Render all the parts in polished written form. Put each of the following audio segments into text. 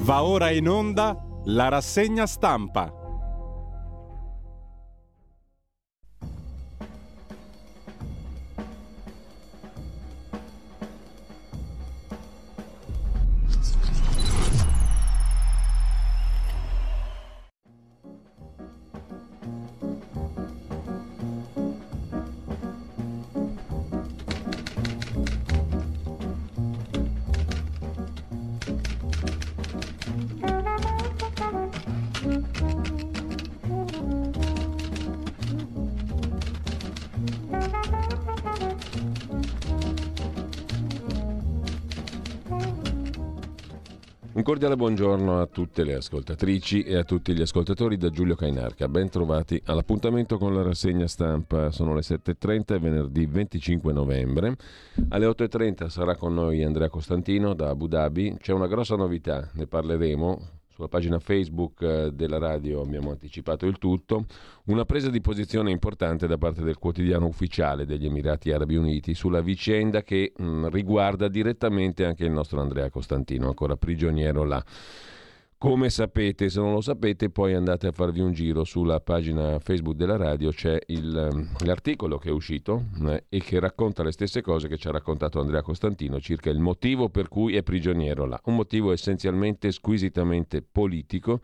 Va ora in onda la rassegna stampa. Un cordiale buongiorno a tutte le ascoltatrici e a tutti gli ascoltatori da Giulio Cainarca. Ben trovati all'appuntamento con la rassegna stampa. Sono le 7.30, venerdì 25 novembre. Alle 8.30 sarà con noi Andrea Costantino da Abu Dhabi. C'è una grossa novità, ne parleremo. Sulla pagina Facebook della radio abbiamo anticipato il tutto. Una presa di posizione importante da parte del quotidiano ufficiale degli Emirati Arabi Uniti sulla vicenda che riguarda direttamente anche il nostro Andrea Costantino, ancora prigioniero là. Come sapete, se non lo sapete, poi andate a farvi un giro sulla pagina Facebook della radio, c'è l'articolo che è uscito e che racconta le stesse cose che ci ha raccontato Andrea Costantino circa il motivo per cui è prigioniero là. Un motivo essenzialmente squisitamente politico.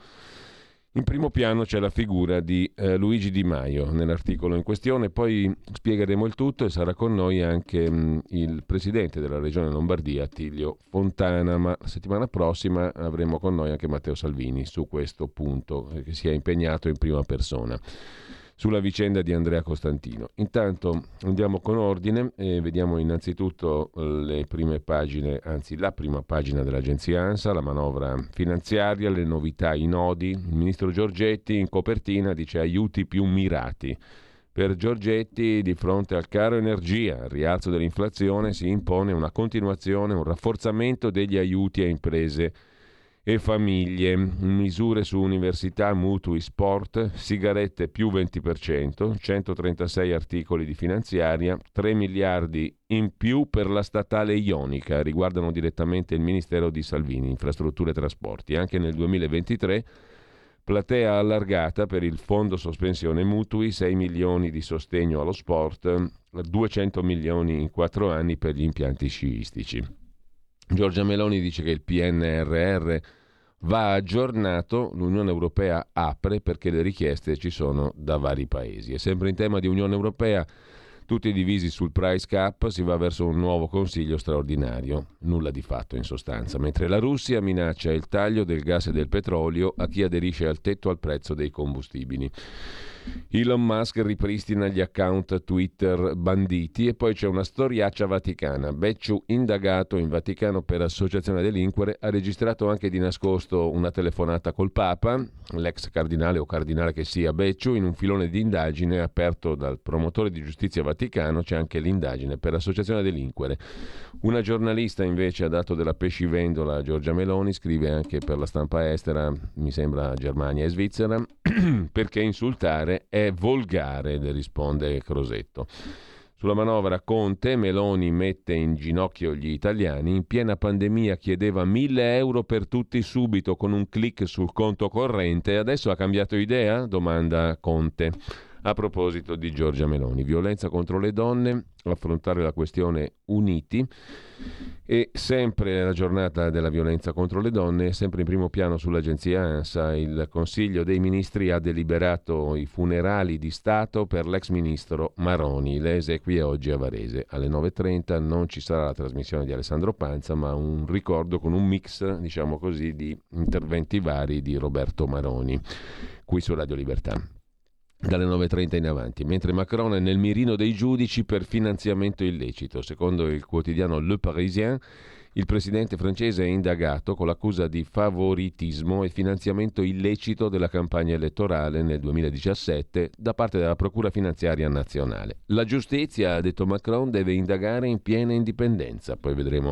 In primo piano c'è la figura di Luigi Di Maio nell'articolo in questione, poi spiegheremo il tutto e sarà con noi anche il presidente della regione Lombardia, Attilio Fontana, ma la settimana prossima avremo con noi anche Matteo Salvini su questo punto, che si è impegnato in prima persona sulla vicenda di Andrea Costantino. Intanto andiamo con ordine e vediamo innanzitutto le prime pagine, anzi la prima pagina dell'agenzia ANSA, la manovra finanziaria, le novità, i nodi. Il ministro Giorgetti in copertina dice aiuti più mirati. Per Giorgetti, di fronte al caro energia, al rialzo dell'inflazione, si impone una continuazione, un rafforzamento degli aiuti a imprese e famiglie, misure su università, mutui, sport, sigarette più 20%, 136 articoli di finanziaria, 3 miliardi in più per la statale ionica, riguardano direttamente il Ministero di Salvini, infrastrutture e trasporti. Anche nel 2023 platea allargata per il fondo sospensione mutui, 6 milioni di sostegno allo sport, 200 milioni in 4 anni per gli impianti sciistici. Giorgia Meloni dice che il PNRR va aggiornato, l'Unione Europea apre perché le richieste ci sono da vari paesi. E sempre in tema di Unione Europea, tutti divisi sul price cap, si va verso un nuovo consiglio straordinario, nulla di fatto in sostanza, mentre la Russia minaccia il taglio del gas e del petrolio a chi aderisce al tetto al prezzo dei combustibili. Elon Musk ripristina gli account Twitter banditi e poi c'è una storiaccia vaticana. Becciu, indagato in Vaticano per associazione a delinquere, ha registrato anche di nascosto una telefonata col Papa, l'ex cardinale o cardinale che sia Becciu. In un filone di indagine aperto dal promotore di giustizia Vaticano c'è anche l'indagine per associazione a delinquere. Una giornalista invece ha dato della pescivendola a Giorgia Meloni, scrive anche per la stampa estera, mi sembra Germania e Svizzera, perché insultare è volgare, le risponde Crosetto. Sulla manovra Conte, Meloni mette in ginocchio gli italiani, in piena pandemia chiedeva 1.000 euro per tutti subito con un click sul conto corrente, adesso ha cambiato idea? Domanda Conte. A proposito di Giorgia Meloni, violenza contro le donne, affrontare la questione uniti. E sempre la giornata della violenza contro le donne, sempre in primo piano sull'agenzia ANSA, il Consiglio dei Ministri ha deliberato i funerali di Stato per l'ex ministro Maroni. Le esequie oggi a Varese. Alle 9.30 non ci sarà la trasmissione di Alessandro Panza, ma un ricordo con un mix, diciamo così, di interventi vari di Roberto Maroni, qui su Radio Libertà, dalle 9.30 in avanti, mentre Macron è nel mirino dei giudici per finanziamento illecito. Secondo il quotidiano Le Parisien, il presidente francese è indagato con l'accusa di favoritismo e finanziamento illecito della campagna elettorale nel 2017 da parte della Procura finanziaria nazionale. La giustizia, ha detto Macron, deve indagare in piena indipendenza. Poi vedremo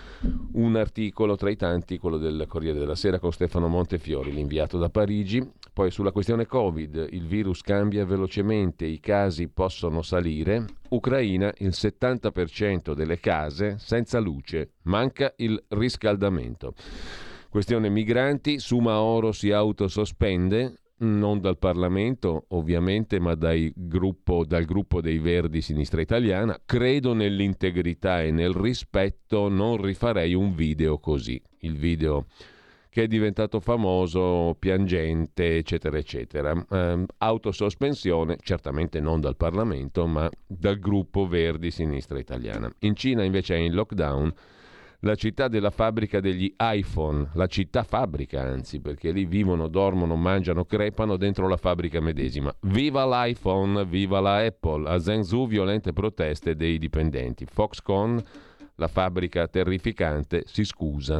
un articolo tra i tanti, quello del Corriere della Sera con Stefano Montefiori, l'inviato da Parigi. Poi sulla questione Covid, il virus cambia velocemente, i casi possono salire. Ucraina, il 70% delle case senza luce, manca il riscaldamento. Questione migranti, Soumahoro si autosospende, non dal Parlamento ovviamente, ma dal gruppo dei Verdi Sinistra Italiana. Credo nell'integrità e nel rispetto, non rifarei un video così. Il video che è diventato famoso, piangente, eccetera, eccetera. Autosospensione, certamente non dal Parlamento, ma dal gruppo Verdi Sinistra Italiana. In Cina invece è in lockdown la città della fabbrica degli iPhone, la città fabbrica anzi, perché lì vivono, dormono, mangiano, crepano dentro la fabbrica medesima. Viva l'iPhone, viva la Apple. A Zhengzhou violente proteste dei dipendenti. Foxconn, la fabbrica terrificante, si scusa.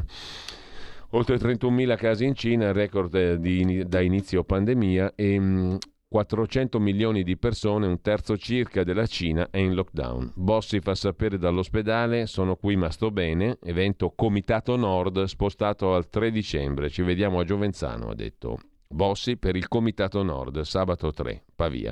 Oltre 31.000 casi in Cina, record da inizio pandemia, e 400 milioni di persone, un terzo circa della Cina, è in lockdown. Bossi fa sapere dall'ospedale: sono qui ma sto bene. Evento Comitato Nord spostato al 3 dicembre. Ci vediamo a Giovenzano, ha detto Bossi per il Comitato Nord, sabato 3, Pavia.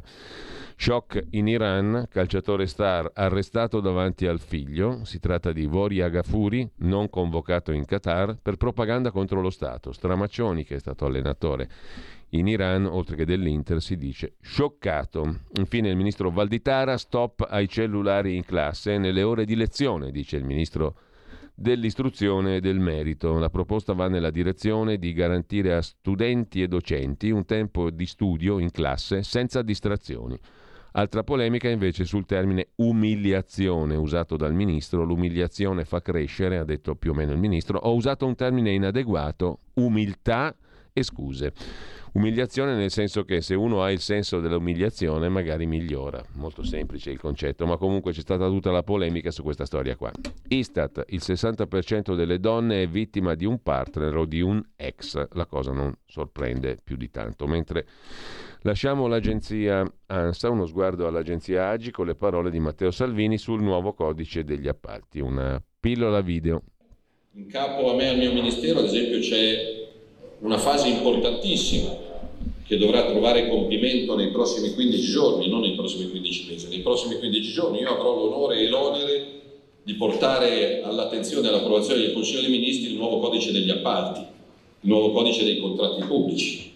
Shock in Iran, calciatore star arrestato davanti al figlio. Si tratta di Vori Agafuri, non convocato in Qatar per propaganda contro lo Stato. Stramaccioni, che è stato allenatore in Iran, oltre che dell'Inter, si dice scioccato. Infine il ministro Valditara: stop ai cellulari in classe nelle ore di lezione, dice il ministro dell'istruzione e del merito. La proposta va nella direzione di garantire a studenti e docenti un tempo di studio in classe senza distrazioni. Altra polemica invece sul termine umiliazione usato dal ministro. L'umiliazione fa crescere, ha detto più o meno il ministro. Ho usato un termine inadeguato: umiltà e scuse. Umiliazione nel senso che se uno ha il senso dell'umiliazione magari migliora. Molto semplice il concetto, ma comunque c'è stata tutta la polemica su questa storia qua. Istat: il 60% delle donne è vittima di un partner o di un ex. La cosa non sorprende più di tanto. Mentre lasciamo l'agenzia ANSA, uno sguardo all'agenzia AGI con le parole di Matteo Salvini sul nuovo codice degli appalti. Una pillola video. In capo a me e al mio ministero, ad esempio, c'è una fase importantissima che dovrà trovare compimento nei prossimi 15 giorni, non nei prossimi 15 mesi. Nei prossimi 15 giorni io avrò l'onore e l'onere di portare all'attenzione e all'approvazione del Consiglio dei Ministri il nuovo codice degli appalti, il nuovo codice dei contratti pubblici,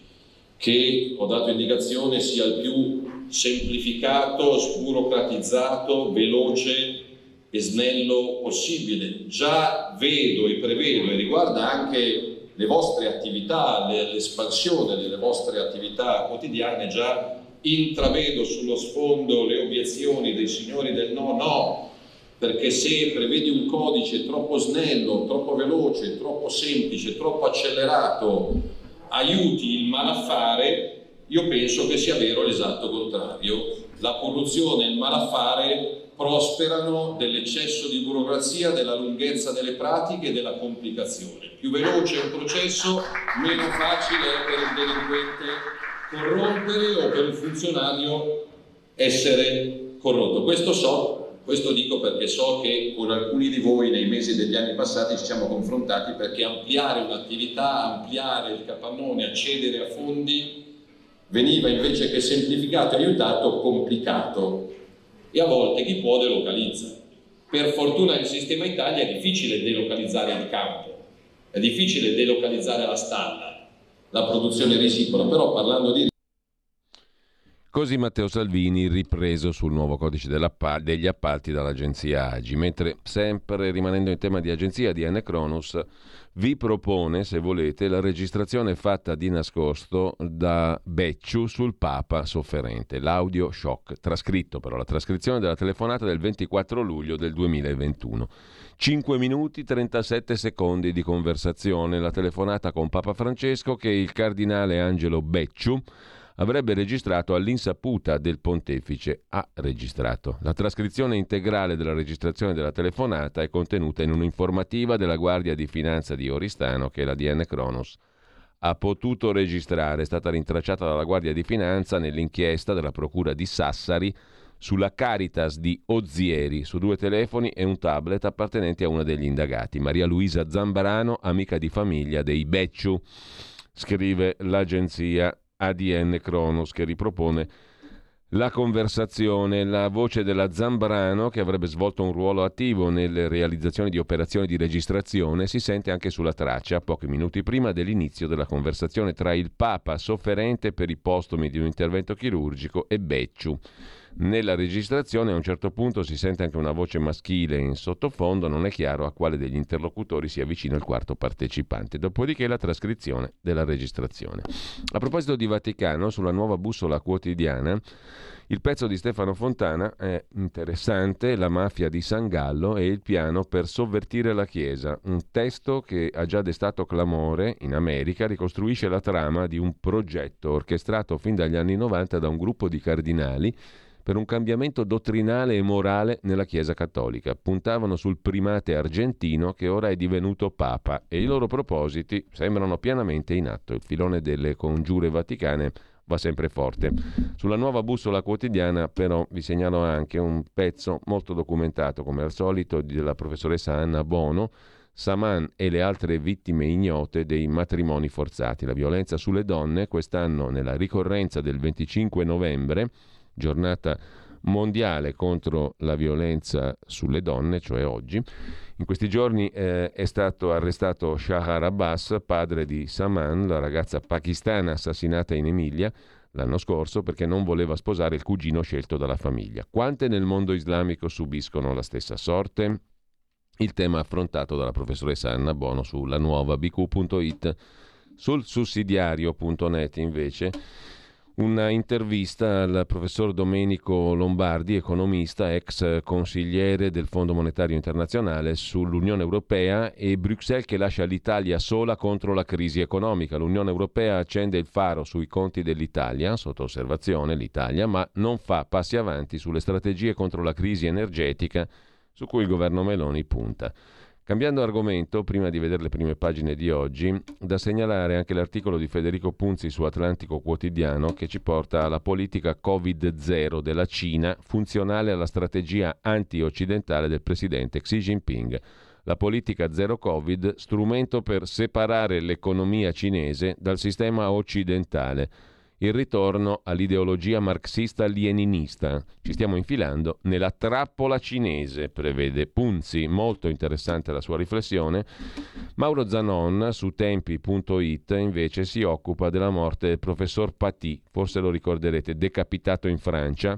che ho dato indicazione sia il più semplificato, sburocratizzato, veloce e snello possibile. Già vedo e prevedo, e riguarda anche le vostre attività, l'espansione delle vostre attività quotidiane, già intravedo sullo sfondo le obiezioni dei signori del no, perché se prevedi un codice troppo snello, troppo veloce, troppo semplice, troppo accelerato, aiuti il malaffare. Io penso che sia vero l'esatto contrario. La corruzione e il malaffare prosperano dell'eccesso di burocrazia, della lunghezza delle pratiche e della complicazione. Più veloce è un processo, meno facile è per il delinquente corrompere o per il funzionario essere corrotto. Questo dico perché so che con alcuni di voi nei mesi degli anni passati ci siamo confrontati, perché ampliare un'attività, ampliare il capannone, accedere a fondi veniva invece che semplificato e aiutato complicato, e a volte chi può delocalizza. Per fortuna nel sistema Italia è difficile delocalizzare il campo, è difficile delocalizzare la stalla, la produzione risicola, però parlando di... Così Matteo Salvini, ripreso sul nuovo codice degli appalti dall'agenzia AGI. Mentre, sempre rimanendo in tema di agenzia, ADN Cronus vi propone, se volete, la registrazione fatta di nascosto da Becciu sul Papa sofferente, l'audio shock, trascritto però, la trascrizione della telefonata del 24 luglio del 2021. 5 minuti 37 secondi di conversazione, la telefonata con Papa Francesco che il cardinale Angelo Becciu avrebbe registrato all'insaputa del pontefice. Ha registrato. La trascrizione integrale della registrazione della telefonata è contenuta in un'informativa della Guardia di Finanza di Oristano che l'ADN Cronus ha potuto registrare. È stata rintracciata dalla Guardia di Finanza nell'inchiesta della Procura di Sassari sulla Caritas di Ozieri, su 2 telefoni e un tablet appartenenti a una degli indagati, Maria Luisa Zambrano, amica di famiglia dei Becciu, scrive l'agenzia ADN Cronus, che ripropone La conversazione, la voce della Zambrano, che avrebbe svolto un ruolo attivo nelle realizzazioni di operazioni di registrazione, si sente anche sulla traccia, pochi minuti prima dell'inizio della conversazione tra il Papa, sofferente per i postumi di un intervento chirurgico, e Becciu. Nella registrazione a un certo punto si sente anche una voce maschile in sottofondo, non è chiaro a quale degli interlocutori sia vicino il quarto partecipante. Dopodiché la trascrizione della registrazione. A proposito di Vaticano, sulla Nuova Bussola Quotidiana, il pezzo di Stefano Fontana è interessante, La mafia di San Gallo e il piano per sovvertire la Chiesa. Un testo che ha già destato clamore in America, ricostruisce la trama di un progetto orchestrato fin dagli anni 90 da un gruppo di cardinali per un cambiamento dottrinale e morale nella Chiesa cattolica. Puntavano sul primate argentino che ora è divenuto papa e i loro propositi sembrano pienamente in atto. Il filone delle congiure vaticane va sempre forte. Sulla Nuova Bussola Quotidiana però vi segnalo anche un pezzo molto documentato, come al solito, della professoressa Anna Bono, Saman e le altre vittime ignote dei matrimoni forzati. La violenza sulle donne, quest'anno nella ricorrenza del 25 novembre, giornata mondiale contro la violenza sulle donne, cioè oggi. In questi giorni è stato arrestato Shahar Abbas, padre di Saman, la ragazza pakistana assassinata in Emilia l'anno scorso perché non voleva sposare il cugino scelto dalla famiglia. Quante nel mondo islamico subiscono la stessa sorte? Il tema affrontato dalla professoressa Anna Bono sulla nuova bq.it. Sul sussidiario.net invece una intervista al professor Domenico Lombardi, economista, ex consigliere del Fondo Monetario Internazionale, sull'Unione Europea e Bruxelles che lascia l'Italia sola contro la crisi economica. L'Unione Europea accende il faro sui conti dell'Italia, sotto osservazione l'Italia, ma non fa passi avanti sulle strategie contro la crisi energetica su cui il governo Meloni punta. Cambiando argomento, prima di vedere le prime pagine di oggi, da segnalare anche l'articolo di Federico Punzi su Atlantico Quotidiano che ci porta alla politica Covid-0 della Cina, funzionale alla strategia anti-occidentale del presidente Xi Jinping. La politica zero Covid, strumento per separare l'economia cinese dal sistema occidentale. Il ritorno all'ideologia marxista-leninista. Ci stiamo infilando nella trappola cinese, prevede Punzi. Molto interessante la sua riflessione. Mauro Zanon su tempi.it invece si occupa della morte del professor Paty, forse lo ricorderete, decapitato in Francia.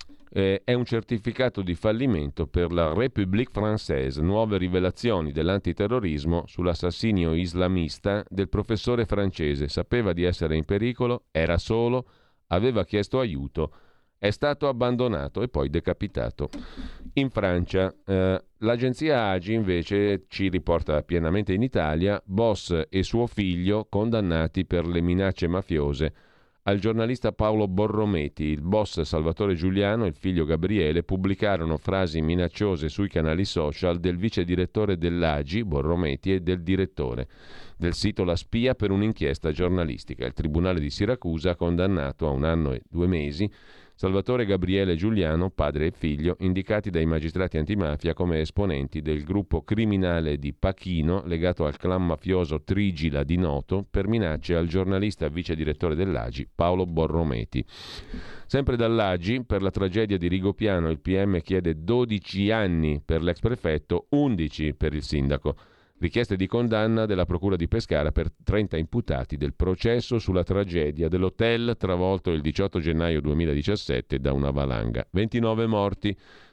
È un certificato di fallimento per la République Française, nuove rivelazioni dell'antiterrorismo sull'assassinio islamista del professore francese. Sapeva di essere in pericolo, era solo, aveva chiesto aiuto, è stato abbandonato e poi decapitato. In Francia, l'agenzia AGI invece ci riporta pienamente in Italia, boss e suo figlio condannati per le minacce mafiose. Al giornalista Paolo Borrometi, il boss Salvatore Giuliano e il figlio Gabriele pubblicarono frasi minacciose sui canali social del vice direttore dell'AGI, Borrometi, e del direttore del sito La Spia per un'inchiesta giornalistica. Il Tribunale di Siracusa ha condannato a 1 anno e 2 mesi Salvatore Gabriele Giuliano, padre e figlio, indicati dai magistrati antimafia come esponenti del gruppo criminale di Pachino legato al clan mafioso Trigila di Noto per minacce al giornalista vice direttore dell'AGI Paolo Borrometi. Sempre dall'AGI, per la tragedia di Rigopiano, il PM chiede 12 anni per l'ex prefetto, 11 per il sindaco. Richieste di condanna della Procura di Pescara per 30 imputati del processo sulla tragedia dell'hotel travolto il 18 gennaio 2017 da una valanga. 29 morti,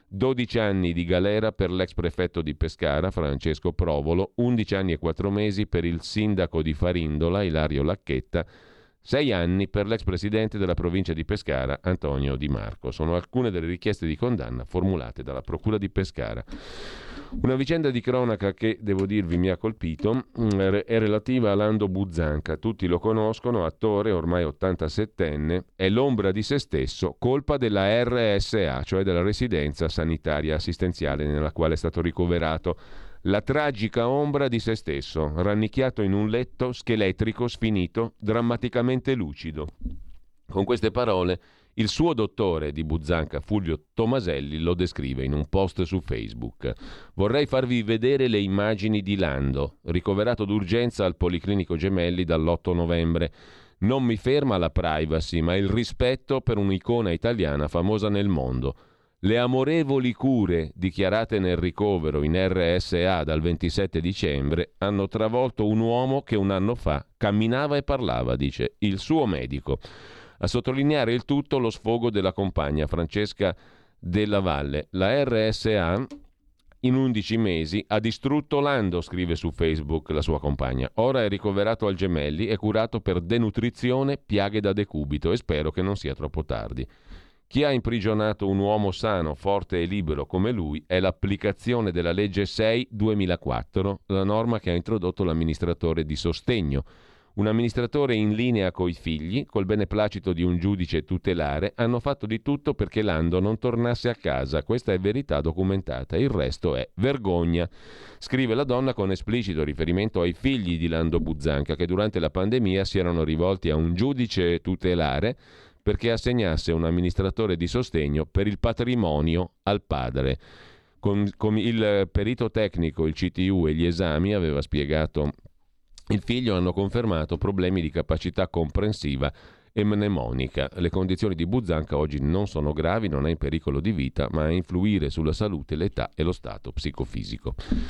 12 anni di galera per l'ex prefetto di Pescara, Francesco Provolo, 11 anni e 4 mesi per il sindaco di Farindola, Ilario Lacchetta, 6 anni per l'ex presidente della provincia di Pescara, Antonio Di Marco. Sono alcune delle richieste di condanna formulate dalla Procura di Pescara. Una vicenda di cronaca che, devo dirvi, mi ha colpito è relativa a Lando Buzzanca. Tutti lo conoscono, attore ormai 87enne, è l'ombra di se stesso, colpa della RSA, cioè della residenza sanitaria assistenziale nella quale è stato ricoverato. La tragica ombra di se stesso, rannicchiato in un letto scheletrico sfinito, drammaticamente lucido. Con queste parole il suo dottore di Buzzanca, Fulvio Tomaselli, lo descrive in un post su Facebook. Vorrei farvi vedere le immagini di Lando, ricoverato d'urgenza al Policlinico Gemelli dall'8 novembre. Non mi ferma la privacy, ma il rispetto per un'icona italiana famosa nel mondo. Le amorevoli cure dichiarate nel ricovero in RSA dal 27 dicembre hanno travolto un uomo che un anno fa camminava e parlava, dice il suo medico. A sottolineare il tutto lo sfogo della compagna Francesca Della Valle. La RSA in 11 mesi ha distrutto Lando, scrive su Facebook la sua compagna. Ora è ricoverato al Gemelli e curato per denutrizione, piaghe da decubito e spero che non sia troppo tardi. Chi ha imprigionato un uomo sano, forte e libero come lui è l'applicazione della legge 6/2004, la norma che ha introdotto l'amministratore di sostegno. Un amministratore in linea coi figli, col beneplacito di un giudice tutelare, hanno fatto di tutto perché Lando non tornasse a casa. Questa è verità documentata, il resto è vergogna. Scrive la donna con esplicito riferimento ai figli di Lando Buzzanca che durante la pandemia si erano rivolti a un giudice tutelare perché assegnasse un amministratore di sostegno per il patrimonio al padre. Con il perito tecnico, il CTU e gli esami, aveva spiegato il figlio, hanno confermato problemi di capacità comprensiva e mnemonica. Le condizioni di Buzzanca oggi non sono gravi, non è in pericolo di vita, ma a influire sulla salute l'età e lo stato psicofisico.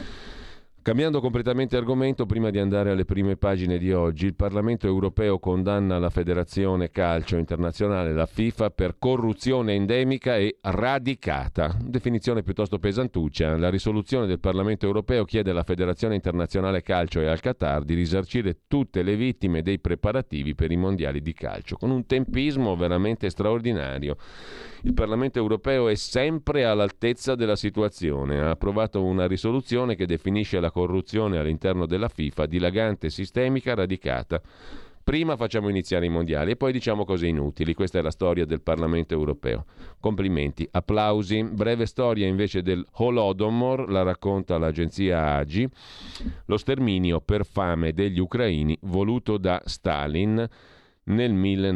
Cambiando completamente argomento, prima di andare alle prime pagine di oggi, il Parlamento europeo condanna la Federazione Calcio Internazionale, la FIFA, per corruzione endemica e radicata. Definizione piuttosto pesantuccia. La risoluzione del Parlamento europeo chiede alla Federazione Internazionale Calcio e al Qatar di risarcire tutte le vittime dei preparativi per i mondiali di calcio, con un tempismo veramente straordinario. Il Parlamento europeo è sempre all'altezza della situazione. Ha approvato una risoluzione che definisce la corruzione all'interno della FIFA dilagante, sistemica, radicata. Prima facciamo iniziare i mondiali e poi diciamo cose inutili. Questa è la storia del Parlamento europeo. Complimenti, applausi. Breve storia invece del Holodomor, la racconta l'agenzia AGI. Lo sterminio per fame degli ucraini voluto da Stalin nel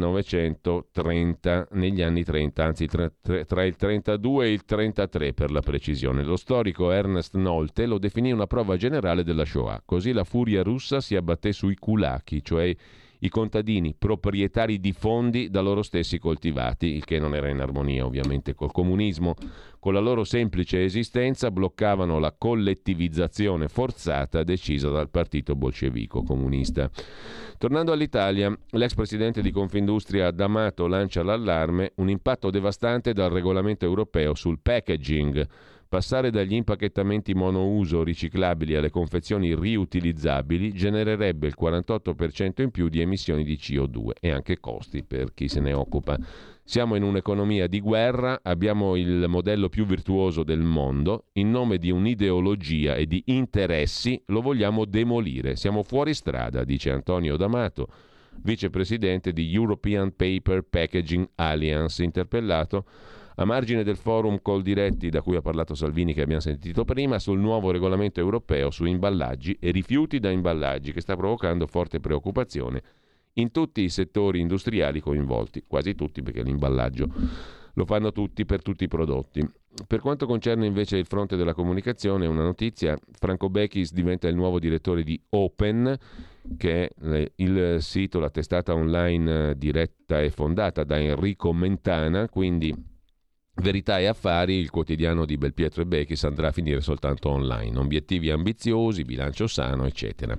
1930, negli anni 30, anzi tra il 32 e il 33 per la precisione. Lo storico Ernest Nolte lo definì una prova generale della Shoah. Così la furia russa si abbatté sui kulaki, cioè i contadini proprietari di fondi da loro stessi coltivati, il che non era in armonia ovviamente col comunismo. Con la loro semplice esistenza bloccavano la collettivizzazione forzata decisa dal partito bolscevico comunista. Tornando all'Italia, l'ex presidente di Confindustria D'Amato lancia l'allarme: un impatto devastante dal regolamento europeo sul packaging. Passare dagli impacchettamenti monouso riciclabili alle confezioni riutilizzabili genererebbe il 48% in più di emissioni di CO2 e anche costi per chi se ne occupa. Siamo in un'economia di guerra, abbiamo il modello più virtuoso del mondo, in nome di un'ideologia e di interessi lo vogliamo demolire. Siamo fuori strada, dice Antonio D'Amato, vicepresidente di European Paper Packaging Alliance, interpellato a margine del forum Coldiretti, da cui ha parlato Salvini, che abbiamo sentito prima, sul nuovo regolamento europeo su imballaggi e rifiuti da imballaggi, che sta provocando forte preoccupazione in tutti i settori industriali coinvolti, quasi tutti, perché l'imballaggio lo fanno tutti per tutti i prodotti. Per quanto concerne invece il fronte della comunicazione, una notizia: Franco Bechis diventa il nuovo direttore di Open, che è il sito, la testata online diretta e fondata da Enrico Mentana, quindi Verità e Affari, il quotidiano di Belpietro e Bechis, andrà a finire soltanto online. Obiettivi ambiziosi, bilancio sano, eccetera.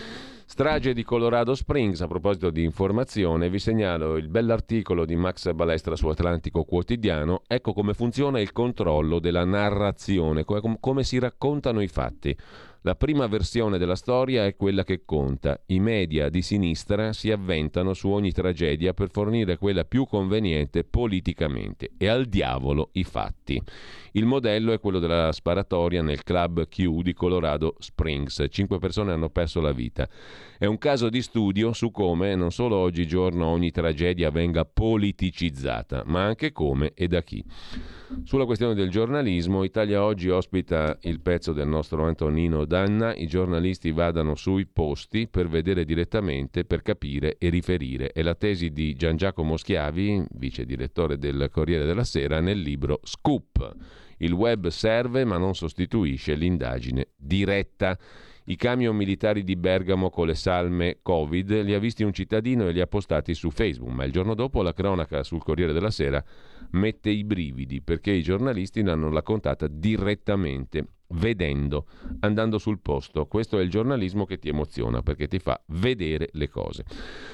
Strage di Colorado Springs. A proposito di informazione, vi segnalo il bell'articolo di Max Balestra su Atlantico Quotidiano. Ecco come funziona il controllo della narrazione, come si raccontano i fatti. La prima versione della storia è quella che conta. I media di sinistra si avventano su ogni tragedia per fornire quella più conveniente politicamente. E al diavolo i fatti. Il modello è quello della sparatoria nel club Q di Colorado Springs. 5 persone hanno perso la vita. È un caso di studio su come non solo oggigiorno ogni tragedia venga politicizzata, ma anche come e da chi. Sulla questione del giornalismo, Italia Oggi ospita il pezzo del nostro Antonino Danna: i giornalisti vadano sui posti per vedere direttamente, per capire e riferire. È la tesi di Gian Giacomo Schiavi, vice direttore del Corriere della Sera, nel libro Scoop. Il web serve ma non sostituisce l'indagine diretta. I camion militari di Bergamo con le salme Covid li ha visti un cittadino e li ha postati su Facebook, ma il giorno dopo la cronaca sul Corriere della Sera mette i brividi perché i giornalisti l'hanno raccontata direttamente, vedendo, andando sul posto. Questo è il giornalismo che ti emoziona perché ti fa vedere le cose.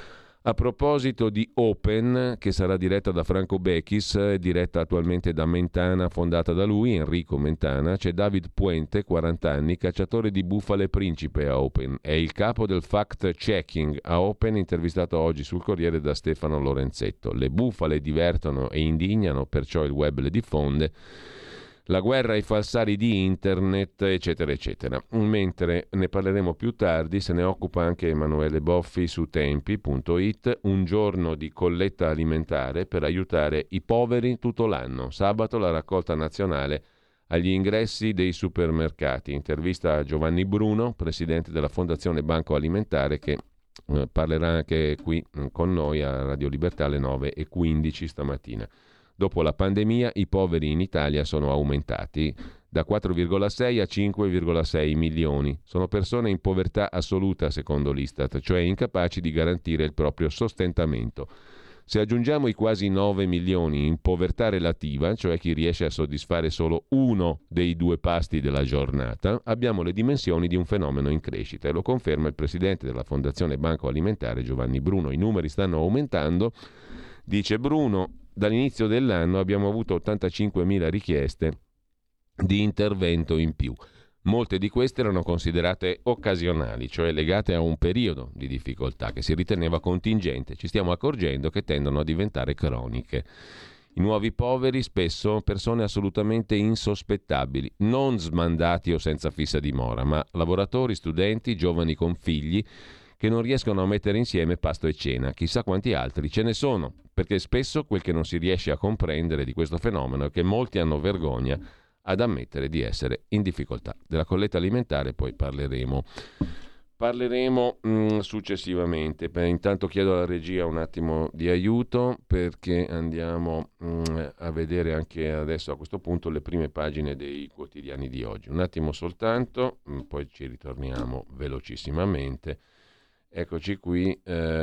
A proposito di Open, che sarà diretta da Franco Bechis, diretta attualmente da Mentana, fondata da lui, Enrico Mentana, c'è David Puente, 40 anni, cacciatore di bufale principe a Open. È il capo del fact-checking a Open, intervistato oggi sul Corriere da Stefano Lorenzetto. Le bufale divertono e indignano, perciò il web le diffonde. La guerra ai falsari di internet, eccetera, eccetera. Mentre ne parleremo più tardi, se ne occupa anche Emanuele Boffi su tempi.it, un giorno di colletta alimentare per aiutare i poveri tutto l'anno. Sabato la raccolta nazionale agli ingressi dei supermercati. Intervista a Giovanni Bruno, presidente della Fondazione Banco Alimentare, che parlerà anche qui con noi a Radio Libertà alle 9:15 stamattina. Dopo la pandemia i poveri in Italia sono aumentati da 4,6 a 5,6 milioni. Sono persone in povertà assoluta secondo l'Istat, cioè incapaci di garantire il proprio sostentamento. Se aggiungiamo i quasi 9 milioni in povertà relativa, cioè chi riesce a soddisfare solo uno dei 2 pasti della giornata, abbiamo le dimensioni di un fenomeno in crescita e lo conferma il presidente della Fondazione Banco Alimentare Giovanni Bruno. I numeri stanno aumentando, dice Bruno. Dall'inizio dell'anno abbiamo avuto 85.000 richieste di intervento in più. Molte di queste erano considerate occasionali, cioè legate a un periodo di difficoltà che si riteneva contingente. Ci stiamo accorgendo che tendono a diventare croniche. I nuovi poveri spesso persone assolutamente insospettabili, non smandati o senza fissa dimora, ma lavoratori, studenti, giovani con figli che non riescono a mettere insieme pasto e cena. Chissà quanti altri ce ne sono, perché spesso quel che non si riesce a comprendere di questo fenomeno è che molti hanno vergogna ad ammettere di essere in difficoltà. Della colletta alimentare poi parleremo successivamente. Intanto chiedo alla regia un attimo di aiuto perché andiamo a vedere anche adesso a questo punto le prime pagine dei quotidiani di oggi. Un attimo soltanto, poi ci ritorniamo velocissimamente. Eccoci qui,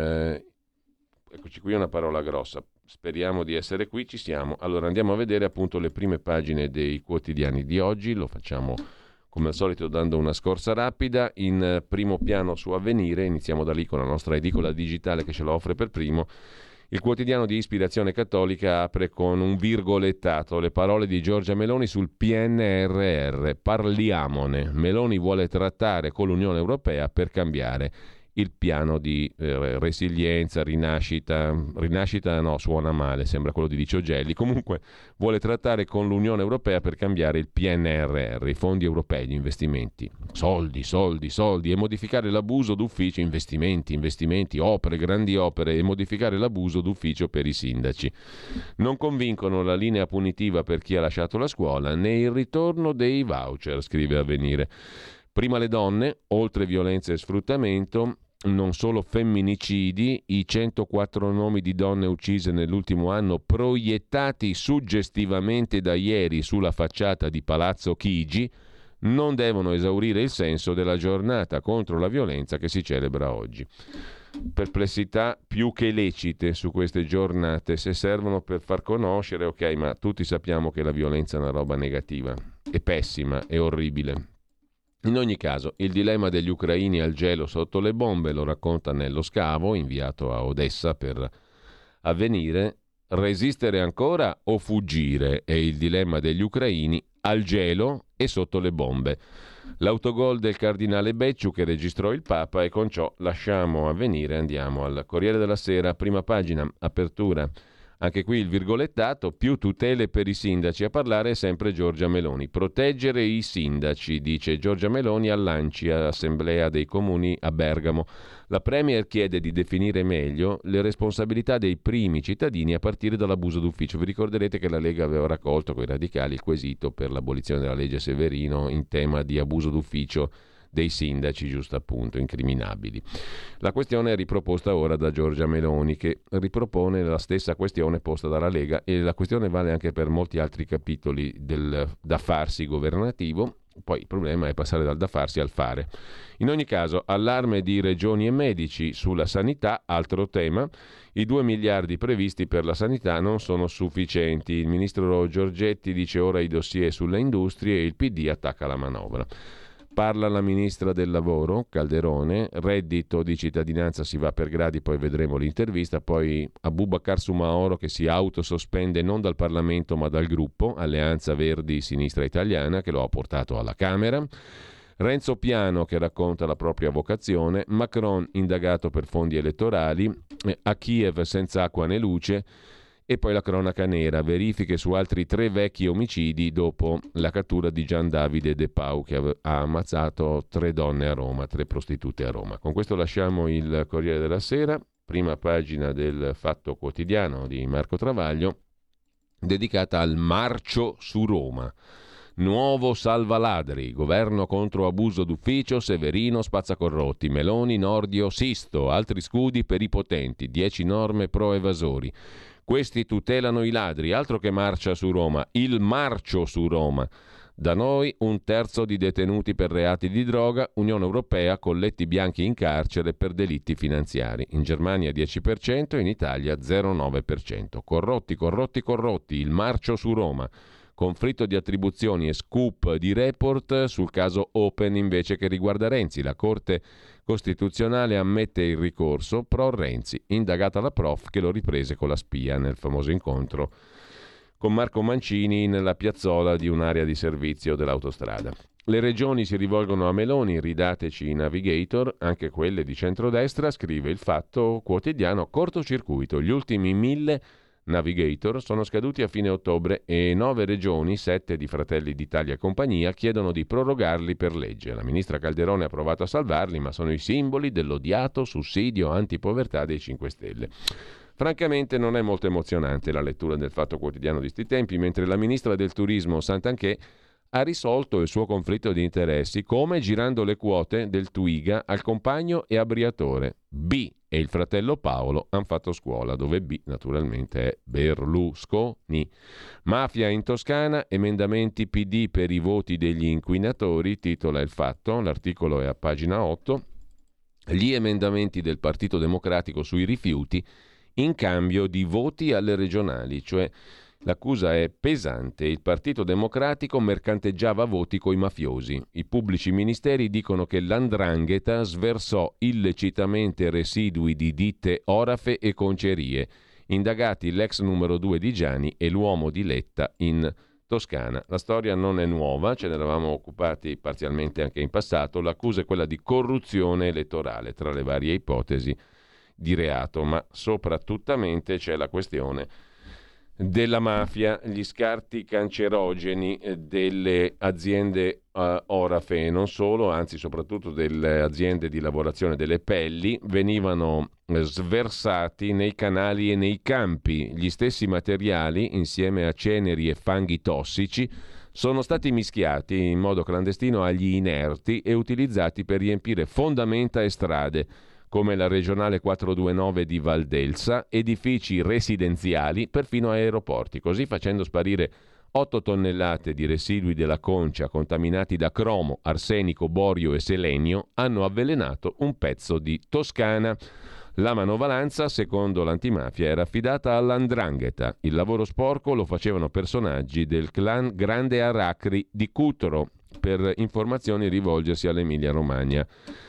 una parola grossa. Speriamo di essere qui, ci siamo. Allora andiamo a vedere appunto le prime pagine dei quotidiani di oggi. Lo facciamo come al solito dando una scorsa rapida. In primo piano su Avvenire, iniziamo da lì con la nostra edicola digitale che ce la offre per primo. Il quotidiano di ispirazione cattolica apre con un virgolettato, le parole di Giorgia Meloni sul PNRR. Parliamone. Meloni vuole trattare con l'Unione Europea per cambiare il piano di resilienza, rinascita no, suona male, sembra quello di Licio Gelli. Comunque vuole trattare con l'Unione Europea per cambiare il PNRR, i fondi europei, gli investimenti, soldi, e modificare l'abuso d'ufficio, investimenti, opere, grandi opere, e modificare l'abuso d'ufficio per i sindaci. Non convincono la linea punitiva per chi ha lasciato la scuola né il ritorno dei voucher, scrive Avvenire. Prima le donne, oltre violenza e sfruttamento, non solo femminicidi, i 104 nomi di donne uccise nell'ultimo anno proiettati suggestivamente da ieri sulla facciata di Palazzo Chigi non devono esaurire il senso della giornata contro la violenza che si celebra oggi. Perplessità più che lecite su queste giornate, se servono per far conoscere, ok, ma tutti sappiamo che la violenza è una roba negativa, è pessima, è orribile. In ogni caso, il dilemma degli ucraini al gelo sotto le bombe lo racconta Nello Scavo, inviato a Odessa per Avvenire. Resistere ancora o fuggire è il dilemma degli ucraini al gelo e sotto le bombe. L'autogol del cardinale Becciu che registrò il Papa, e con ciò lasciamo Avvenire, andiamo al Corriere della Sera, prima pagina, apertura. Anche qui il virgolettato, più tutele per i sindaci, a parlare è sempre Giorgia Meloni. Proteggere i sindaci, dice Giorgia Meloni all'ANCI, Assemblea dei Comuni a Bergamo. La Premier chiede di definire meglio le responsabilità dei primi cittadini a partire dall'abuso d'ufficio. Vi ricorderete che la Lega aveva raccolto con i radicali il quesito per l'abolizione della legge Severino in tema di abuso d'ufficio dei sindaci, giusto appunto, incriminabili. La questione è riproposta ora da Giorgia Meloni, che ripropone la stessa questione posta dalla Lega, e la questione vale anche per molti altri capitoli del da farsi governativo. Poi il problema è passare dal da farsi al fare. In ogni caso, allarme di regioni e medici sulla sanità, altro tema. I 2 miliardi previsti per la sanità non sono sufficienti. Il ministro Giorgetti dice ora i dossier sulle industrie e il PD attacca la manovra. Parla la ministra del lavoro, Calderone, reddito di cittadinanza si va per gradi, poi vedremo l'intervista, poi Abubakar Soumahoro che si autosospende non dal Parlamento ma dal gruppo, Alleanza Verdi Sinistra Italiana, che lo ha portato alla Camera, Renzo Piano che racconta la propria vocazione, Macron indagato per fondi elettorali, a Kiev senza acqua né luce. E poi la cronaca nera, verifiche su altri 3 vecchi omicidi dopo la cattura di Gian Davide De Pau, che ha ammazzato 3 donne a Roma, 3 prostitute a Roma. Con questo lasciamo il Corriere della Sera, prima pagina del Fatto Quotidiano di Marco Travaglio, dedicata al marcio su Roma. Nuovo salvaladri, governo contro abuso d'ufficio, Severino spazzacorrotti, Meloni, Nordio, Sisto, altri scudi per i potenti, 10 norme pro evasori. Questi tutelano i ladri, altro che marcia su Roma, il marcio su Roma. Da noi 1/3 di detenuti per reati di droga, Unione Europea colletti bianchi in carcere per delitti finanziari. In Germania 10%, in Italia 0,9%. Corrotti, il marcio su Roma. Conflitto di attribuzioni e scoop di Report sul caso Open invece che riguarda Renzi. La Corte Costituzionale ammette il ricorso pro Renzi, indagata la prof che lo riprese con la spia nel famoso incontro con Marco Mancini nella piazzola di un'area di servizio dell'autostrada. Le regioni si rivolgono a Meloni, ridateci i navigator, anche quelle di centrodestra, scrive il Fatto Quotidiano, cortocircuito, gli ultimi 1000 navigator sono scaduti a fine ottobre e 9 regioni, 7 di Fratelli d'Italia e compagnia, chiedono di prorogarli per legge. La ministra Calderone ha provato a salvarli, ma sono i simboli dell'odiato sussidio antipovertà dei 5 Stelle. Francamente non è molto emozionante la lettura del Fatto Quotidiano di sti tempi, mentre la ministra del Turismo Santanchè ha risolto il suo conflitto di interessi come girando le quote del Twiga al compagno e a Briatore. B e il fratello Paolo hanno fatto scuola, dove B naturalmente è Berlusconi. Mafia in Toscana, emendamenti PD per i voti degli inquinatori, titola il Fatto, l'articolo è a pagina 8. Gli emendamenti del Partito Democratico sui rifiuti in cambio di voti alle regionali, cioè l'accusa è pesante, il Partito Democratico mercanteggiava voti coi mafiosi. I pubblici ministeri dicono che l''ndrangheta sversò illecitamente residui di ditte orafe e concerie. Indagati l'ex numero 2 di Gianni e l'uomo di Letta in Toscana. La storia non è nuova, ce ne eravamo occupati parzialmente anche in passato. L'accusa è quella di corruzione elettorale tra le varie ipotesi di reato, ma soprattutamente c'è la questione della mafia, gli scarti cancerogeni delle aziende orafe e non solo, anzi soprattutto delle aziende di lavorazione delle pelli, venivano sversati nei canali e nei campi. Gli stessi materiali, insieme a ceneri e fanghi tossici, sono stati mischiati in modo clandestino agli inerti e utilizzati per riempire fondamenta e strade, come la regionale 429 di Valdelsa, edifici residenziali, perfino aeroporti, così facendo sparire 8 tonnellate di residui della Concia contaminati da cromo, arsenico, borio e selenio, hanno avvelenato un pezzo di Toscana. La manovalanza, secondo l'antimafia, era affidata all''ndrangheta. Il lavoro sporco lo facevano personaggi del clan Grande Aracri di Cutro. Per informazioni rivolgersi all'Emilia Romagna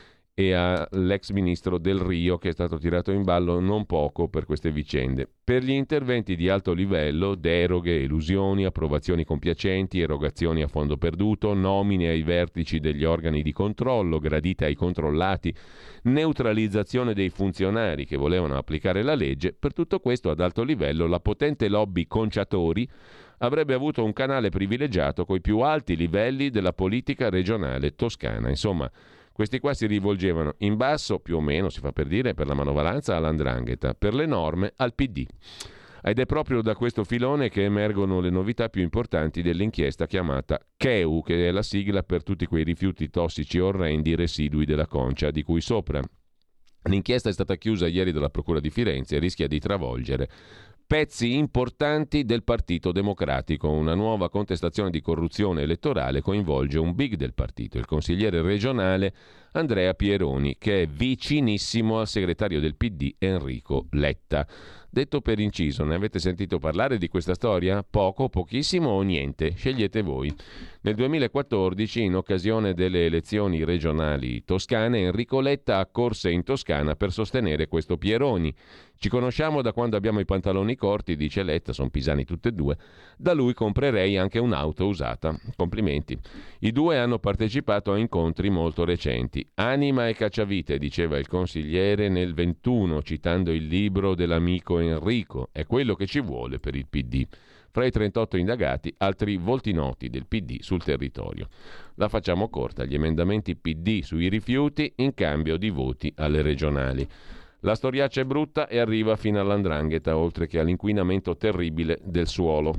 e all'ex ministro Del Rio, che è stato tirato in ballo non poco per queste vicende. Per gli interventi di alto livello, deroghe, elusioni, approvazioni compiacenti, erogazioni a fondo perduto, nomine ai vertici degli organi di controllo, gradite ai controllati, neutralizzazione dei funzionari che volevano applicare la legge, per tutto questo ad alto livello la potente lobby conciatori avrebbe avuto un canale privilegiato coi più alti livelli della politica regionale toscana. Insomma, questi qua si rivolgevano in basso, più o meno, si fa per dire, per la manovalanza all''ndrangheta, per le norme al PD. Ed è proprio da questo filone che emergono le novità più importanti dell'inchiesta chiamata CHEU, che è la sigla per tutti quei rifiuti tossici orrendi residui della Concia di cui sopra. L'inchiesta è stata chiusa ieri dalla Procura di Firenze e rischia di travolgere pezzi importanti del Partito Democratico. Una nuova contestazione di corruzione elettorale coinvolge un big del partito, il consigliere regionale Andrea Pieroni, che è vicinissimo al segretario del PD Enrico Letta. Detto per inciso, ne avete sentito parlare di questa storia? Poco, pochissimo o niente? Scegliete voi. Nel 2014, in occasione delle elezioni regionali toscane, Enrico Letta accorse in Toscana per sostenere questo Pieroni. Ci conosciamo da quando abbiamo i pantaloni corti, dice Letta, sono pisani tutte e due. Da lui comprerei anche un'auto usata. Complimenti. I due hanno partecipato a incontri molto recenti. Anima e cacciavite, diceva il consigliere nel 21, citando il libro dell'amico Enrico. È quello che ci vuole per il PD. Fra i 38 indagati, altri volti noti del PD sul territorio. La facciamo corta, gli emendamenti PD sui rifiuti in cambio di voti alle regionali. La storiaccia è brutta e arriva fino all''ndrangheta, oltre che all'inquinamento terribile del suolo.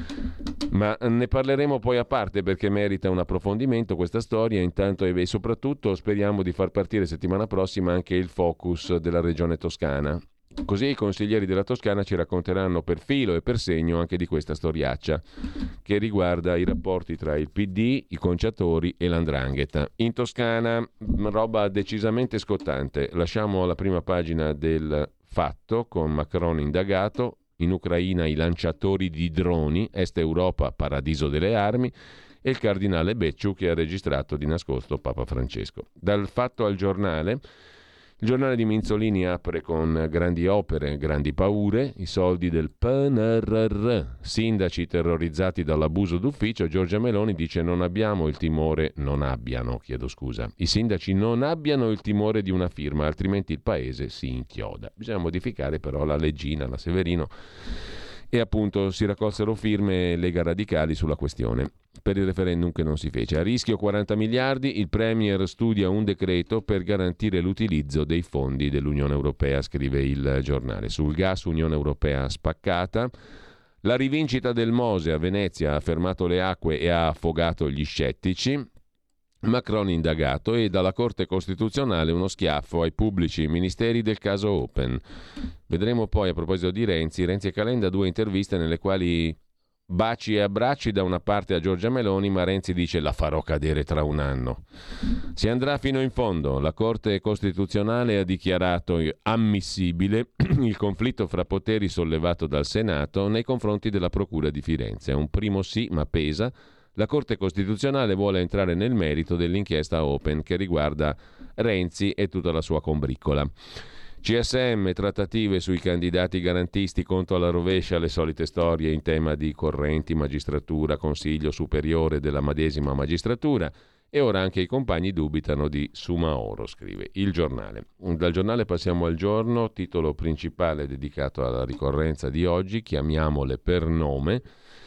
Ma ne parleremo poi a parte, perché merita un approfondimento questa storia. Intanto e soprattutto speriamo di far partire settimana prossima anche il focus della regione toscana. Così i consiglieri della Toscana ci racconteranno per filo e per segno anche di questa storiaccia che riguarda i rapporti tra il PD, i conciatori e l''ndrangheta. In Toscana roba decisamente scottante. Lasciamo la prima pagina del Fatto con Macron indagato, in Ucraina i lanciatori di droni, Est Europa paradiso delle armi, e il cardinale Becciu che ha registrato di nascosto Papa Francesco. Dal Fatto al Giornale. Il giornale di Minzolini apre con grandi opere, grandi paure, i soldi del PNRR, sindaci terrorizzati dall'abuso d'ufficio. Giorgia Meloni dice i sindaci non abbiano il timore di una firma, altrimenti il paese si inchioda. Bisogna modificare però la leggina, la Severino, e appunto si raccolsero firme Lega Radicali sulla questione per il referendum che non si fece. A rischio 40 miliardi, il Premier studia un decreto per garantire l'utilizzo dei fondi dell'Unione Europea, scrive il giornale. Sul gas Unione Europea spaccata, la rivincita del Mose a Venezia ha fermato le acque e ha affogato gli scettici. Macron indagato e dalla Corte Costituzionale uno schiaffo ai pubblici ministeri del caso Open. Vedremo poi, a proposito di Renzi e Calenda, 2 interviste nelle quali baci e abbracci da una parte a Giorgia Meloni, ma Renzi dice la farò cadere tra un anno. Si andrà fino in fondo. La Corte Costituzionale ha dichiarato ammissibile il conflitto fra poteri sollevato dal Senato nei confronti della Procura di Firenze. È un primo sì, ma pesa. La Corte Costituzionale vuole entrare nel merito dell'inchiesta Open che riguarda Renzi e tutta la sua combriccola. CSM, trattative sui candidati garantisti, conto alla rovescia, le solite storie in tema di correnti, magistratura, Consiglio Superiore della medesima magistratura, e ora anche i compagni dubitano di Sumaoro, scrive il giornale. Dal giornale passiamo al Giorno, titolo principale dedicato alla ricorrenza di oggi, chiamiamole per nome.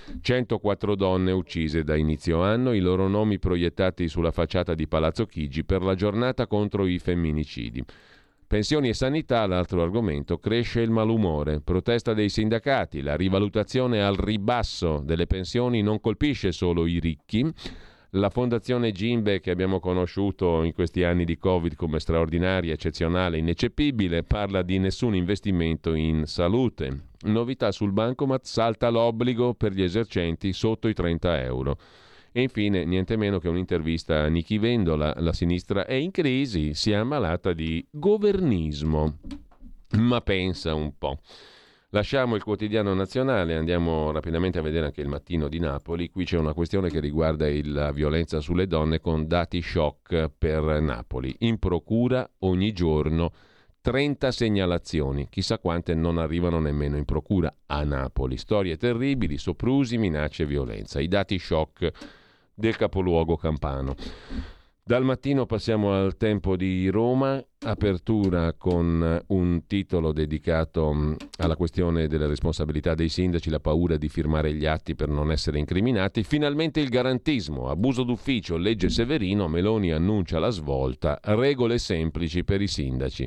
104 donne uccise da inizio anno, i loro nomi proiettati sulla facciata di Palazzo Chigi per la giornata contro i femminicidi. Pensioni e sanità, l'altro argomento, cresce il malumore, protesta dei sindacati, la rivalutazione al ribasso delle pensioni non colpisce solo i ricchi. La fondazione Gimbe, che abbiamo conosciuto in questi anni di Covid come straordinaria, eccezionale, ineccepibile, parla di nessun investimento in salute. Novità sul bancomat, salta l'obbligo per gli esercenti sotto i 30 euro. E infine, niente meno che un'intervista a Nichi Vendola. La sinistra è in crisi, si è ammalata di governismo. Ma pensa un po'. Lasciamo il Quotidiano Nazionale, andiamo rapidamente a vedere anche il Mattino di Napoli. Qui c'è una questione che riguarda la violenza sulle donne con dati shock per Napoli. In procura ogni giorno 30 segnalazioni, chissà quante non arrivano nemmeno in procura a Napoli. Storie terribili, soprusi, minacce e violenza. I dati shock del capoluogo campano. Dal Mattino passiamo al Tempo di Roma, apertura con un titolo dedicato alla questione della responsabilità dei sindaci, la paura di firmare gli atti per non essere incriminati. Finalmente il garantismo, abuso d'ufficio, legge Severino, Meloni annuncia la svolta, regole semplici per i sindaci.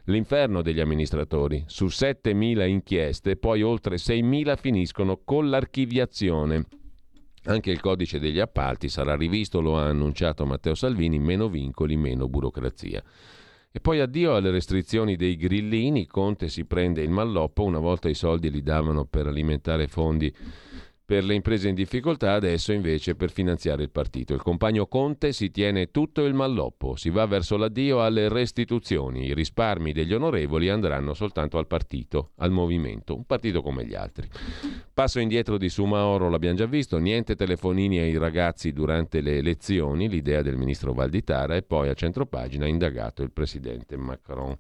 L'inferno degli amministratori. Su 7.000 inchieste, poi oltre 6.000 finiscono con l'archiviazione. Anche il codice degli appalti sarà rivisto, lo ha annunciato Matteo Salvini, meno vincoli, meno burocrazia. E poi addio alle restrizioni dei grillini, Conte si prende il malloppo, una volta i soldi li davano per alimentare fondi per le imprese in difficoltà, adesso invece per finanziare il partito. Il compagno Conte si tiene tutto il malloppo, si va verso l'addio alle restituzioni, i risparmi degli onorevoli andranno soltanto al partito, al movimento, un partito come gli altri. Passo indietro di Soumahoro, l'abbiamo già visto, niente telefonini ai ragazzi durante le elezioni, l'idea del ministro Valditara, e poi a centropagina indagato il presidente Macron.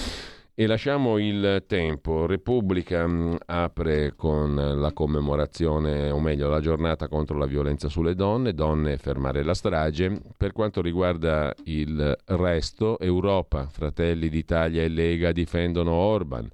E lasciamo il Tempo. Repubblica apre con la commemorazione, o meglio la giornata contro la violenza sulle donne, fermare la strage. Per quanto riguarda il resto, Europa, Fratelli d'Italia e Lega difendono Orban,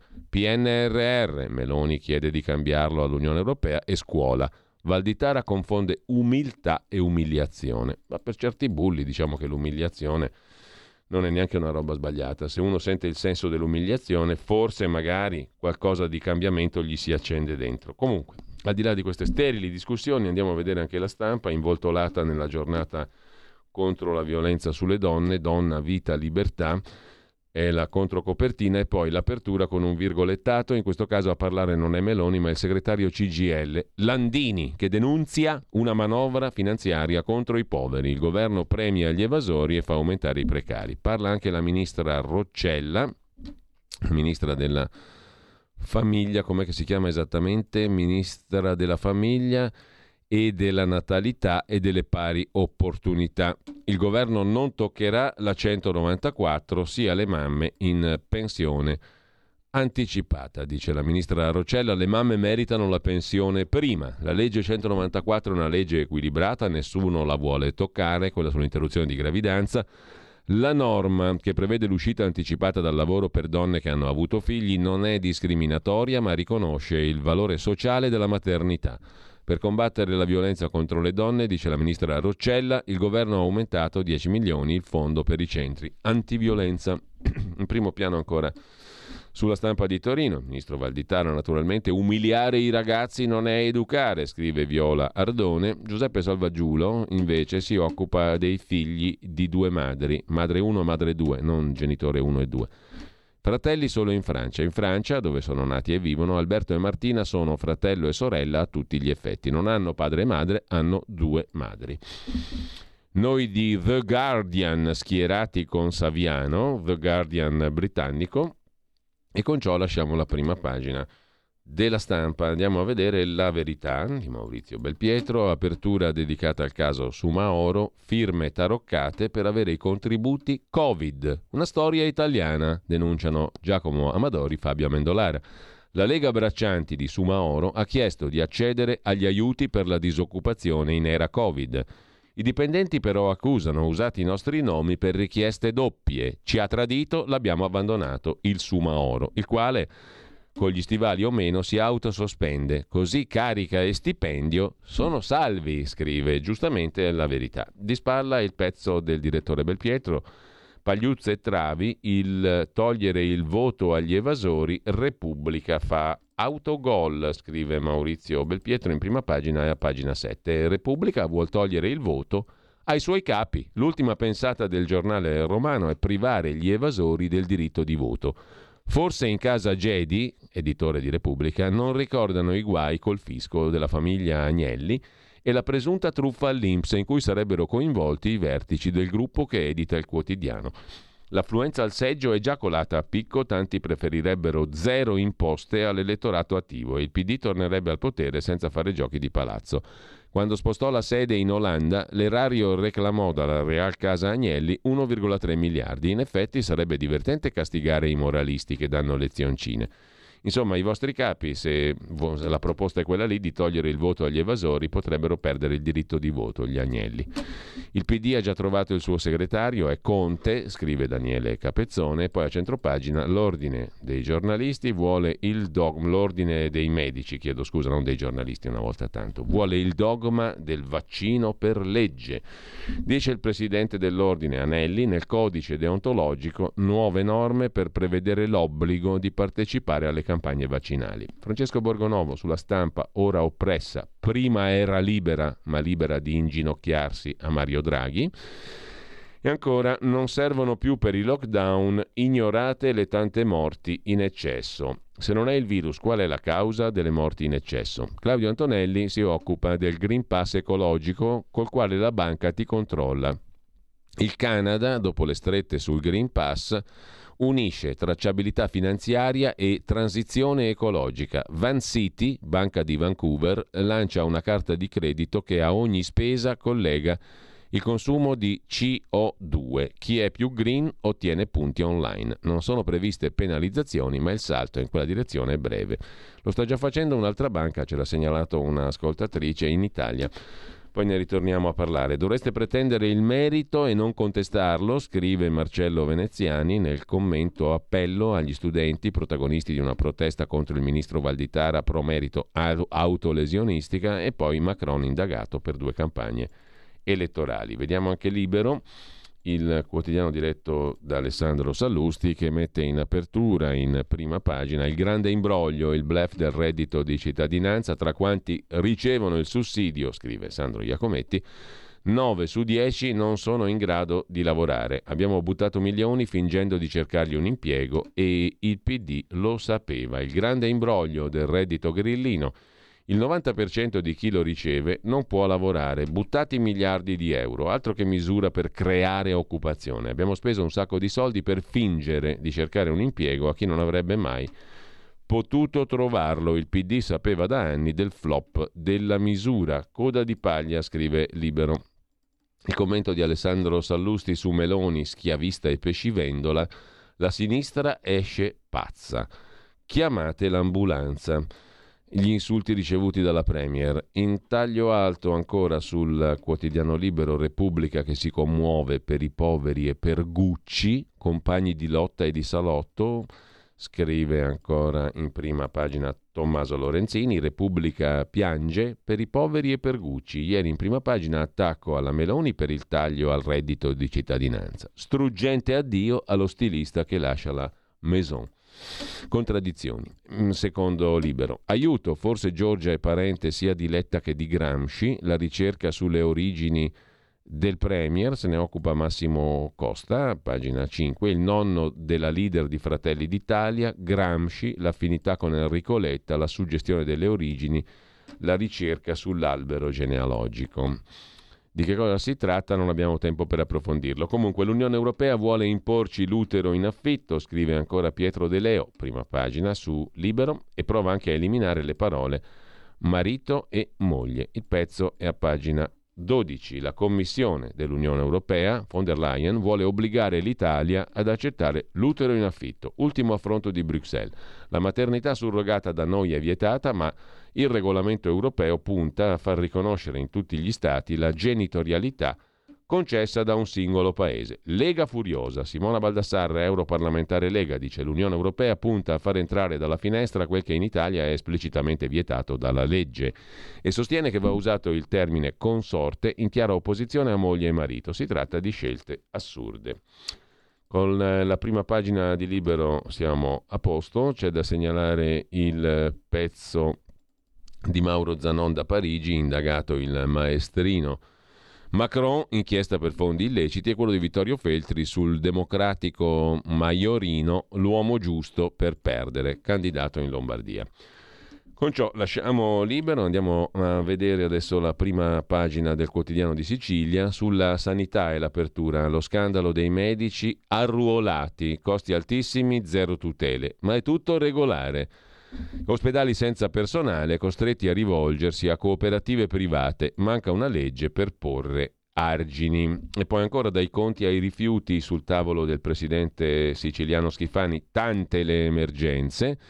PNRR, Meloni chiede di cambiarlo all'Unione Europea, e scuola. Valditara confonde umiltà e umiliazione, ma per certi bulli diciamo che l'umiliazione non è neanche una roba sbagliata. Se uno sente il senso dell'umiliazione, forse magari qualcosa di cambiamento gli si accende dentro. Comunque, al di là di queste sterili discussioni, andiamo a vedere anche la Stampa, involtolata nella giornata contro la violenza sulle donne, Donna, Vita, Libertà, è la controcopertina, e poi l'apertura con un virgolettato. In questo caso a parlare non è Meloni ma il segretario CGIL Landini, che denunzia una manovra finanziaria contro i poveri. Il governo premia gli evasori e fa aumentare i precari. Parla anche la ministra Roccella, ministra della famiglia, com'è che si chiama esattamente? Ministra della famiglia e della natalità e delle pari opportunità. Il governo non toccherà la 194 sia le mamme in pensione anticipata, dice la ministra Roccella. Le mamme meritano la pensione prima. La legge 194 è una legge equilibrata, nessuno la vuole toccare, quella sull'interruzione di gravidanza. La norma che prevede l'uscita anticipata dal lavoro per donne che hanno avuto figli non è discriminatoria, ma riconosce il valore sociale della maternità. Per combattere la violenza contro le donne, dice la ministra Roccella, il governo ha aumentato 10 milioni il fondo per i centri antiviolenza. In primo piano ancora sulla Stampa di Torino, il ministro Valditara naturalmente, umiliare i ragazzi non è educare, scrive Viola Ardone. Giuseppe Salvaggiulo invece si occupa dei figli di due madri, madre 1 madre 2, non genitore 1 e 2. Fratelli solo in Francia. In Francia, dove sono nati e vivono, Alberto e Martina sono fratello e sorella a tutti gli effetti. Non hanno padre e madre, hanno due madri. Noi di The Guardian schierati con Saviano, The Guardian britannico, e con ciò lasciamo la prima pagina della Stampa. Andiamo a vedere La Verità di Maurizio Belpietro, apertura dedicata al caso Soumahoro, firme taroccate per avere i contributi Covid. Una storia italiana, denunciano Giacomo Amadori, Fabio Amendolara. La Lega Braccianti di Soumahoro ha chiesto di accedere agli aiuti per la disoccupazione in era Covid. I dipendenti però accusano usati i nostri nomi per richieste doppie. Ci ha tradito, l'abbiamo abbandonato, il Soumahoro, il quale con gli stivali o meno si autosospende, così carica e stipendio sono salvi, scrive giustamente La Verità. Di spalla il pezzo del direttore Belpietro, Pagliuzza e Travi, il togliere il voto agli evasori, Repubblica fa autogol, scrive Maurizio Belpietro in prima pagina e a pagina 7. Repubblica vuol togliere il voto ai suoi capi. L'ultima pensata del giornale romano è privare gli evasori del diritto di voto. Forse in casa Gedi, editore di Repubblica, non ricordano i guai col fisco della famiglia Agnelli e la presunta truffa all'INPS in cui sarebbero coinvolti i vertici del gruppo che edita il quotidiano. L'affluenza al seggio è già colata a picco, tanti preferirebbero zero imposte all'elettorato attivo e il PD tornerebbe al potere senza fare giochi di palazzo. Quando spostò la sede in Olanda, l'erario reclamò dalla Real Casa Agnelli 1,3 miliardi. In effetti sarebbe divertente castigare i moralisti che danno lezioncine. Insomma, i vostri capi, se la proposta è quella lì di togliere il voto agli evasori, potrebbero perdere il diritto di voto, gli agnelli. Il PD ha già trovato il suo segretario, è Conte, scrive Daniele Capezzone, poi a centropagina l'ordine dei giornalisti vuole il dogma, l'ordine dei medici, chiedo scusa, non dei giornalisti una volta tanto, vuole il dogma del vaccino per legge. Dice il presidente dell'ordine Anelli, nel codice deontologico nuove norme per prevedere l'obbligo di partecipare alle campagne vaccinali. Francesco Borgonovo sulla Stampa, ora oppressa, prima era libera, ma libera di inginocchiarsi a Mario Draghi. E ancora, non servono più per i lockdown, ignorate le tante morti in eccesso. Se non è il virus, qual è la causa delle morti in eccesso? Claudio Antonelli si occupa del Green Pass ecologico col quale la banca ti controlla. Il Canada, dopo le strette sul Green Pass, unisce tracciabilità finanziaria e transizione ecologica. Vancity, banca di Vancouver, lancia una carta di credito che a ogni spesa collega il consumo di CO2. Chi è più green ottiene punti online. Non sono previste penalizzazioni, ma il salto in quella direzione è breve. Lo sta già facendo un'altra banca, ce l'ha segnalato un'ascoltatrice in Italia. Poi ne ritorniamo a parlare. Dovreste pretendere il merito e non contestarlo, scrive Marcello Veneziani nel commento appello agli studenti protagonisti di una protesta contro il ministro Valditara pro merito autolesionistica, e poi Macron indagato per 2 campagne elettorali. Vediamo anche Libero, il quotidiano diretto da Alessandro Sallusti, che mette in apertura, in prima pagina, il grande imbroglio, il bluff del reddito di cittadinanza. Tra quanti ricevono il sussidio, scrive Sandro Iacometti, 9 su 10 non sono in grado di lavorare. Abbiamo buttato milioni fingendo di cercargli un impiego e il PD lo sapeva. Il grande imbroglio del reddito grillino. Il 90% di chi lo riceve non può lavorare, buttati miliardi di euro, altro che misura per creare occupazione. Abbiamo speso un sacco di soldi per fingere di cercare un impiego a chi non avrebbe mai potuto trovarlo. Il PD sapeva da anni del flop della misura. Coda di paglia, scrive Libero. Il commento di Alessandro Sallusti su Meloni, schiavista e pescivendola. La sinistra esce pazza. Chiamate l'ambulanza. Gli insulti ricevuti dalla Premier. In taglio alto ancora sul quotidiano Libero, Repubblica che si commuove per i poveri e per Gucci, compagni di lotta e di salotto, scrive ancora in prima pagina Tommaso Lorenzini. Repubblica piange per i poveri e per Gucci. Ieri in prima pagina attacco alla Meloni per il taglio al reddito di cittadinanza. Struggente addio allo stilista che lascia la Maison. Contraddizioni. Secondo Libero, aiuto, forse Giorgia è parente sia di Letta che di Gramsci. La ricerca sulle origini del Premier se ne occupa Massimo Costa, pagina 5. Il nonno della leader di Fratelli d'Italia, Gramsci, l'affinità con Enrico Letta, la suggestione delle origini, la ricerca sull'albero genealogico. Di che cosa si tratta? Non abbiamo tempo per approfondirlo. Comunque l'Unione Europea vuole imporci l'utero in affitto, scrive ancora Pietro De Leo, prima pagina su Libero, e prova anche a eliminare le parole marito e moglie. Il pezzo è a pagina 12. La Commissione dell'Unione Europea, von der Leyen, vuole obbligare l'Italia ad accettare l'utero in affitto. Ultimo affronto di Bruxelles. La maternità surrogata da noi è vietata, ma il regolamento europeo punta a far riconoscere in tutti gli stati la genitorialità concessa da un singolo paese. Lega furiosa. Simona Baldassarre, europarlamentare Lega, dice l'Unione Europea punta a far entrare dalla finestra quel che in Italia è esplicitamente vietato dalla legge e sostiene che va usato il termine consorte in chiara opposizione a moglie e marito. Si tratta di scelte assurde. Con la prima pagina di Libero siamo a posto. C'è da segnalare il pezzo di Mauro Zanon da Parigi, indagato il maestrino. Macron, inchiesta per fondi illeciti, e quello di Vittorio Feltri sul democratico Maiorino, l'uomo giusto per perdere, candidato in Lombardia. Con ciò lasciamo Libero, andiamo a vedere adesso la prima pagina del Quotidiano di Sicilia sulla sanità e l'apertura. Lo scandalo dei medici arruolati, costi altissimi, zero tutele, ma è tutto regolare. Ospedali senza personale costretti a rivolgersi a cooperative private, manca una legge per porre argini. E poi ancora dai conti ai rifiuti sul tavolo del presidente siciliano Schifani, tante le emergenze.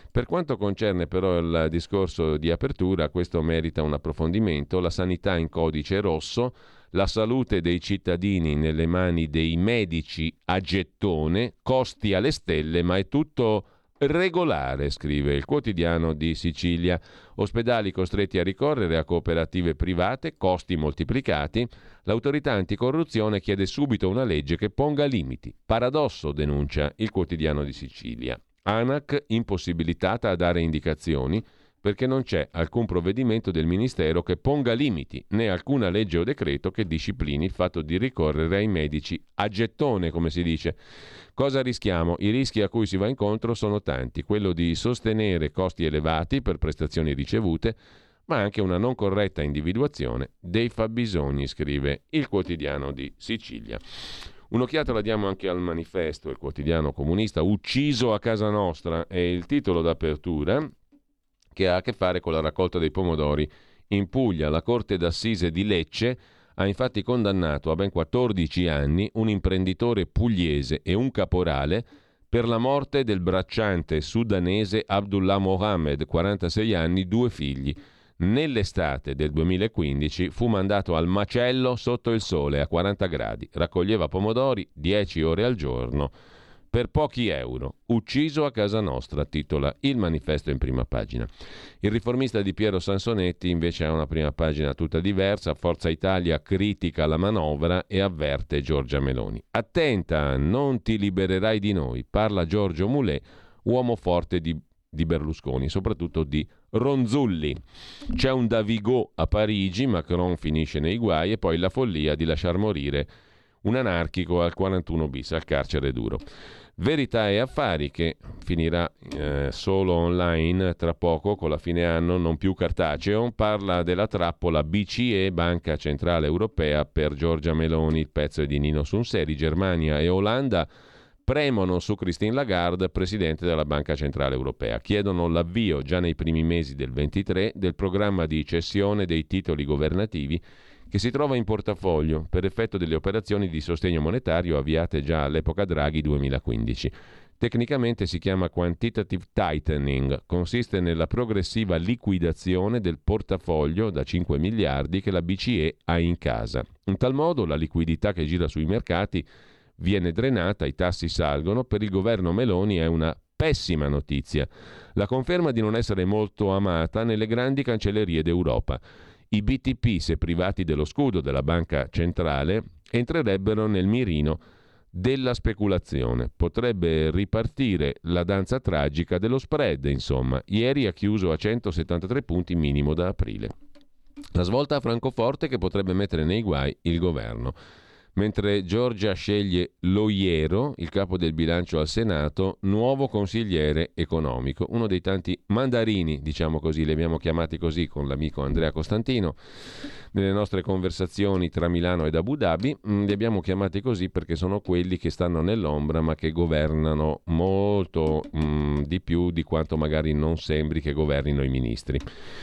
Per quanto concerne però il discorso di apertura, questo merita un approfondimento. La sanità in codice rosso, la salute dei cittadini nelle mani dei medici a gettone, costi alle stelle, ma è tutto regolare, scrive il Quotidiano di Sicilia. Ospedali costretti a ricorrere a cooperative private, costi moltiplicati. L'autorità anticorruzione chiede subito una legge che ponga limiti. Paradosso, denuncia il Quotidiano di Sicilia. ANAC impossibilitata a dare indicazioni perché non c'è alcun provvedimento del Ministero che ponga limiti, né alcuna legge o decreto che disciplini il fatto di ricorrere ai medici a gettone, come si dice. Cosa rischiamo? I rischi a cui si va incontro sono tanti, quello di sostenere costi elevati per prestazioni ricevute, ma anche una non corretta individuazione dei fabbisogni, scrive il Quotidiano di Sicilia. Un'occhiata la diamo anche al Manifesto, il quotidiano comunista. Ucciso a casa nostra è il titolo d'apertura, che ha a che fare con la raccolta dei pomodori in Puglia. La Corte d'Assise di Lecce ha infatti condannato a ben 14 anni un imprenditore pugliese e un caporale per la morte del bracciante sudanese Abdullah Mohammed, 46 anni, 2 figli. Nell'estate del 2015 fu mandato al macello sotto il sole a 40 gradi. Raccoglieva pomodori 10 ore al giorno per pochi euro. Ucciso a casa nostra, titola il Manifesto in prima pagina. Il Riformista di Piero Sansonetti invece ha una prima pagina tutta diversa. Forza Italia critica la manovra e avverte Giorgia Meloni. Attenta, non ti libererai di noi, parla Giorgio Mulè, uomo forte di Berlusconi, soprattutto di Ronzulli. C'è un Davigo a Parigi, Macron finisce nei guai e poi la follia di lasciar morire un anarchico al 41 bis, al carcere duro. Verità e Affari, che finirà solo online tra poco con la fine anno, non più cartaceo, parla della trappola BCE, Banca Centrale Europea, per Giorgia Meloni. Il pezzo è di Nino Sunseri. Germania e Olanda premono su Christine Lagarde, presidente della Banca Centrale Europea. Chiedono l'avvio già nei primi mesi del 23 del programma di cessione dei titoli governativi che si trova in portafoglio per effetto delle operazioni di sostegno monetario avviate già all'epoca Draghi 2015. Tecnicamente si chiama quantitative tightening, consiste nella progressiva liquidazione del portafoglio da 5 miliardi che la BCE ha in casa. In tal modo la liquidità che gira sui mercati viene drenata, i tassi salgono. Per il governo Meloni è una pessima notizia, la conferma di non essere molto amata nelle grandi cancellerie d'Europa. I BTP, se privati dello scudo della banca centrale, entrerebbero nel mirino della speculazione. Potrebbe ripartire la danza tragica dello spread, insomma. Ieri ha chiuso a 173 punti minimo da aprile. La svolta a Francoforte che potrebbe mettere nei guai il governo. Mentre Giorgia sceglie Loiero, il capo del bilancio al Senato, nuovo consigliere economico, uno dei tanti mandarini, diciamo così, li abbiamo chiamati così con l'amico Andrea Costantino, nelle nostre conversazioni tra Milano ed Abu Dhabi, li abbiamo chiamati così perché sono quelli che stanno nell'ombra ma che governano molto di più di quanto magari non sembri che governino i ministri.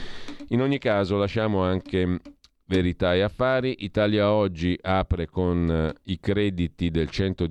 In ogni caso lasciamo anche Verità e Affari. Italia Oggi apre con i crediti del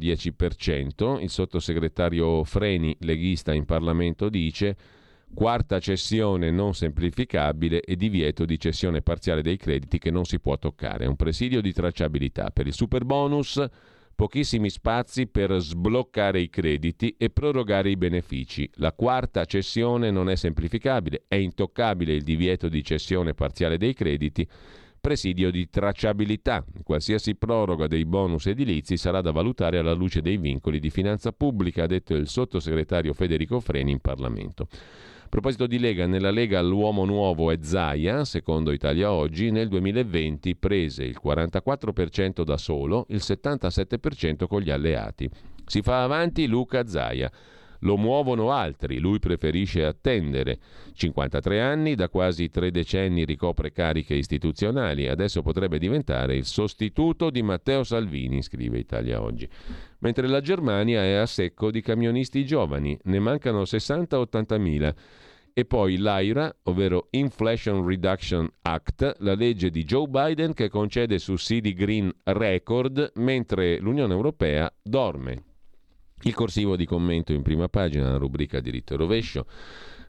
110%. Il sottosegretario Freni, leghista in Parlamento, dice: quarta cessione non semplificabile e divieto di cessione parziale dei crediti che non si può toccare. Un presidio di tracciabilità. Per il superbonus, pochissimi spazi per sbloccare i crediti e prorogare i benefici. La quarta cessione non è semplificabile, è intoccabile il divieto di cessione parziale dei crediti. Presidio di tracciabilità. Qualsiasi proroga dei bonus edilizi sarà da valutare alla luce dei vincoli di finanza pubblica, ha detto il sottosegretario Federico Freni in Parlamento. A proposito di Lega, nella Lega l'uomo nuovo è Zaia, secondo Italia Oggi. Nel 2020 prese il 44% da solo, il 77% con gli alleati. Si fa avanti Luca Zaia. Lo muovono altri, lui preferisce attendere. 53 anni, da quasi 3 decenni ricopre cariche istituzionali, adesso potrebbe diventare il sostituto di Matteo Salvini, scrive Italia Oggi. Mentre la Germania è a secco di camionisti giovani, ne mancano 60-80 mila. E poi l'AIRA, ovvero Inflation Reduction Act, la legge di Joe Biden che concede sussidi green record mentre l'Unione Europea dorme. Il corsivo di commento in prima pagina, la rubrica diritto e rovescio.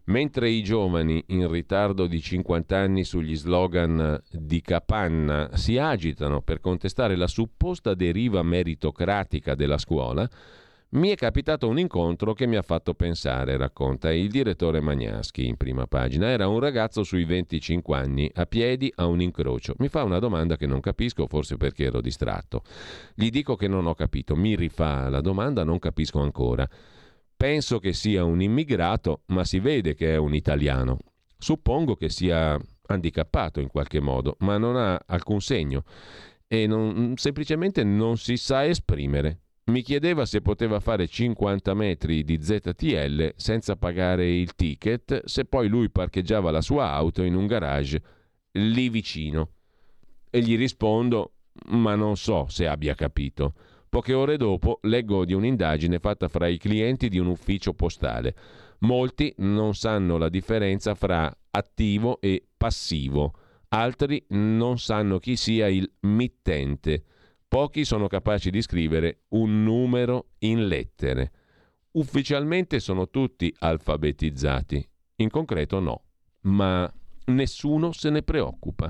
Mentre i giovani in ritardo di 50 anni sugli slogan di Capanna si agitano per contestare la supposta deriva meritocratica della scuola, mi è capitato un incontro che mi ha fatto pensare, racconta il direttore Magnaschi in prima pagina. Era un ragazzo sui 25 anni, a piedi a un incrocio. Mi fa una domanda che non capisco, forse perché ero distratto. Gli dico che non ho capito, mi rifà la domanda, non capisco ancora. Penso che sia un immigrato, ma si vede che è un italiano. Suppongo che sia handicappato in qualche modo, ma non ha alcun segno e semplicemente non si sa esprimere. Mi chiedeva se poteva fare 50 metri di ZTL senza pagare il ticket, se poi lui parcheggiava la sua auto in un garage lì vicino. E gli rispondo, ma non so se abbia capito. Poche ore dopo leggo di un'indagine fatta fra i clienti di un ufficio postale. Molti non sanno la differenza fra attivo e passivo, altri non sanno chi sia il mittente, pochi sono capaci di scrivere un numero in lettere. Ufficialmente sono tutti alfabetizzati, in concreto no, ma nessuno se ne preoccupa.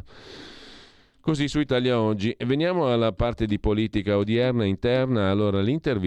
Così su Italia Oggi. E veniamo alla parte di politica odierna interna. Allora,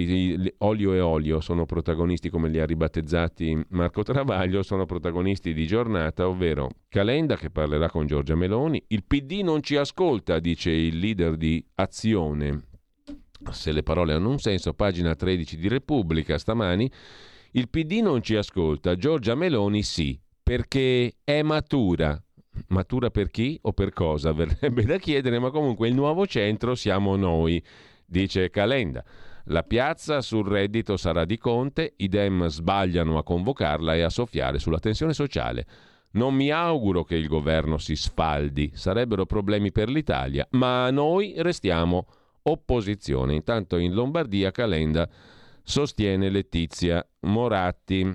Olio e Olio sono protagonisti, come li ha ribattezzati Marco Travaglio, sono protagonisti di giornata, ovvero Calenda che parlerà con Giorgia Meloni. Il PD non ci ascolta, dice il leader di Azione. Se le parole hanno un senso, pagina 13 di Repubblica stamani. Il PD non ci ascolta, Giorgia Meloni sì, perché è matura. Matura per chi o per cosa? Verrebbe da chiedere, ma comunque il nuovo centro siamo noi, dice Calenda. La piazza sul reddito sarà di Conte, i Dem sbagliano a convocarla e a soffiare sulla tensione sociale. Non mi auguro che il governo si sfaldi, sarebbero problemi per l'Italia, ma noi restiamo opposizione. Intanto in Lombardia Calenda sostiene Letizia Moratti.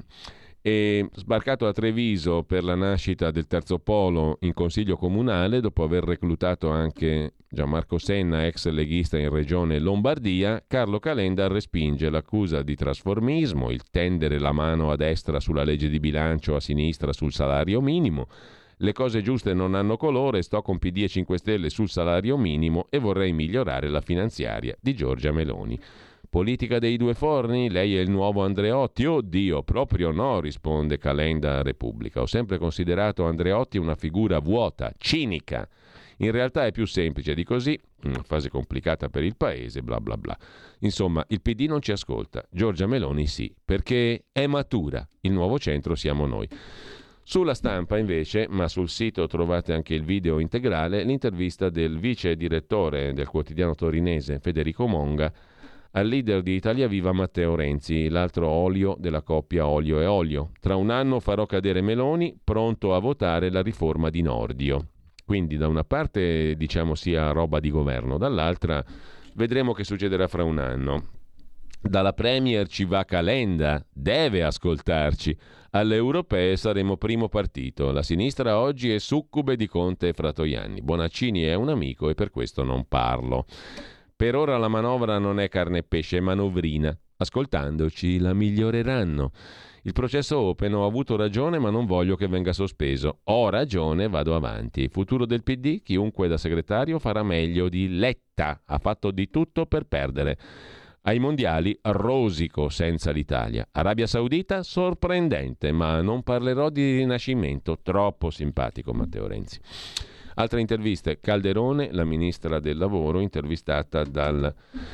E sbarcato a Treviso per la nascita del terzo polo in consiglio comunale, dopo aver reclutato anche Gianmarco Senna, ex leghista in regione Lombardia, Carlo Calenda respinge l'accusa di trasformismo, il tendere la mano a destra sulla legge di bilancio, a sinistra sul salario minimo. Le cose giuste non hanno colore, sto con PD e 5 Stelle sul salario minimo e vorrei migliorare la finanziaria di Giorgia Meloni. Politica dei due forni? Lei è il nuovo Andreotti? Oddio, proprio no, risponde Calenda a Repubblica. Ho sempre considerato Andreotti una figura vuota, cinica. In realtà è più semplice di così, una fase complicata per il paese, bla bla bla. Insomma, il PD non ci ascolta, Giorgia Meloni sì, perché è matura, il nuovo centro siamo noi. Sulla Stampa invece, ma sul sito trovate anche il video integrale, l'intervista del vice direttore del quotidiano torinese Federico Monga al leader di Italia Viva Matteo Renzi, l'altro olio della coppia Olio e Olio. Tra un anno farò cadere Meloni, pronto a votare la riforma di Nordio. Quindi da una parte diciamo sia roba di governo, dall'altra vedremo che succederà fra un anno. Dalla Premier ci va Calenda, deve ascoltarci. Alle europee saremo primo partito. La sinistra oggi è succube di Conte e Fratoianni. Bonaccini è un amico e per questo non parlo. Per ora la manovra non è carne e pesce, è manovrina. Ascoltandoci la miglioreranno. Il processo Open ho avuto ragione ma non voglio che venga sospeso. Ho ragione, vado avanti. Il futuro del PD, chiunque da segretario farà meglio di Letta. Ha fatto di tutto per perdere. Ai mondiali rosico senza l'Italia. Arabia Saudita sorprendente, ma non parlerò di rinascimento. Troppo simpatico Matteo Renzi. Altre interviste, Calderone, la ministra del lavoro, intervistata dal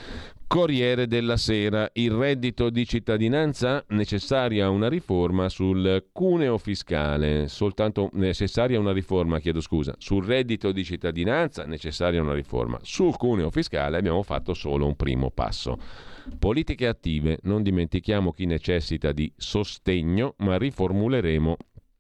Corriere della Sera. Il reddito di cittadinanza, necessaria una riforma sul cuneo fiscale, soltanto necessaria una riforma, sul reddito di cittadinanza, necessaria una riforma. Sul cuneo fiscale abbiamo fatto solo un primo passo. Politiche attive, non dimentichiamo chi necessita di sostegno, ma riformuleremo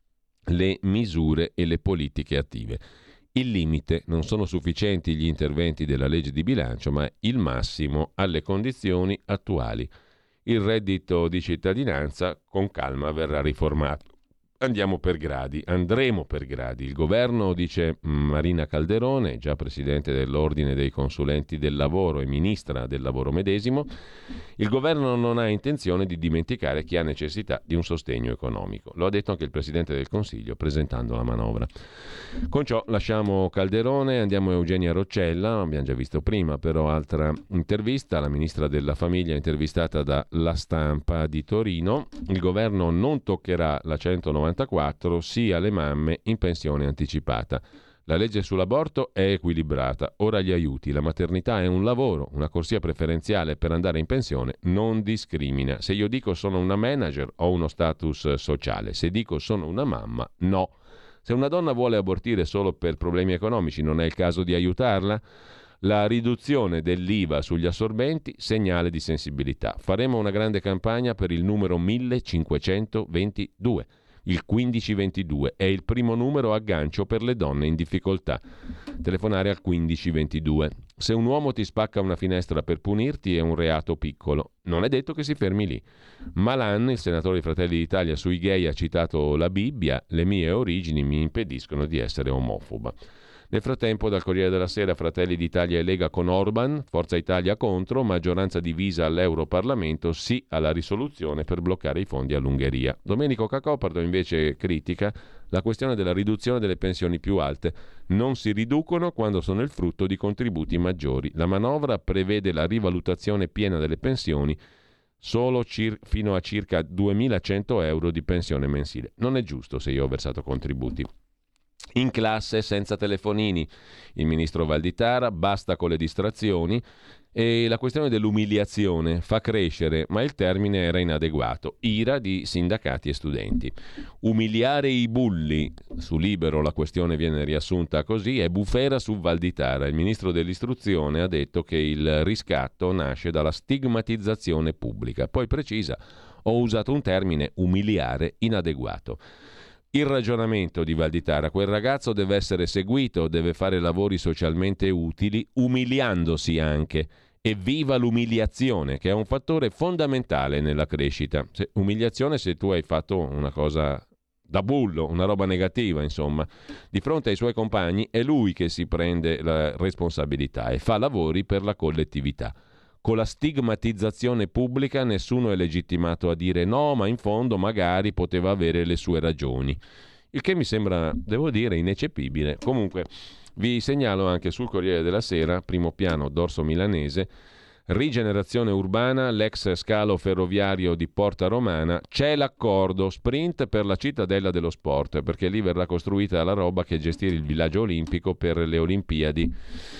le misure e le politiche attive. Il limite non sono sufficienti gli interventi della legge di bilancio, ma il massimo alle condizioni attuali. Il reddito di cittadinanza con calma verrà riformato. andremo per gradi. Il governo, dice Marina Calderone, già presidente dell'Ordine dei Consulenti del Lavoro e ministra del Lavoro medesimo, il governo non ha intenzione di dimenticare chi ha necessità di un sostegno economico. Lo ha detto anche il Presidente del Consiglio presentando la manovra. Con ciò lasciamo Calderone, andiamo a Eugenia Roccella, abbiamo già visto prima però altra intervista, la ministra della Famiglia intervistata da La Stampa di Torino. Il governo non toccherà la 194 sia le mamme in pensione anticipata. La legge sull'aborto è equilibrata, ora gli aiuti, la maternità è un lavoro, una corsia preferenziale per andare in pensione non discrimina. Se io dico sono una manager ho uno status sociale, se dico sono una mamma no. Se una donna vuole abortire solo per problemi economici non è il caso di aiutarla? La riduzione dell'IVA sugli assorbenti, segnale di sensibilità. Faremo una grande campagna per il numero 1522. Il 1522 è il primo numero a gancio per le donne in difficoltà. Telefonare al 1522. Se un uomo ti spacca una finestra per punirti è un reato piccolo. Non è detto che si fermi lì. Malan, il senatore di Fratelli d'Italia, sui gay ha citato la Bibbia. Le mie origini mi impediscono di essere omofoba. Nel frattempo, dal Corriere della Sera, Fratelli d'Italia e Lega con Orban, Forza Italia contro, maggioranza divisa all'Europarlamento, sì alla risoluzione per bloccare i fondi all'Ungheria. Domenico Cacopardo invece critica la questione della riduzione delle pensioni più alte. Non si riducono quando sono il frutto di contributi maggiori. La manovra prevede la rivalutazione piena delle pensioni solo fino a circa 2.100 euro di pensione mensile. Non è giusto se io ho versato contributi. In classe senza telefonini, il ministro Valditara, basta con le distrazioni, e la questione dell'umiliazione fa crescere, ma il termine era inadeguato. Ira di sindacati e studenti. Umiliare i bulli, su Libero la questione viene riassunta così, è bufera su Valditara. Il ministro dell'istruzione ha detto che il riscatto nasce dalla stigmatizzazione pubblica. Poi precisa, ho usato un termine, umiliare, inadeguato. Il ragionamento di Valditara: quel ragazzo deve essere seguito, deve fare lavori socialmente utili, umiliandosi anche. E viva l'umiliazione, che è un fattore fondamentale nella crescita. Umiliazione se tu hai fatto una cosa da bullo, una roba negativa, insomma. Di fronte ai suoi compagni è lui che si prende la responsabilità e fa lavori per la collettività. Con la stigmatizzazione pubblica nessuno è legittimato a dire no, ma in fondo magari poteva avere le sue ragioni. Il che mi sembra, devo dire, ineccepibile. Comunque, vi segnalo anche sul Corriere della Sera, primo piano, dorso milanese, rigenerazione urbana, l'ex scalo ferroviario di Porta Romana, c'è l'accordo, sprint per la cittadella dello sport, perché lì verrà costruita la roba che gestire il villaggio olimpico per le Olimpiadi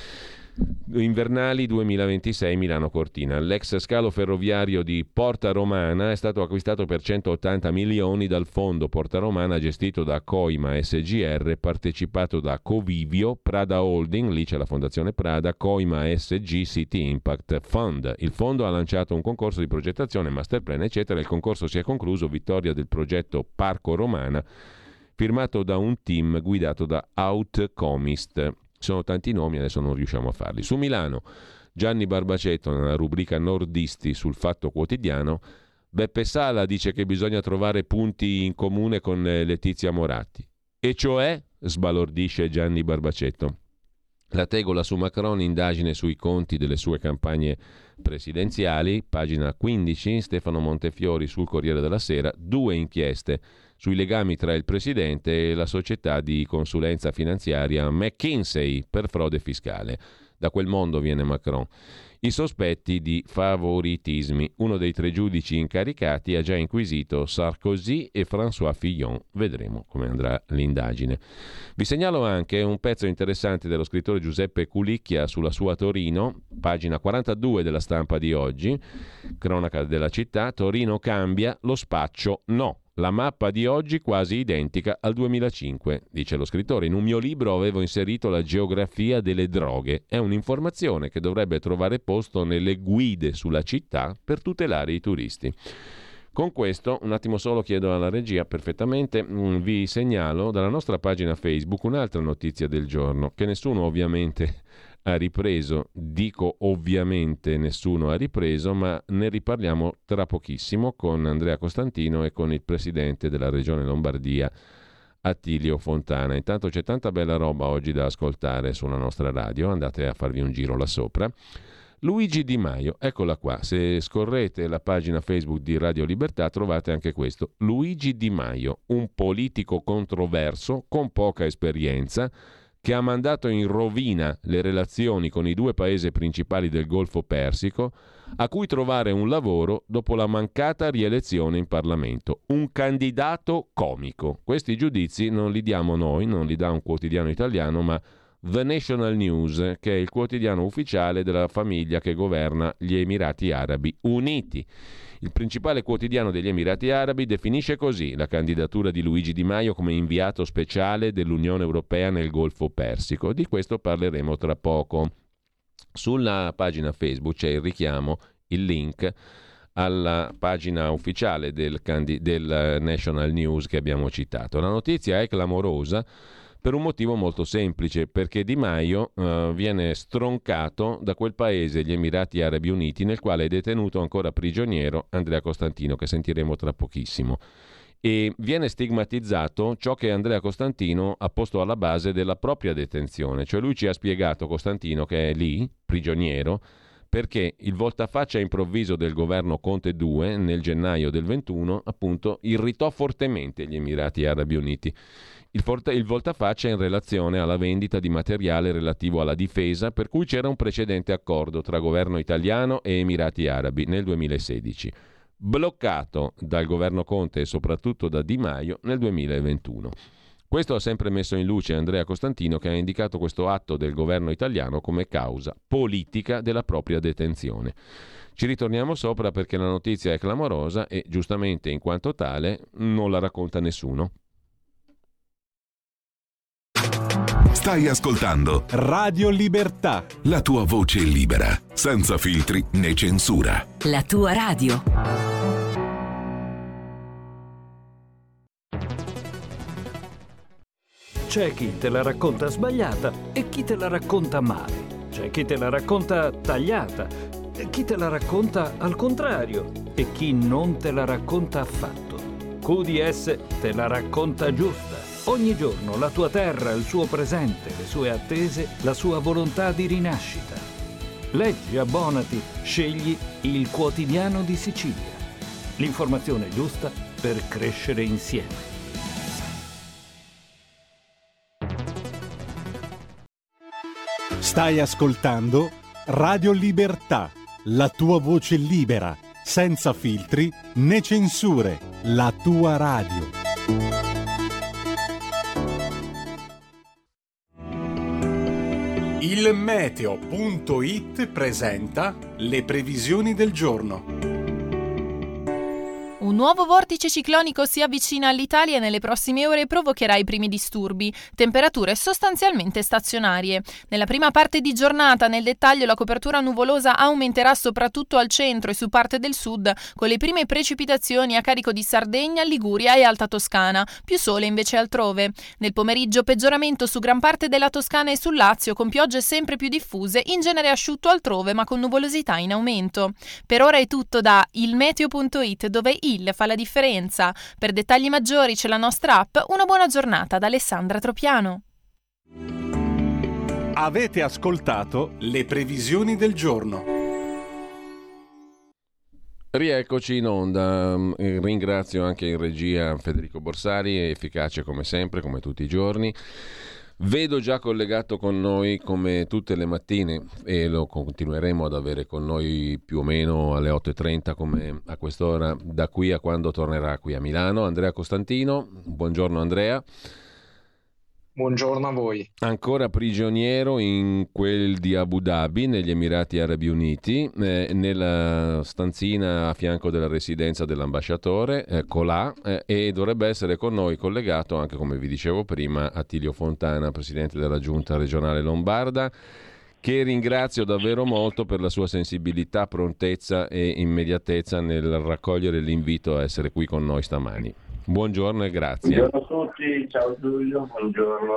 invernali 2026 Milano-Cortina. L'ex scalo ferroviario di Porta Romana è stato acquistato per 180 milioni dal fondo Porta Romana gestito da Coima SGR, partecipato da Covivio, Prada Holding, lì c'è la fondazione Prada, Coima SG City Impact Fund. Il fondo ha lanciato un concorso di progettazione, masterplan eccetera. Il concorso si è concluso, vittoria del progetto Parco Romana, firmato da un team guidato da Outcomist. Sono tanti nomi, adesso non riusciamo a farli. Su Milano, Gianni Barbacetto, nella rubrica Nordisti sul Fatto Quotidiano, Beppe Sala dice che bisogna trovare punti in comune con Letizia Moratti. E cioè, sbalordisce Gianni Barbacetto. La tegola su Macron, indagine sui conti delle sue campagne presidenziali, pagina 15, Stefano Montefiori sul Corriere della Sera, 2 inchieste sui legami tra il presidente e la società di consulenza finanziaria McKinsey per frode fiscale. Da quel mondo viene Macron. I sospetti di favoritismi. Uno dei 3 giudici incaricati ha già inquisito Sarkozy e François Fillon. Vedremo come andrà l'indagine. Vi segnalo anche un pezzo interessante dello scrittore Giuseppe Culicchia sulla sua Torino, pagina 42 della Stampa di oggi, cronaca della città. Torino cambia, lo spaccio no. La mappa di oggi quasi identica al 2005, dice lo scrittore. In un mio libro avevo inserito la geografia delle droghe. È un'informazione che dovrebbe trovare posto nelle guide sulla città per tutelare i turisti. Con questo, un attimo solo chiedo alla regia, perfettamente, vi segnalo dalla nostra pagina Facebook un'altra notizia del giorno, che nessuno ovviamente ha ripreso, dico ovviamente nessuno ha ripreso, ma ne riparliamo tra pochissimo con Andrea Costantino e con il presidente della Regione Lombardia, Attilio Fontana. Intanto c'è tanta bella roba oggi da ascoltare sulla nostra radio, andate a farvi un giro là sopra. Luigi Di Maio, eccola qua, se scorrete la pagina Facebook di Radio Libertà trovate anche questo. Luigi Di Maio, un politico controverso con poca esperienza che ha mandato in rovina le relazioni con i due paesi principali del Golfo Persico, a cui trovare un lavoro dopo la mancata rielezione in Parlamento. Un candidato comico. Questi giudizi non li diamo noi, non li dà un quotidiano italiano, ma The National News, che è il quotidiano ufficiale della famiglia che governa gli Emirati Arabi Uniti. Il principale quotidiano degli Emirati Arabi definisce così la candidatura di Luigi Di Maio come inviato speciale dell'Unione Europea nel Golfo Persico. Di questo parleremo tra poco. Sulla pagina Facebook c'è il richiamo, il link alla pagina ufficiale del National News che abbiamo citato. La notizia è clamorosa per un motivo molto semplice, perché Di Maio viene stroncato da quel paese, gli Emirati Arabi Uniti, nel quale è detenuto ancora prigioniero Andrea Costantino, che sentiremo tra pochissimo. E viene stigmatizzato ciò che Andrea Costantino ha posto alla base della propria detenzione. Cioè lui ci ha spiegato, Costantino, che è lì, prigioniero, perché il voltafaccia improvviso del governo Conte 2 nel gennaio del 21 appunto irritò fortemente gli Emirati Arabi Uniti. Il voltafaccia in relazione alla vendita di materiale relativo alla difesa, per cui c'era un precedente accordo tra governo italiano e Emirati Arabi nel 2016, bloccato dal governo Conte e soprattutto da Di Maio nel 2021. Questo ha sempre messo in luce Andrea Costantino, che ha indicato questo atto del governo italiano come causa politica della propria detenzione. Ci ritorniamo sopra perché la notizia è clamorosa e giustamente in quanto tale non la racconta nessuno. Stai ascoltando Radio Libertà. la tua voce libera, senza filtri né censura. La tua radio. C'è chi te la racconta sbagliata e chi te la racconta male. C'è chi te la racconta tagliata e chi te la racconta al contrario e chi non te la racconta affatto. QDS te la racconta giusta. Ogni giorno la tua terra, il suo presente, le sue attese, la sua volontà di rinascita. Leggi, abbonati, scegli il Quotidiano di Sicilia. L'informazione giusta per crescere insieme. Stai ascoltando Radio Libertà, la tua voce libera, senza filtri né censure, la tua radio. Il meteo.it presenta le previsioni del giorno. Un nuovo vortice ciclonico si avvicina all'Italia e nelle prossime ore provocherà i primi disturbi, temperature sostanzialmente stazionarie. Nella prima parte di giornata, nel dettaglio, la copertura nuvolosa aumenterà soprattutto al centro e su parte del sud, con le prime precipitazioni a carico di Sardegna, Liguria e Alta Toscana, più sole invece altrove. Nel pomeriggio peggioramento su gran parte della Toscana e sul Lazio, con piogge sempre più diffuse, in genere asciutto altrove ma con nuvolosità in aumento. Per ora è tutto da ilmeteo.it, dove il fa la differenza. Per dettagli maggiori c'è la nostra app. Una buona giornata da Alessandra Tropiano. Avete ascoltato le previsioni del giorno. Rieccoci in onda. Ringrazio anche in regia Federico Borsari, efficace come sempre, come tutti i giorni. Vedo già collegato con noi come tutte le mattine, e lo continueremo ad avere con noi più o meno alle 8.30 come a quest'ora, da qui a quando tornerà qui a Milano, Andrea Costantino. Buongiorno Andrea. Buongiorno a voi. Ancora prigioniero in quel di Abu Dhabi, negli Emirati Arabi Uniti, nella stanzina a fianco della residenza dell'ambasciatore, colà, e dovrebbe essere con noi collegato anche, come vi dicevo prima, Attilio Fontana, presidente della Giunta regionale lombarda, che ringrazio davvero molto per la sua sensibilità, prontezza e immediatezza nel raccogliere l'invito a essere qui con noi stamani. Buongiorno e grazie. Buongiorno a tutti, ciao Giulio, buongiorno.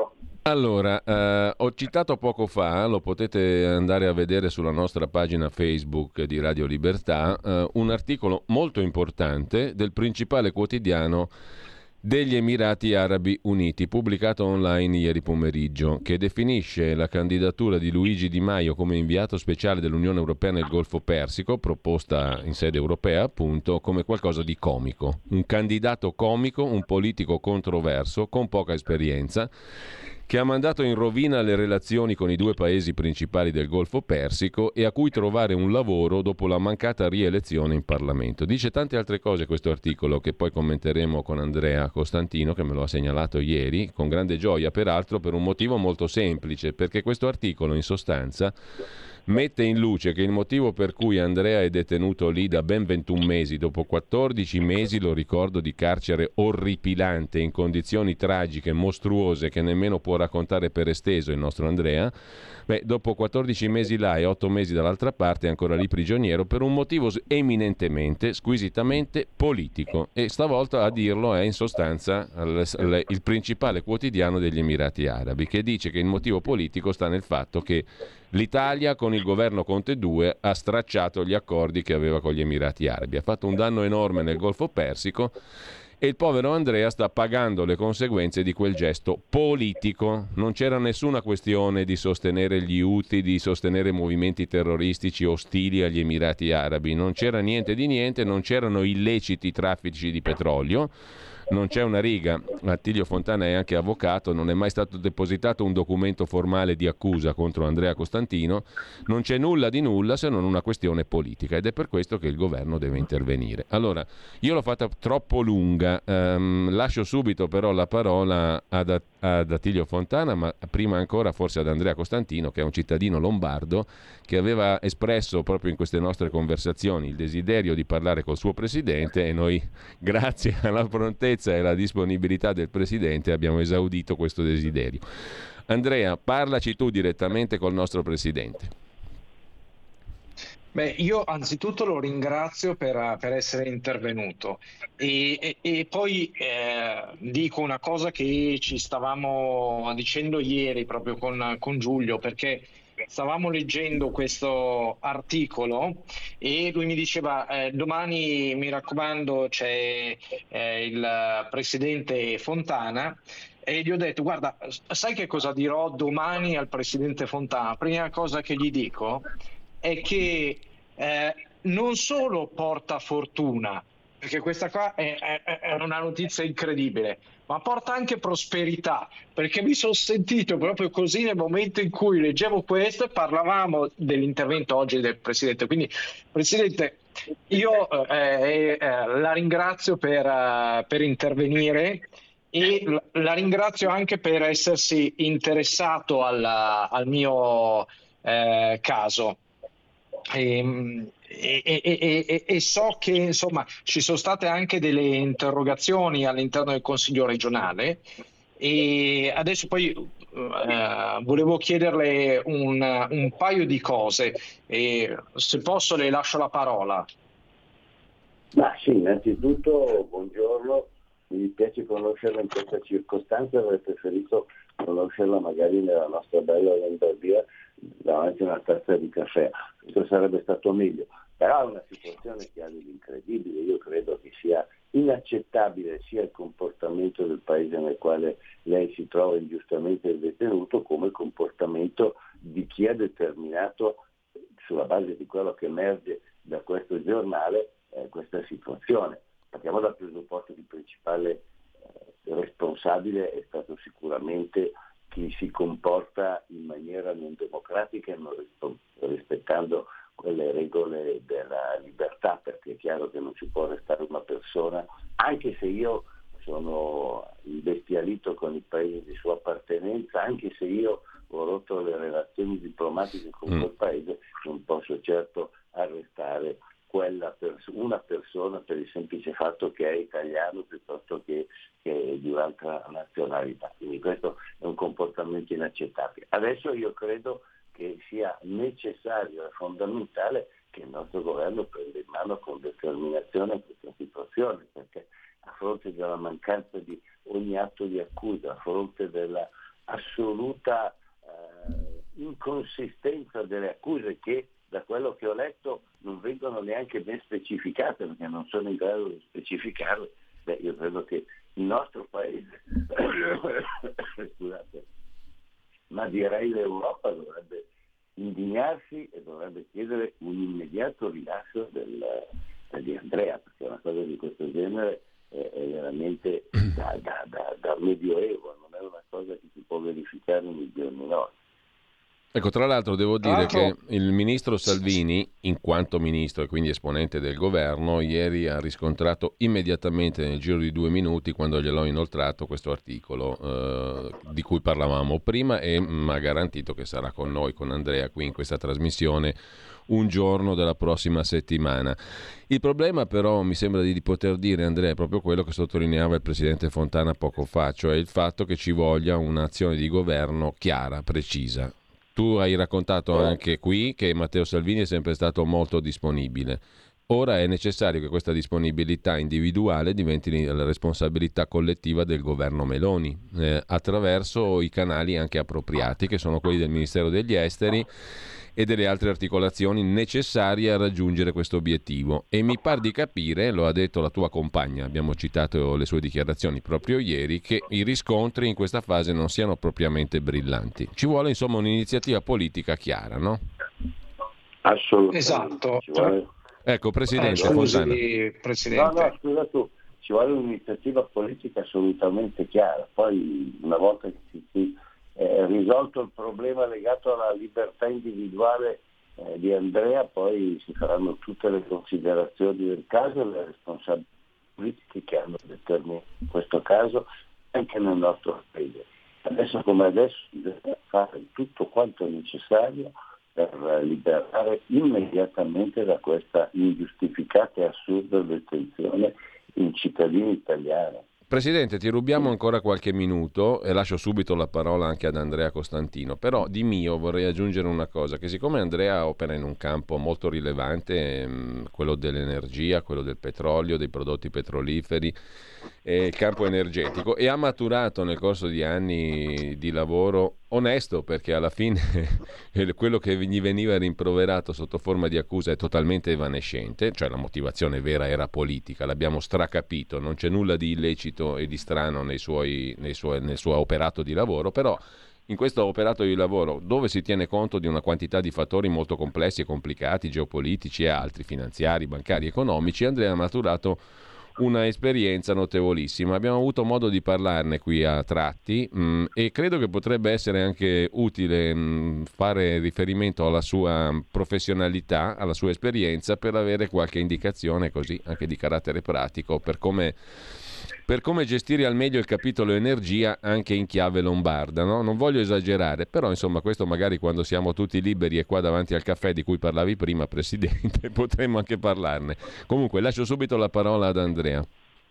Allora, ho citato poco fa, lo potete andare a vedere sulla nostra pagina Facebook di Radio Libertà, un articolo molto importante del principale quotidiano degli Emirati Arabi Uniti, pubblicato online ieri pomeriggio, che definisce la candidatura di Luigi Di Maio come inviato speciale dell'Unione Europea nel Golfo Persico, proposta in sede europea appunto, come qualcosa di comico. Un candidato comico, un politico controverso, con poca esperienza, che ha mandato in rovina le relazioni con i due paesi principali del Golfo Persico e a cui trovare un lavoro dopo la mancata rielezione in Parlamento. Dice tante altre cose questo articolo che poi commenteremo con Andrea Costantino, che me lo ha segnalato ieri, con grande gioia peraltro, per un motivo molto semplice, perché questo articolo in sostanza mette in luce che il motivo per cui Andrea è detenuto lì da ben 21 mesi, dopo 14 mesi, lo ricordo, di carcere orripilante, in condizioni tragiche, mostruose, che nemmeno può raccontare per esteso il nostro Andrea, dopo 14 mesi là e 8 mesi dall'altra parte è ancora lì prigioniero per un motivo eminentemente, squisitamente politico. E stavolta a dirlo è in sostanza il principale quotidiano degli Emirati Arabi, che dice che il motivo politico sta nel fatto che l'Italia con il governo Conte 2 ha stracciato gli accordi che aveva con gli Emirati Arabi, ha fatto un danno enorme nel Golfo Persico e il povero Andrea sta pagando le conseguenze di quel gesto politico. Non c'era nessuna questione di sostenere gli Houthi, di sostenere movimenti terroristici ostili agli Emirati Arabi, non c'era niente di niente, non c'erano illeciti traffici di petrolio. Non c'è una riga. Attilio Fontana è anche avvocato, non è mai stato depositato un documento formale di accusa contro Andrea Costantino, non c'è nulla di nulla se non una questione politica ed è per questo che il governo deve intervenire. Allora, io l'ho fatta troppo lunga, lascio subito però la parola ad Attilio Fontana, ma prima ancora forse ad Andrea Costantino, che è un cittadino lombardo che aveva espresso proprio in queste nostre conversazioni il desiderio di parlare col suo presidente e noi, grazie alla prontezza e alla disponibilità del presidente, abbiamo esaudito questo desiderio. Andrea, parlaci tu direttamente col nostro presidente. Io anzitutto lo ringrazio per essere intervenuto e poi dico una cosa che ci stavamo dicendo ieri proprio con Giulio, perché stavamo leggendo questo articolo e lui mi diceva domani mi raccomando c'è il presidente Fontana. E gli ho detto, guarda, sai che cosa dirò domani al presidente Fontana? La prima cosa che gli dico è che non solo porta fortuna, perché questa qua è una notizia incredibile, ma porta anche prosperità, perché mi sono sentito proprio così nel momento in cui leggevo questo e parlavamo dell'intervento oggi del Presidente. Quindi, Presidente, io la ringrazio per intervenire e la ringrazio anche per essersi interessato al mio caso. E so che insomma ci sono state anche delle interrogazioni all'interno del Consiglio regionale e adesso poi volevo chiederle un paio di cose e se posso le lascio la parola. Ma sì, innanzitutto buongiorno, mi dispiace conoscerla in questa circostanza, avrei preferito conoscerla magari nella nostra bella Lombardia davanti a una tazza di caffè, questo sarebbe stato meglio, però è una situazione che ha dell'incredibile. Io credo che sia inaccettabile sia il comportamento del paese nel quale lei si trova ingiustamente detenuto, come il comportamento di chi ha determinato, sulla base di quello che emerge da questo giornale, questa situazione. Partiamo dal presupposto che il principale responsabile è stato sicuramente chi si comporta in maniera non democratica e non rispettando quelle regole della libertà, perché è chiaro che non si può arrestare una persona, anche se io sono imbestialito con il paese di sua appartenenza, anche se io ho rotto le relazioni diplomatiche con quel paese, non posso certo arrestare una persona per il semplice fatto che è italiano piuttosto che di un'altra nazionalità. Quindi questo è un comportamento inaccettabile. Adesso io credo che sia necessario e fondamentale che il nostro governo prenda in mano con determinazione questa situazione, perché a fronte della mancanza di ogni atto di accusa, a fronte della assoluta inconsistenza delle accuse che, da quello che ho letto, non vengono neanche ben specificate, perché non sono in grado di specificarle. Io credo che il nostro paese, scusate, ma direi l'Europa dovrebbe indignarsi e dovrebbe chiedere un immediato rilascio di Andrea, perché una cosa di questo genere è veramente da medioevo, non è una cosa che si può verificare nei giorni nostri. Ecco, tra l'altro devo dire che il ministro Salvini, in quanto ministro e quindi esponente del governo, ieri ha riscontrato immediatamente nel giro di 2 minuti, quando gliel'ho inoltrato, questo articolo di cui parlavamo prima, e mi ha garantito che sarà con noi, con Andrea, qui in questa trasmissione un giorno della prossima settimana. Il problema però, mi sembra di poter dire, Andrea, è proprio quello che sottolineava il presidente Fontana poco fa, cioè il fatto che ci voglia un'azione di governo chiara, precisa. Tu hai raccontato anche qui che Matteo Salvini è sempre stato molto disponibile. Ora è necessario che questa disponibilità individuale diventi la responsabilità collettiva del governo Meloni, attraverso i canali anche appropriati, che sono quelli del Ministero degli Esteri e delle altre articolazioni necessarie a raggiungere questo obiettivo. E mi par di capire, lo ha detto la tua compagna, abbiamo citato le sue dichiarazioni proprio ieri, che i riscontri in questa fase non siano propriamente brillanti. Ci vuole insomma un'iniziativa politica chiara, no? Assolutamente. Esatto. Ecco, Presidente Fontana. Presidente. No, scusa tu, ci vuole un'iniziativa politica assolutamente chiara. Poi, una volta che si risolto il problema legato alla libertà individuale di Andrea, poi si faranno tutte le considerazioni del caso e le responsabilità politiche che hanno determinato questo caso anche nel nostro paese. Adesso come adesso bisogna fare tutto quanto necessario per liberare immediatamente da questa ingiustificata e assurda detenzione in cittadini italiani. Presidente, ti rubiamo ancora qualche minuto e lascio subito la parola anche ad Andrea Costantino, però di mio vorrei aggiungere una cosa, che siccome Andrea opera in un campo molto rilevante, quello dell'energia, quello del petrolio, dei prodotti petroliferi, il campo energetico, e ha maturato nel corso di anni di lavoro onesto, perché alla fine quello che gli veniva rimproverato sotto forma di accusa è totalmente evanescente, cioè la motivazione vera era politica, l'abbiamo stracapito, non c'è nulla di illecito e di strano nel suo operato di lavoro, però in questo operato di lavoro, dove si tiene conto di una quantità di fattori molto complessi e complicati, geopolitici e altri, finanziari, bancari, economici, Andrea ha maturato una esperienza notevolissima. Abbiamo avuto modo di parlarne qui a tratti e credo che potrebbe essere anche utile fare riferimento alla sua professionalità, alla sua esperienza, per avere qualche indicazione così anche di carattere pratico per come gestire al meglio il capitolo energia anche in chiave lombarda, no? Non voglio esagerare, però insomma questo magari quando siamo tutti liberi e qua davanti al caffè di cui parlavi prima, Presidente, potremmo anche parlarne. Comunque lascio subito la parola ad Andrea.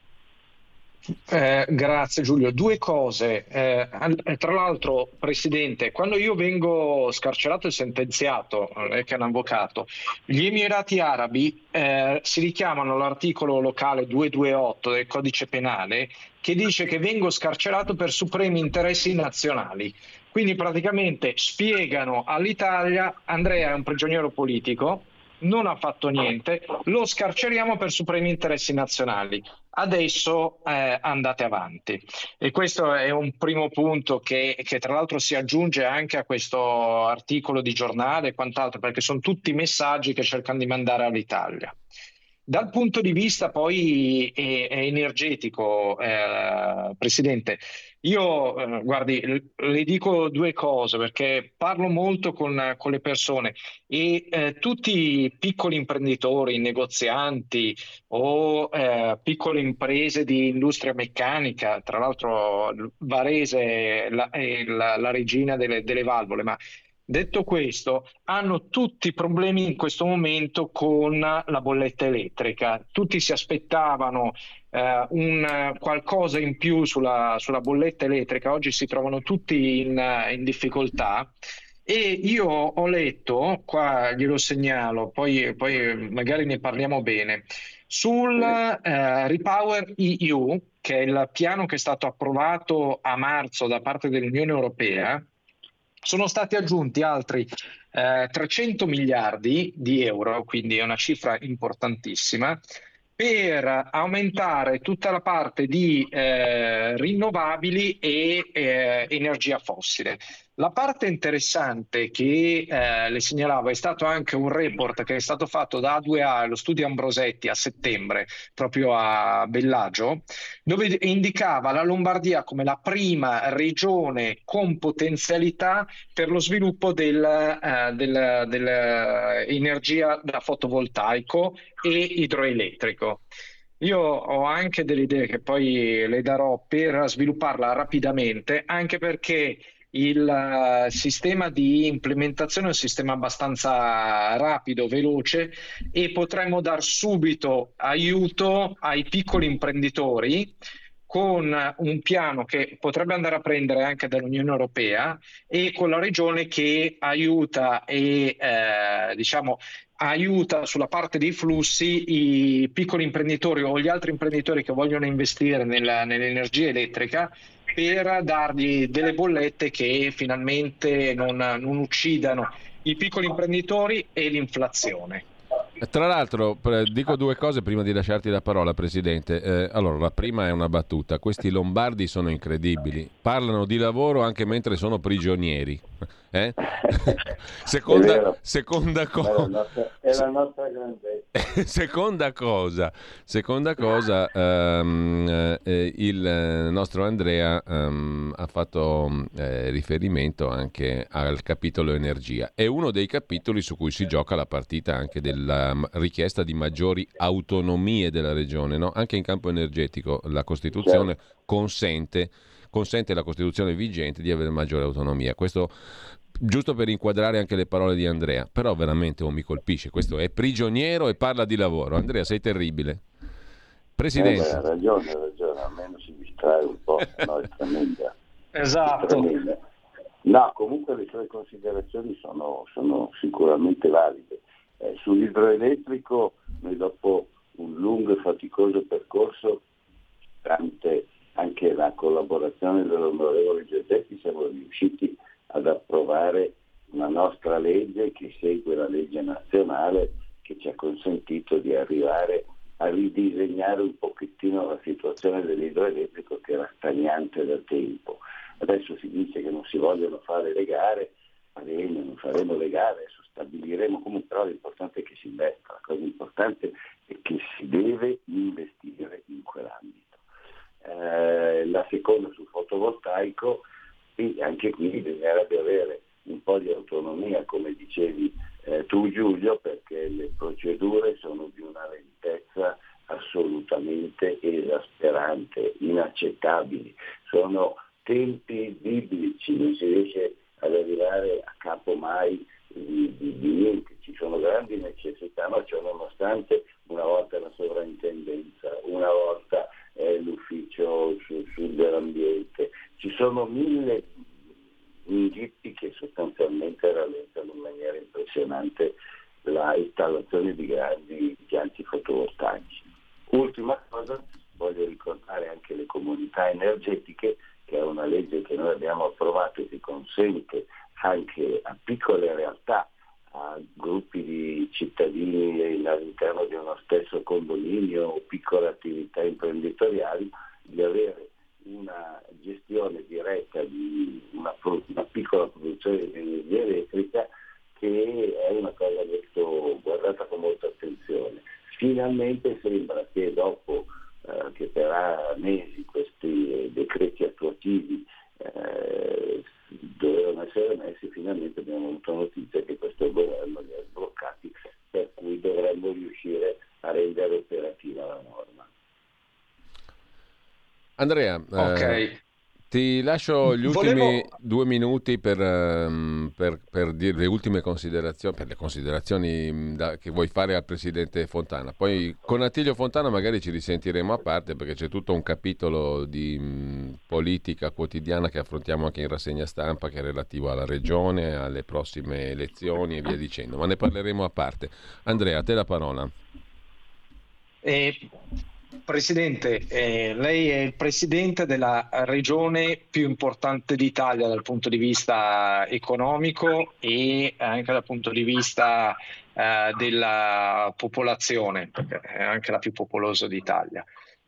Grazie Giulio. 2 cose. Tra l'altro, Presidente, quando io vengo scarcerato e sentenziato, che è un avvocato, gli Emirati Arabi si richiamano all'articolo locale 228 del Codice Penale, che dice che vengo scarcerato per supremi interessi nazionali. Quindi praticamente spiegano all'Italia: Andrea è un prigioniero politico, non ha fatto niente, lo scarceriamo per supremi interessi nazionali. Adesso andate avanti. E questo è un primo punto che tra l'altro si aggiunge anche a questo articolo di giornale e quant'altro, perché sono tutti messaggi che cercano di mandare all'Italia. Dal punto di vista poi energetico, Presidente, io guardi, le dico 2 cose, perché parlo molto con le persone e tutti i piccoli imprenditori, negozianti o piccole imprese di industria meccanica, tra l'altro Varese è la regina delle valvole, ma detto questo, hanno tutti problemi in questo momento con la bolletta elettrica. Tutti si aspettavano un qualcosa in più sulla bolletta elettrica. Oggi si trovano tutti in difficoltà. E io ho letto, qua glielo segnalo, poi magari ne parliamo bene, sul Repower EU, che è il piano che è stato approvato a marzo da parte dell'Unione Europea, sono stati aggiunti altri 300 miliardi di euro, quindi è una cifra importantissima, per aumentare tutta la parte di rinnovabili e energia fossile. La parte interessante che le segnalavo è stato anche un report che è stato fatto da A2A, lo studio Ambrosetti, a settembre, proprio a Bellagio, dove indicava la Lombardia come la prima regione con potenzialità per lo sviluppo dell'energia da fotovoltaico e idroelettrico. Io ho anche delle idee che poi le darò per svilupparla rapidamente, anche perché il sistema di implementazione è un sistema abbastanza rapido, veloce, e potremmo dar subito aiuto ai piccoli imprenditori con un piano che potrebbe andare a prendere anche dall'Unione Europea e con la regione che aiuta e aiuta sulla parte dei flussi i piccoli imprenditori o gli altri imprenditori che vogliono investire nell'energia elettrica, per dargli delle bollette che finalmente non uccidano i piccoli imprenditori e l'inflazione. Tra l'altro, dico due cose prima di lasciarti la parola, Presidente. Allora, la prima è una battuta. Questi lombardi sono incredibili. Parlano di lavoro anche mentre sono prigionieri. Seconda cosa. È la nostra grandezza. Seconda cosa, il nostro Andrea ha fatto riferimento anche al capitolo energia. È uno dei capitoli su cui si gioca la partita anche della richiesta di maggiori autonomie della regione, no? Anche in campo energetico la Costituzione consente la Costituzione vigente di avere maggiore autonomia. Questo giusto per inquadrare anche le parole di Andrea, però veramente mi colpisce. Questo è prigioniero e parla di lavoro. Andrea, sei terribile. Presidente. Ha ragione, almeno si distrae un po', no? È tremenda. Esatto. È tremenda. No, comunque le sue considerazioni sono sicuramente valide. Sull'idroelettrico noi, dopo un lungo e faticoso percorso, tramite anche la collaborazione dell'onorevole Giorgetti, siamo riusciti ad approvare una nostra legge che segue la legge nazionale, che ci ha consentito di arrivare a ridisegnare un pochettino la situazione dell'idroelettrico, che era stagnante da tempo. Adesso si dice che non si vogliono fare le gare, va bene, non faremo le gare, adesso stabiliremo comunque, però l'importante è che si investa, la cosa importante è che si deve investire in quell'ambito. La seconda sul fotovoltaico, e anche qui bisognerebbe avere un po' di autonomia, come dicevi tu Giulio, perché le procedure sono di una lentezza assolutamente esasperante, inaccettabili, sono tempi biblici, non si riesce ad arrivare a capo mai di niente, ci sono grandi necessità, ma ciò nonostante una volta la sovrintendenza, una volta l'ufficio sul dell'ambiente, ci sono 1000 ingippi che sostanzialmente rallentano in maniera impressionante la installazione di grandi impianti fotovoltaici. Ultima cosa, voglio ricordare anche le comunità energetiche, che è una legge che noi abbiamo approvato e che consente anche a piccole realtà, a gruppi di cittadini all'interno di uno stesso condominio o piccole attività imprenditoriali, di avere una gestione diretta di una piccola produzione di energia elettrica, che è una cosa molto guardata con molta attenzione. Finalmente sembra che dopo che per mesi questi decreti attuativi dovevano essere messi, finalmente abbiamo avuto notizia che questo governo li ha sbloccati, per cui dovremmo riuscire a rendere operativa la norma. Andrea, ok. Ti lascio gli ultimi 2 minuti per dire le ultime considerazioni, per le considerazioni che vuoi fare al Presidente Fontana. Poi con Attilio Fontana magari ci risentiremo a parte, perché c'è tutto un capitolo di politica quotidiana che affrontiamo anche in rassegna stampa, che è relativo alla Regione, alle prossime elezioni e via dicendo, ma ne parleremo a parte. Andrea, a te la parola. Presidente, lei è il presidente della regione più importante d'Italia dal punto di vista economico e anche dal punto di vista della popolazione, perché è anche la più popolosa d'Italia.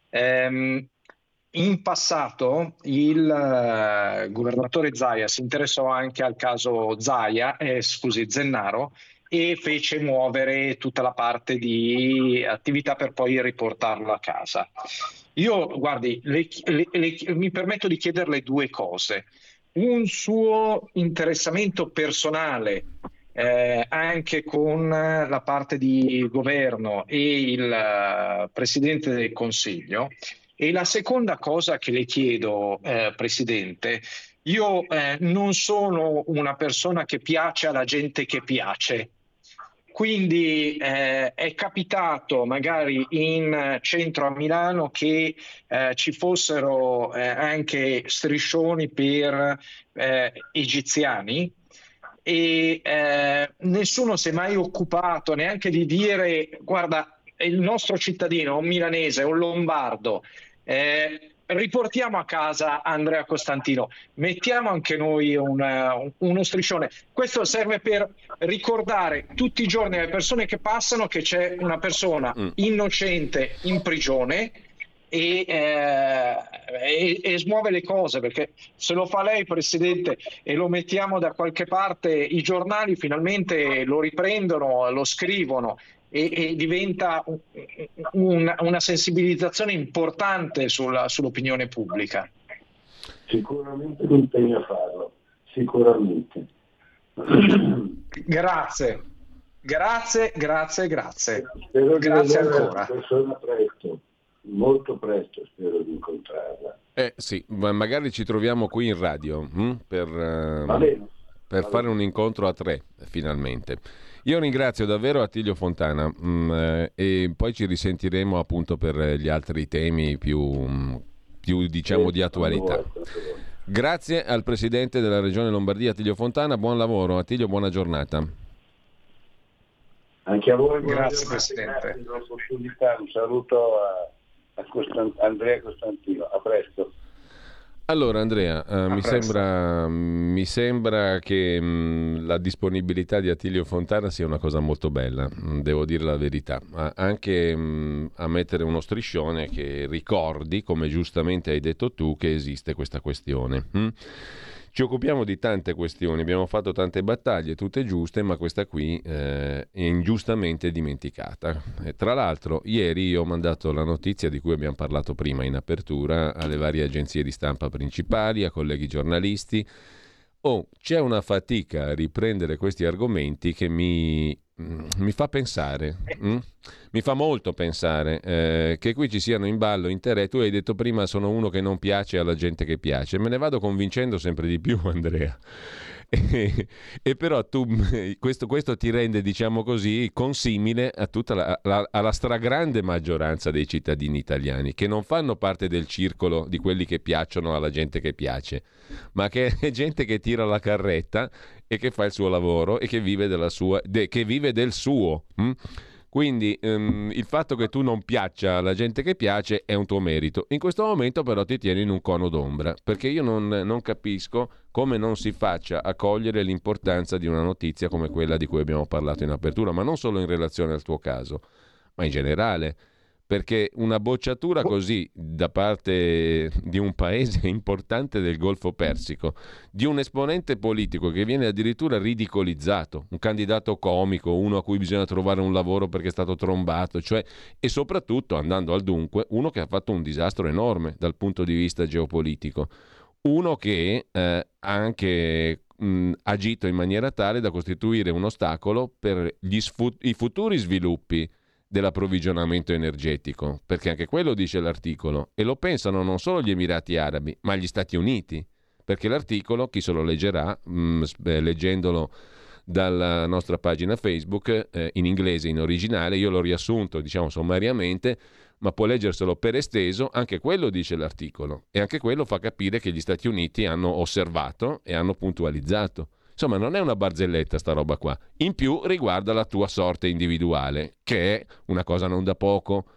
In passato il governatore Zaia si interessò anche al caso Zennaro, e fece muovere tutta la parte di attività per poi riportarlo a casa. Io, guardi, mi permetto di chiederle due cose. Un suo interessamento personale anche con la parte di governo e il Presidente del Consiglio. E la seconda cosa che le chiedo, Presidente, io non sono una persona che piace alla gente che piace. Quindi è capitato magari in centro a Milano che ci fossero anche striscioni per egiziani e nessuno si è mai occupato neanche di dire: guarda, il nostro cittadino, un milanese, un lombardo, riportiamo a casa Andrea Costantino, mettiamo anche noi uno striscione. Questo serve per ricordare tutti i giorni alle persone che passano che c'è una persona innocente in prigione e smuove le cose, perché se lo fa lei, Presidente, e lo mettiamo da qualche parte, i giornali finalmente lo riprendono, lo scrivono e diventa una sensibilizzazione importante sull'opinione pubblica. Sicuramente mi impegno a farlo, sicuramente. Grazie. Spero Grazie di ancora. una persona presto, molto presto spero di incontrarla. Sì, ma magari ci troviamo qui in radio per fare un incontro a tre, finalmente. Io ringrazio davvero Attilio Fontana e poi ci risentiremo appunto per gli altri temi più diciamo di attualità. Grazie al Presidente della Regione Lombardia Attilio Fontana, buon lavoro Attilio, buona giornata. Anche a voi, grazie Presidente. Grazie dell'opportunità, un saluto a Andrea Costantino, a presto. Allora Andrea, mi sembra che la disponibilità di Attilio Fontana sia una cosa molto bella, devo dire la verità, anche a mettere uno striscione che ricordi, come giustamente hai detto tu, che esiste questa questione. Ci occupiamo di tante questioni, abbiamo fatto tante battaglie, tutte giuste, ma questa qui è ingiustamente dimenticata. E tra l'altro, ieri io ho mandato la notizia di cui abbiamo parlato prima in apertura alle varie agenzie di stampa principali, a colleghi giornalisti. C'è una fatica a riprendere questi argomenti che mi fa pensare, mi fa molto pensare che qui ci siano in ballo interessi. Tu hai detto prima sono uno che non piace alla gente che piace, me ne vado convincendo sempre di più, Andrea. E però tu questo ti rende, diciamo così, consimile a tutta alla stragrande maggioranza dei cittadini italiani, che non fanno parte del circolo di quelli che piacciono alla gente che piace, ma che è gente che tira la carretta e che fa il suo lavoro e che vive che vive del suo. Quindi il fatto che tu non piaccia alla gente che piace è un tuo merito. In questo momento però ti tieni in un cono d'ombra, perché io non capisco come non si faccia a cogliere l'importanza di una notizia come quella di cui abbiamo parlato in apertura, ma non solo in relazione al tuo caso, ma in generale. Perché una bocciatura così da parte di un paese importante del Golfo Persico, di un esponente politico che viene addirittura ridicolizzato, un candidato comico, uno a cui bisogna trovare un lavoro perché è stato trombato, e soprattutto, andando al dunque, uno che ha fatto un disastro enorme dal punto di vista geopolitico, uno che ha anche agito in maniera tale da costituire un ostacolo per i futuri sviluppi dell'approvvigionamento energetico, perché anche quello dice l'articolo, e lo pensano non solo gli Emirati Arabi, ma gli Stati Uniti, perché l'articolo, chi se lo leggerà, leggendolo dalla nostra pagina Facebook, in inglese, in originale, io l'ho riassunto, diciamo, sommariamente, ma può leggerselo per esteso, anche quello dice l'articolo, e anche quello fa capire che gli Stati Uniti hanno osservato e hanno puntualizzato. Insomma, non è una barzelletta sta roba qua. In più riguarda la tua sorte individuale, che è una cosa non da poco.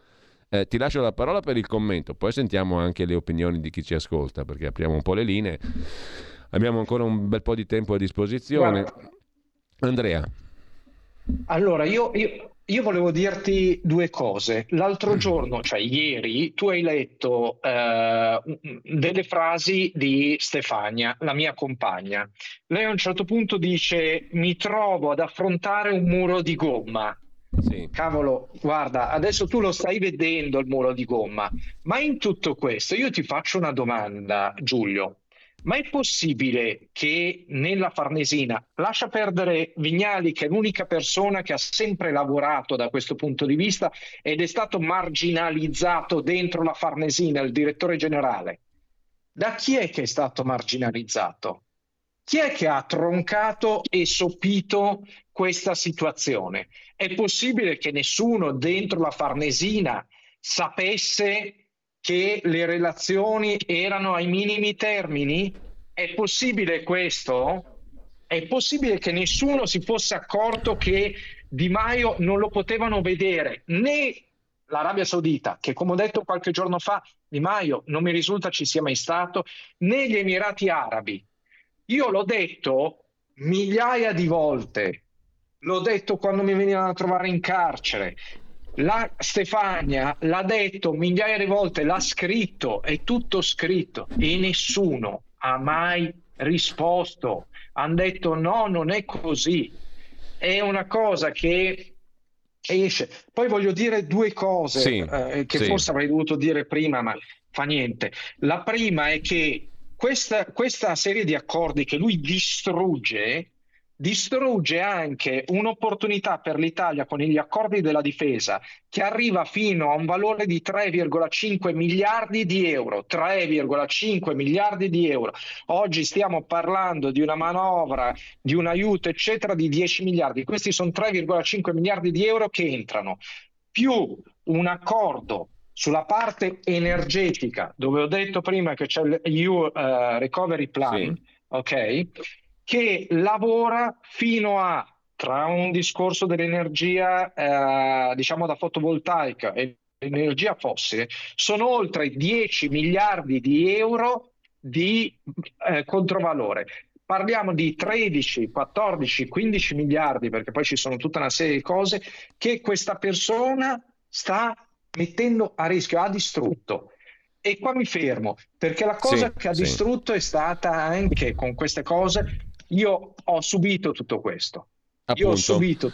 Ti lascio la parola per il commento, poi sentiamo anche le opinioni di chi ci ascolta, perché apriamo un po' le linee. Abbiamo ancora un bel po' di tempo a disposizione. Andrea. Allora, io volevo dirti due cose. L'altro giorno, cioè ieri, tu hai letto delle frasi di Stefania, la mia compagna. Lei a un certo punto dice: mi trovo ad affrontare un muro di gomma. Sì. Cavolo, guarda, adesso tu lo stai vedendo il muro di gomma, ma in tutto questo io ti faccio una domanda, Giulio. Ma è possibile che nella Farnesina, lascia perdere Vignali, che è l'unica persona che ha sempre lavorato da questo punto di vista ed è stato marginalizzato dentro la Farnesina, il direttore generale? Da chi è che è stato marginalizzato? Chi è che ha troncato e sopito questa situazione? È possibile che nessuno dentro la Farnesina sapesse che le relazioni erano ai minimi termini? È possibile questo? È possibile che nessuno si fosse accorto che Di Maio non lo potevano vedere né l'Arabia Saudita, che come ho detto qualche giorno fa, Di Maio non mi risulta ci sia mai stato, né gli Emirati Arabi? Io l'ho detto migliaia di volte, l'ho detto quando mi venivano a trovare in carcere. La Stefania l'ha detto migliaia di volte, l'ha scritto, è tutto scritto e nessuno ha mai risposto. Hanno detto no, non è così. È una cosa che esce. Poi voglio dire due cose che forse avrei dovuto dire prima, ma fa niente. La prima è che questa serie di accordi che lui distrugge anche un'opportunità per l'Italia con gli accordi della difesa che arriva fino a un valore di 3,5 miliardi di euro. 3,5 miliardi di euro. Oggi stiamo parlando di una manovra, di un aiuto, eccetera, di 10 miliardi. Questi sono 3,5 miliardi di euro che entrano, più un accordo sulla parte energetica, dove ho detto prima che c'è l'EU Recovery Plan, ok? Che lavora fino a, tra un discorso dell'energia diciamo da fotovoltaica e l'energia fossile, sono oltre 10 miliardi di euro di controvalore. Parliamo di 13, 14, 15 miliardi, perché poi ci sono tutta una serie di cose che questa persona sta mettendo a rischio, ha distrutto. E qua mi fermo, perché la cosa che ha distrutto è stata anche con queste cose. Io ho subito tutto questo. L'ho subito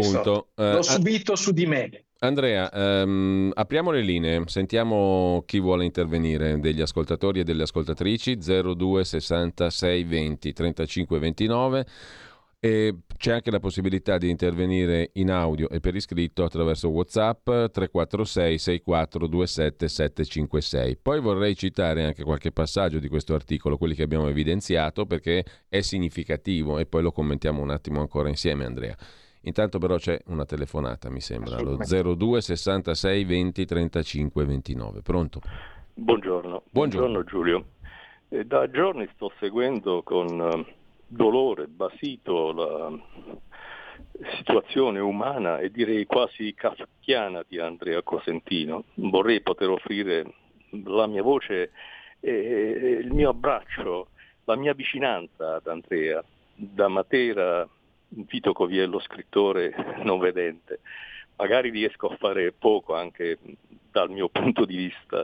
su di me. Andrea, apriamo le linee, sentiamo chi vuole intervenire, degli ascoltatori e delle ascoltatrici. 02 66 20 35 29. E c'è anche la possibilità di intervenire in audio e per iscritto attraverso WhatsApp 346 6427 756. Poi vorrei citare anche qualche passaggio di questo articolo, quelli che abbiamo evidenziato, perché è significativo e poi lo commentiamo un attimo ancora insieme, Andrea. Intanto però c'è una telefonata, mi sembra, lo 02 66 20 35 29. Pronto? Buongiorno Giulio. Da giorni sto seguendo con dolore, basito la situazione umana e direi quasi kafkiana di Andrea Cosentino. Vorrei poter offrire la mia voce e il mio abbraccio, la mia vicinanza ad Andrea. Da Matera, Vito Coviello, scrittore non vedente. Magari riesco a fare poco anche dal mio punto di vista.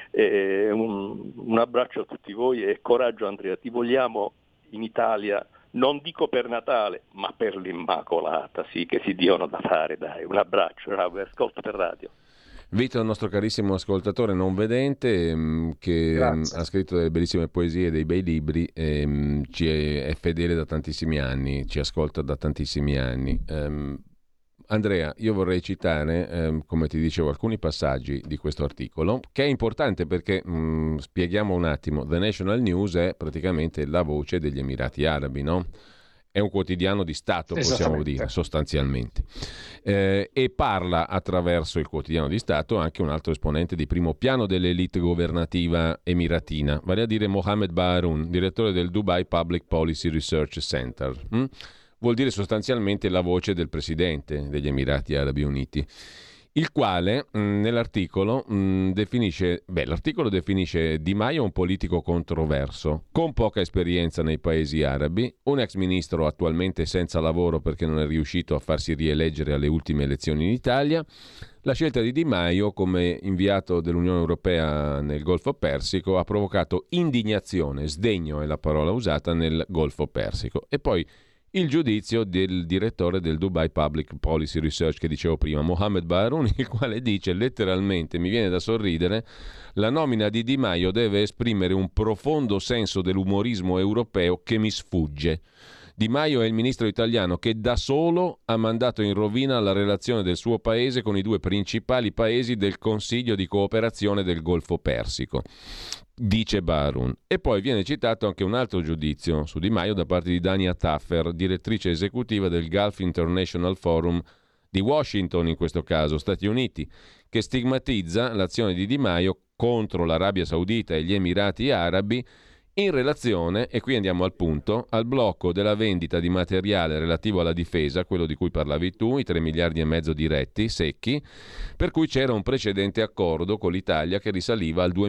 Un abbraccio a tutti voi e coraggio Andrea, ti vogliamo in Italia, non dico per Natale, ma per l'Immacolata, sì, che si diano da fare, dai. Un abbraccio, ascolto per radio. Vito è il nostro carissimo ascoltatore non vedente che ha scritto delle bellissime poesie, dei bei libri, ci è fedele da tantissimi anni, ci ascolta da tantissimi anni. Andrea, io vorrei citare, come ti dicevo, alcuni passaggi di questo articolo, che è importante perché, spieghiamo un attimo, The National News è praticamente la voce degli Emirati Arabi, no? È un quotidiano di Stato, possiamo dire, sostanzialmente. E parla attraverso il quotidiano di Stato anche un altro esponente di primo piano dell'elite governativa emiratina, vale a dire Mohammed Baharoun, direttore del Dubai Public Policy Research Center. Vuol dire sostanzialmente la voce del presidente degli Emirati Arabi Uniti. il quale nell'articolo l'articolo definisce Di Maio un politico controverso, con poca esperienza nei paesi arabi, un ex ministro attualmente senza lavoro perché non è riuscito a farsi rieleggere alle ultime elezioni in Italia. La scelta di Di Maio come inviato dell'Unione Europea nel Golfo Persico ha provocato indignazione, sdegno è la parola usata, nel Golfo Persico. E poi il giudizio del direttore del Dubai Public Policy Research che dicevo prima, Mohammed Baharoun, il quale dice letteralmente, mi viene da sorridere, la nomina di Di Maio deve esprimere un profondo senso dell'umorismo europeo che mi sfugge. Di Maio è il ministro italiano che da solo ha mandato in rovina la relazione del suo paese con i due principali paesi del Consiglio di cooperazione del Golfo Persico, dice Baharoun. E poi viene citato anche un altro giudizio su Di Maio da parte di Dania Taffer, direttrice esecutiva del Gulf International Forum di Washington, in questo caso Stati Uniti, che stigmatizza l'azione di Di Maio contro l'Arabia Saudita e gli Emirati Arabi in relazione, e qui andiamo al punto, al blocco della vendita di materiale relativo alla difesa, quello di cui parlavi tu, i 3 miliardi e mezzo diretti, secchi, per cui c'era un precedente accordo con l'Italia che risaliva al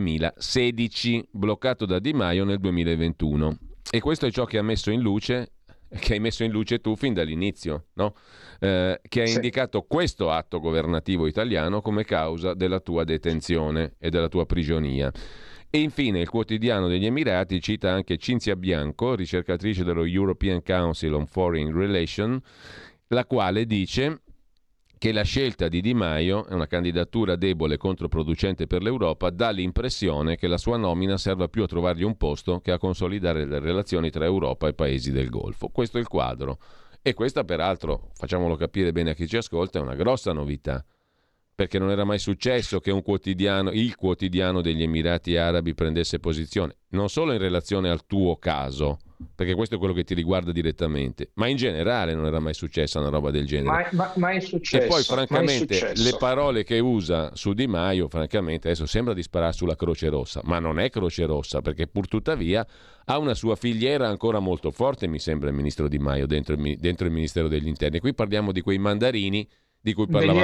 2016, bloccato da Di Maio nel 2021. E questo è ciò che ha messo in luce, che hai messo in luce tu fin dall'inizio, no? Che hai indicato questo atto governativo italiano come causa della tua detenzione e della tua prigionia. E infine il quotidiano degli Emirati cita anche Cinzia Bianco, ricercatrice dello European Council on Foreign Relations, la quale dice che la scelta di Di Maio è una candidatura debole e controproducente per l'Europa, dà l'impressione che la sua nomina serva più a trovargli un posto che a consolidare le relazioni tra Europa e paesi del Golfo. Questo è il quadro. E questa peraltro, facciamolo capire bene a chi ci ascolta, è una grossa novità. Perché non era mai successo che il quotidiano degli Emirati Arabi prendesse posizione, non solo in relazione al tuo caso, perché questo è quello che ti riguarda direttamente, ma in generale non era mai successa una roba del genere. Ma è successo. E poi francamente le parole che usa su Di Maio, francamente adesso sembra di sparare sulla Croce Rossa, ma non è Croce Rossa, perché pur tuttavia ha una sua filiera ancora molto forte, mi sembra, il ministro Di Maio dentro il Ministero degli Interni. Qui parliamo di quei mandarini di cui parlavamo,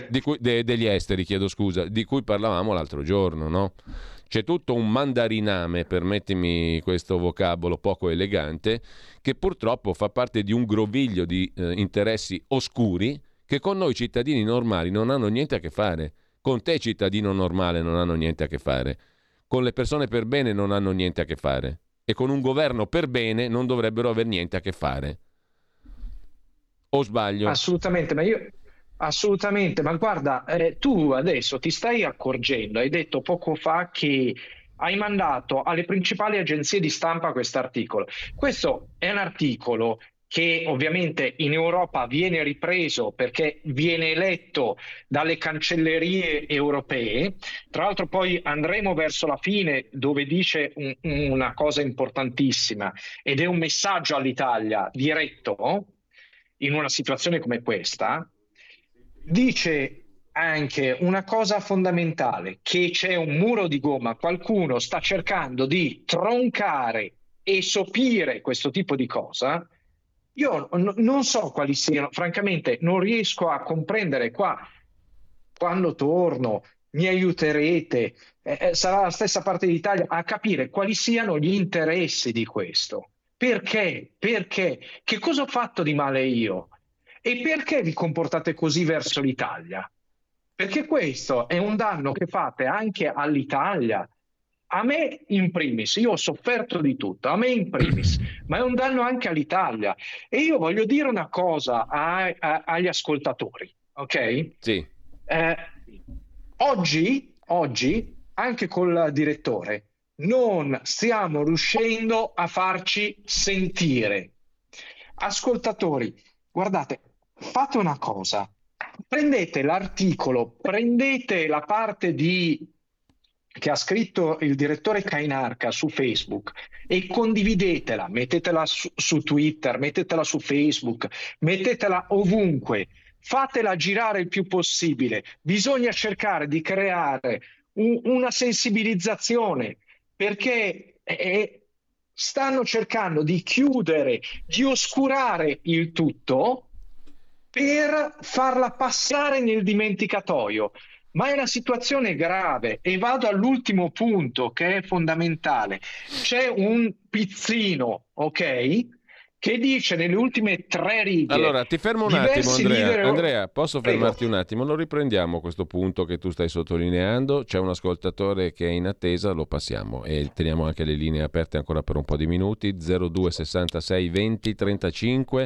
degli esteri, chiedo scusa, di cui parlavamo l'altro giorno, no? C'è tutto un mandariname, permettimi questo vocabolo poco elegante, che purtroppo fa parte di un groviglio di interessi oscuri che con noi cittadini normali non hanno niente a che fare. Con te cittadino normale non hanno niente a che fare. Con le persone per bene non hanno niente a che fare. E con un governo per bene non dovrebbero aver niente a che fare. O sbaglio? Assolutamente, ma guarda, tu adesso ti stai accorgendo, hai detto poco fa che hai mandato alle principali agenzie di stampa quest'articolo. Questo è un articolo che ovviamente in Europa viene ripreso perché viene letto dalle cancellerie europee. Tra l'altro poi andremo verso la fine dove dice una cosa importantissima ed è un messaggio all'Italia diretto in una situazione come questa. Dice anche una cosa fondamentale, che c'è un muro di gomma, qualcuno sta cercando di troncare e sopire questo tipo di cosa. Io non so quali siano, francamente non riesco a comprendere. Qua quando torno mi aiuterete, sarà la stessa parte d'Italia a capire quali siano gli interessi di questo. Perché? Che cosa ho fatto di male io? E perché vi comportate così verso l'Italia? Perché questo è un danno che fate anche all'Italia. A me in primis, io ho sofferto di tutto, a me in primis, ma è un danno anche all'Italia. E io voglio dire una cosa agli ascoltatori, ok? Sì. Oggi, anche col direttore, non stiamo riuscendo a farci sentire. Ascoltatori, guardate, fate una cosa, prendete l'articolo, prendete la parte che ha scritto il direttore Cainarca su Facebook e condividetela, mettetela su Twitter, mettetela su Facebook, mettetela ovunque, fatela girare il più possibile. Bisogna cercare di creare una sensibilizzazione, perché stanno cercando di chiudere, di oscurare il tutto per farla passare nel dimenticatoio. Ma è una situazione grave, e vado all'ultimo punto che è fondamentale. C'è un pizzino, ok, che dice nelle ultime 3 righe. Allora, ti fermo un attimo, Andrea. Andrea, posso fermarti un attimo? Lo riprendiamo questo punto che tu stai sottolineando. C'è un ascoltatore che è in attesa, lo passiamo e teniamo anche le linee aperte ancora per un po' di minuti. 02 66 20 35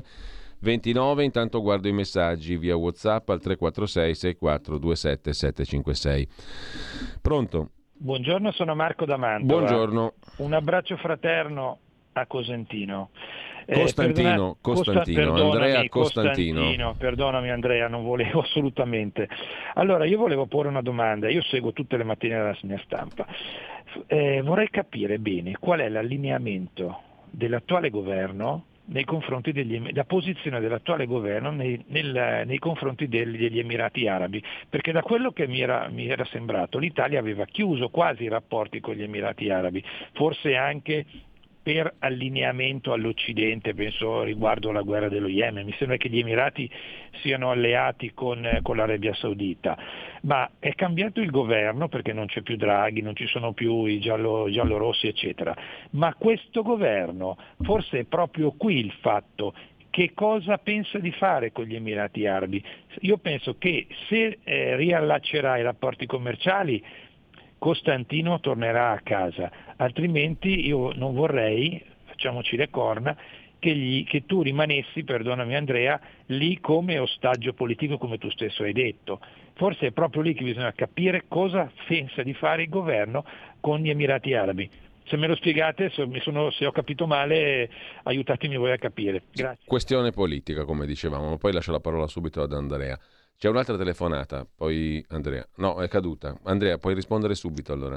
29. Intanto guardo i messaggi via WhatsApp al 346 64 27 756. Pronto? Buongiorno, sono Marco da Mantova. Buongiorno. Un abbraccio fraterno a Cosentino. Costantino, Andrea Costantino. Perdonami Andrea, non volevo assolutamente. Allora, io volevo porre una domanda. Io seguo tutte le mattine la rassegna stampa. Vorrei capire bene qual è l'allineamento dell'attuale governo nei confronti la posizione dell'attuale governo nei confronti degli Emirati Arabi, perché da quello che mi era sembrato l'Italia aveva chiuso quasi i rapporti con gli Emirati Arabi, forse anche per allineamento all'Occidente, penso riguardo alla guerra dello Yemen. Mi sembra che gli Emirati siano alleati con l'Arabia Saudita, ma è cambiato il governo perché non c'è più Draghi, non ci sono più i giallorossi eccetera, ma questo governo, forse è proprio qui il fatto. Che cosa pensa di fare con gli Emirati Arabi? Io penso che se riallaccerà i rapporti commerciali, Costantino tornerà a casa, altrimenti io non vorrei, facciamoci le corna, che tu rimanessi, perdonami Andrea, lì come ostaggio politico, come tu stesso hai detto. Forse è proprio lì che bisogna capire cosa pensa di fare il governo con gli Emirati Arabi. Se me lo spiegate, se ho capito male, aiutatemi voi a capire. Grazie. Questione politica, come dicevamo, ma poi lascio la parola subito ad Andrea. C'è un'altra telefonata, poi Andrea. No, è caduta. Andrea, puoi rispondere subito allora.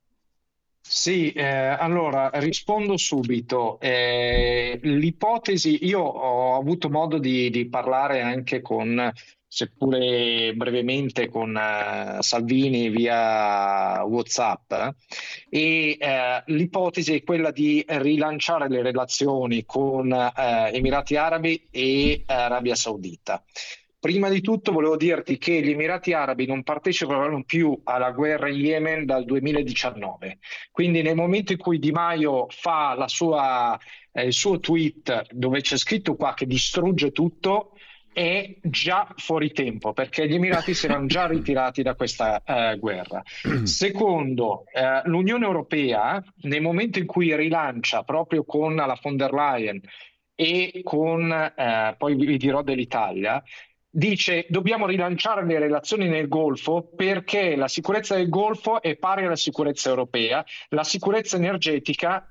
Sì, allora rispondo subito. L'ipotesi, io ho avuto modo di parlare anche con, seppure brevemente, con Salvini via WhatsApp, e l'ipotesi è quella di rilanciare le relazioni con Emirati Arabi e Arabia Saudita. Prima di tutto volevo dirti che gli Emirati Arabi non partecipano più alla guerra in Yemen dal 2019, quindi nel momento in cui Di Maio fa il suo tweet dove c'è scritto qua che distrugge tutto, è già fuori tempo, perché gli Emirati si erano già ritirati da questa guerra. Secondo, l'Unione Europea, nel momento in cui rilancia proprio con la von der Leyen e con, poi vi dirò dell'Italia, dice dobbiamo rilanciare le relazioni nel Golfo perché la sicurezza del Golfo è pari alla sicurezza europea, la sicurezza energetica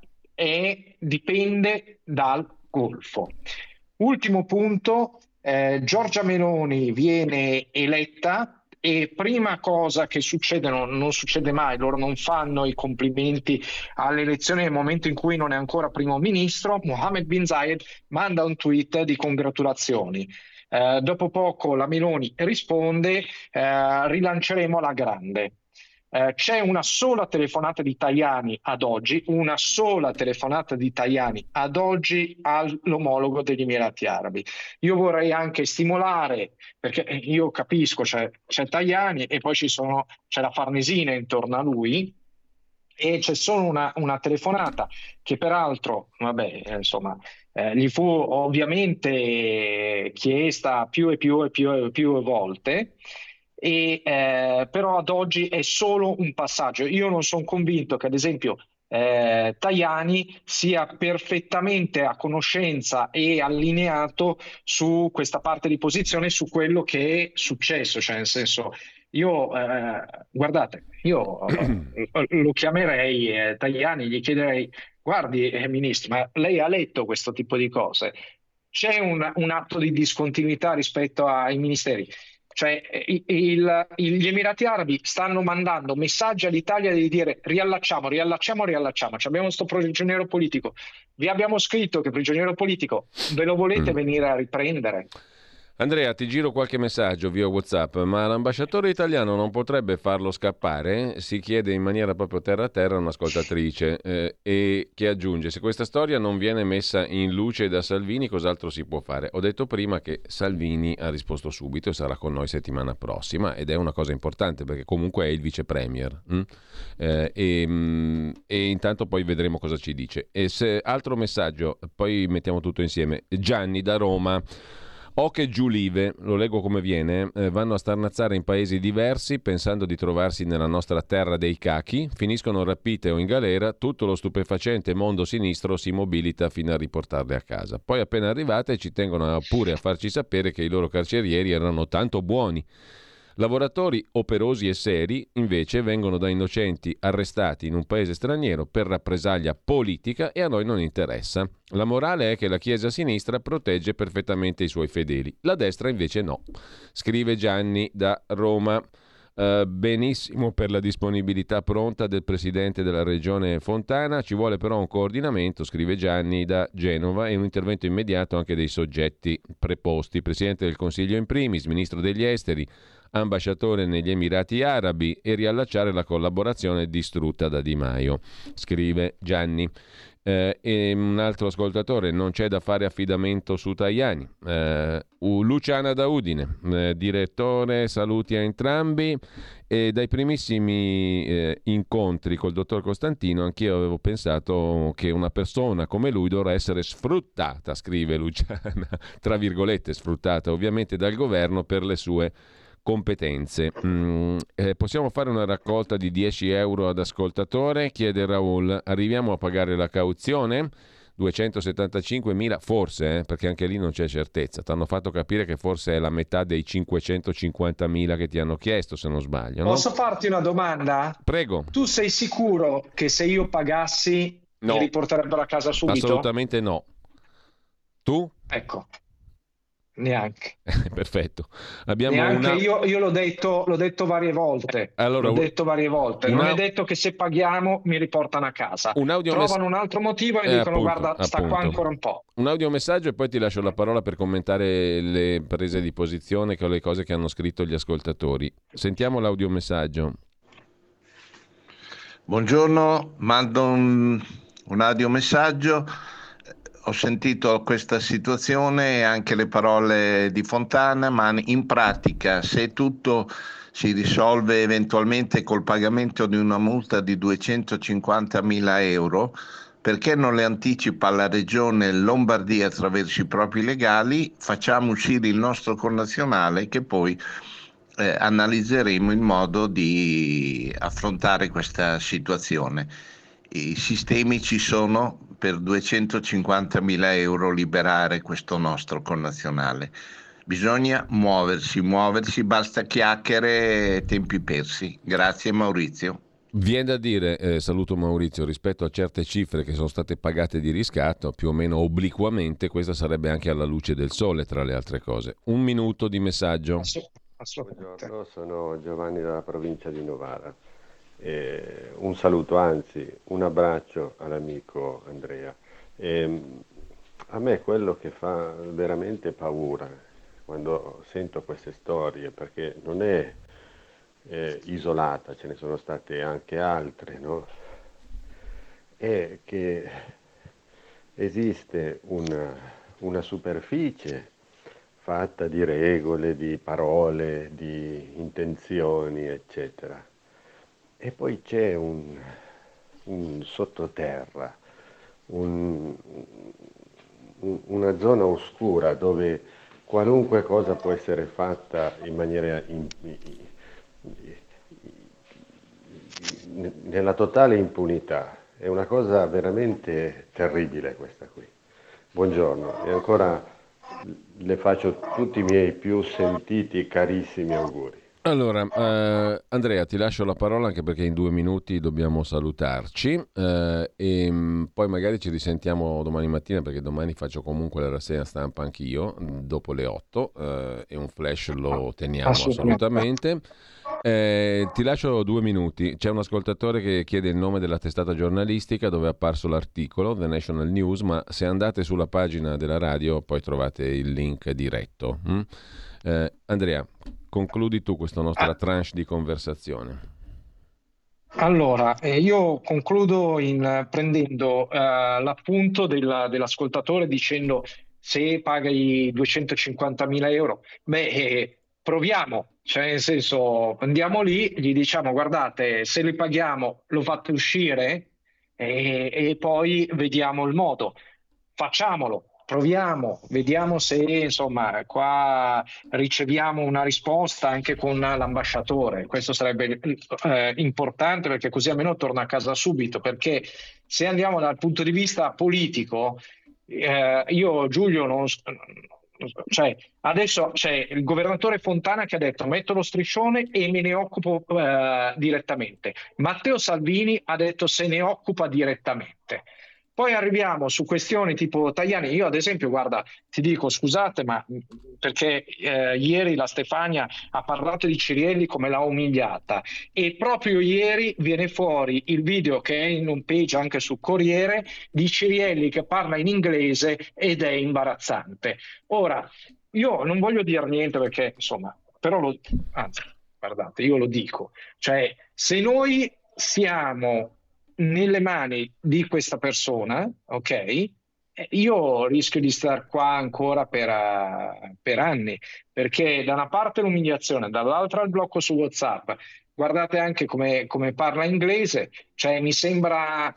dipende dal Golfo. Ultimo punto, Giorgia Meloni viene eletta e prima cosa che succede, non succede mai, loro non fanno i complimenti all'elezione nel momento in cui non è ancora primo ministro, Mohammed bin Zayed manda un tweet di congratulazioni. Dopo poco la Meloni risponde rilanceremo alla grande. C'è una sola telefonata di Tajani ad oggi, all'omologo degli Emirati Arabi. Io vorrei anche stimolare, perché io capisco, c'è Tajani e poi c'è la Farnesina intorno a lui, e c'è solo una telefonata che peraltro, gli fu ovviamente chiesta più volte, però ad oggi è solo un passaggio. Io non sono convinto che ad esempio Tajani sia perfettamente a conoscenza e allineato su questa parte di posizione, su quello che è successo, cioè nel senso io lo chiamerei Tajani, gli chiederei guardi ministro, ma lei ha letto questo tipo di cose? C'è un atto di discontinuità rispetto ai ministeri. Cioè gli Emirati Arabi stanno mandando messaggi all'Italia di dire riallacciamo, abbiamo questo prigioniero politico, vi abbiamo scritto che prigioniero politico ve lo volete venire a riprendere? Andrea, ti giro qualche messaggio via WhatsApp, ma l'ambasciatore italiano non potrebbe farlo scappare? Si chiede in maniera proprio terra a terra un'ascoltatrice e che aggiunge: se questa storia non viene messa in luce da Salvini, cos'altro si può fare? Ho detto prima che Salvini ha risposto subito e sarà con noi settimana prossima, ed è una cosa importante perché comunque è il vice premier e intanto poi vedremo cosa ci dice. E se altro messaggio, poi mettiamo tutto insieme. Gianni da Roma. Oche e Giulive, lo leggo come viene, vanno a starnazzare in paesi diversi pensando di trovarsi nella nostra terra dei cachi, finiscono rapite o in galera, tutto lo stupefacente mondo sinistro si mobilita fino a riportarle a casa. Poi appena arrivate ci tengono pure a farci sapere che i loro carcerieri erano tanto buoni. Lavoratori operosi e seri, invece, vengono da innocenti arrestati in un paese straniero per rappresaglia politica e a noi non interessa. La morale è che la Chiesa sinistra protegge perfettamente i suoi fedeli, la destra invece no. Scrive Gianni da Roma. Benissimo per la disponibilità pronta del presidente della regione Fontana, ci vuole però un coordinamento, scrive Gianni da Genova, e un intervento immediato anche dei soggetti preposti, presidente del Consiglio in primis, ministro degli esteri, ambasciatore negli Emirati Arabi, e riallacciare la collaborazione distrutta da Di Maio, scrive Gianni. E un altro ascoltatore: non c'è da fare affidamento su Tajani. Luciana da Udine, direttore, saluti a entrambi. E dai primissimi incontri col dottor Costantino anch'io avevo pensato che una persona come lui dovrà essere sfruttata, scrive Luciana, tra virgolette sfruttata ovviamente dal governo per le sue competenze. Possiamo fare una raccolta di 10 euro ad ascoltatore? Chiede Raul. Arriviamo a pagare la cauzione? 275.000 forse, perché anche lì non c'è certezza. Ti hanno fatto capire che forse è la metà dei 550.000 che ti hanno chiesto, se non sbaglio, no? Posso farti una domanda? Prego. Tu sei sicuro che se io pagassi mi riporterebbero a casa subito? Assolutamente no. Tu? Ecco. Neanche. Perfetto. Abbiamo Neanche io l'ho detto varie volte. Allora, Non è detto che se paghiamo mi riportano a casa. Trovano un altro motivo e dicono guarda, sta qua ancora un po'. Un audiomessaggio e poi ti lascio la parola per commentare le prese di posizione o le cose che hanno scritto gli ascoltatori. Sentiamo l'audiomessaggio. Buongiorno, mando un audiomessaggio. Ho sentito questa situazione e anche le parole di Fontana, ma in pratica se tutto si risolve eventualmente col pagamento di una multa di 250.000 euro, perché non le anticipa la regione Lombardia attraverso i propri legali, facciamo uscire il nostro connazionale che poi analizzeremo il modo di affrontare questa situazione. I sistemi ci sono per 250.000 euro liberare questo nostro connazionale. Bisogna muoversi, basta chiacchiere e tempi persi. Grazie Maurizio. Viene da dire, saluto Maurizio, rispetto a certe cifre che sono state pagate di riscatto, più o meno obliquamente, questa sarebbe anche alla luce del sole, tra le altre cose. Un minuto di messaggio. Buongiorno, sono Giovanni dalla provincia di Novara. Un saluto, anzi un abbraccio all'amico Andrea. A me quello che fa veramente paura quando sento queste storie, perché non è isolata, ce ne sono state anche altre, no? È che esiste una superficie fatta di regole, di parole, di intenzioni, eccetera. E poi c'è un sottoterra, una zona oscura dove qualunque cosa può essere fatta in maniera nella totale impunità. È una cosa veramente terribile questa qui. Buongiorno e ancora le faccio tutti i miei più sentiti e carissimi auguri. Allora, Andrea, ti lascio la parola anche perché in 2 minuti dobbiamo salutarci e poi magari ci risentiamo domani mattina perché domani faccio comunque la rassegna stampa anch'io dopo le 8 e un flash lo teniamo assolutamente. Ti lascio 2 minuti. C'è un ascoltatore che chiede il nome della testata giornalistica dove è apparso l'articolo, The National News, ma se andate sulla pagina della radio poi trovate il link diretto. Andrea, concludi tu questa nostra tranche di conversazione. Allora, io concludo prendendo l'appunto dell'ascoltatore dicendo se paga i 250.000 euro, proviamo, cioè nel senso andiamo lì, gli diciamo guardate se li paghiamo lo fate uscire e poi vediamo il modo, facciamolo. Proviamo, vediamo se insomma qua riceviamo una risposta anche con l'ambasciatore. Questo sarebbe importante perché così almeno torna a casa subito. Perché se andiamo dal punto di vista politico, io Giulio non. Cioè, adesso c'è il governatore Fontana che ha detto metto lo striscione e me ne occupo direttamente. Matteo Salvini ha detto se ne occupa direttamente. Poi arriviamo su questioni tipo Tajani. Io ad esempio, guarda, ti dico scusate, ma perché ieri la Stefania ha parlato di Cirielli come l'ha umiliata e proprio ieri viene fuori il video che è in un page anche su Corriere di Cirielli che parla in inglese ed è imbarazzante. Ora, io non voglio dire niente perché insomma, però anzi, guardate, io lo dico. Cioè, se noi siamo nelle mani di questa persona, ok? Io rischio di star qua ancora per anni, perché da una parte l'umiliazione, dall'altra il blocco su WhatsApp. Guardate anche come parla inglese, cioè mi sembra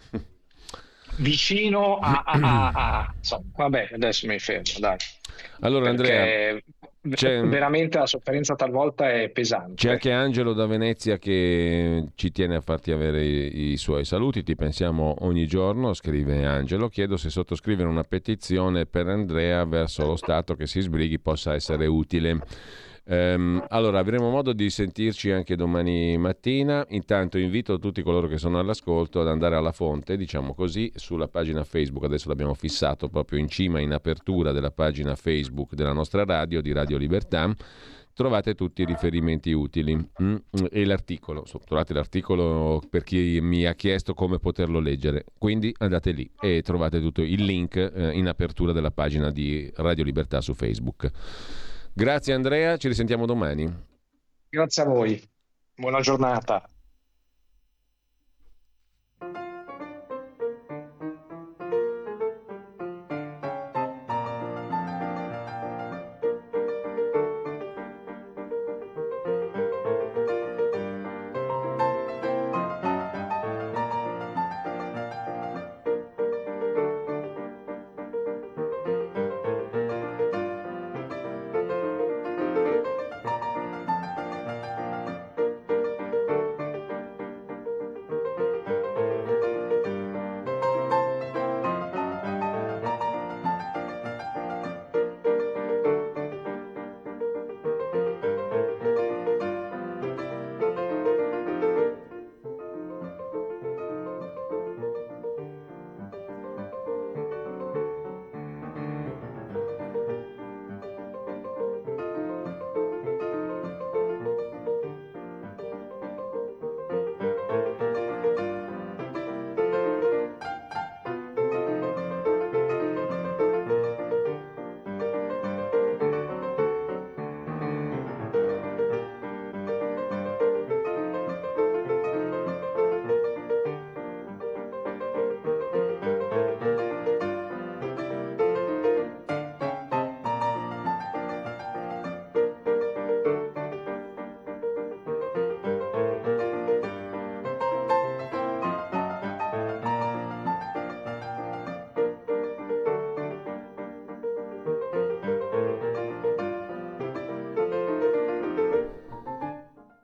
vicino insomma, vabbè, adesso mi fermo, dai. Allora, Andrea, veramente la sofferenza talvolta è pesante. C'è anche Angelo da Venezia che ci tiene a farti avere i suoi saluti. Ti pensiamo ogni giorno, scrive Angelo. Chiedo se sottoscrivere una petizione per Andrea verso lo Stato che si sbrighi possa essere utile. Allora, avremo modo di sentirci anche domani mattina. Intanto invito tutti coloro che sono all'ascolto ad andare alla fonte, diciamo così, sulla pagina Facebook. Adesso l'abbiamo fissato proprio in cima, in apertura della pagina Facebook della nostra radio, di Radio Libertà. Trovate tutti i riferimenti utili e l'articolo. Trovate l'articolo per chi mi ha chiesto come poterlo leggere. Quindi andate lì e trovate tutto il link in apertura della pagina di Radio Libertà su Facebook. Grazie Andrea, ci risentiamo domani. Grazie a voi, buona giornata.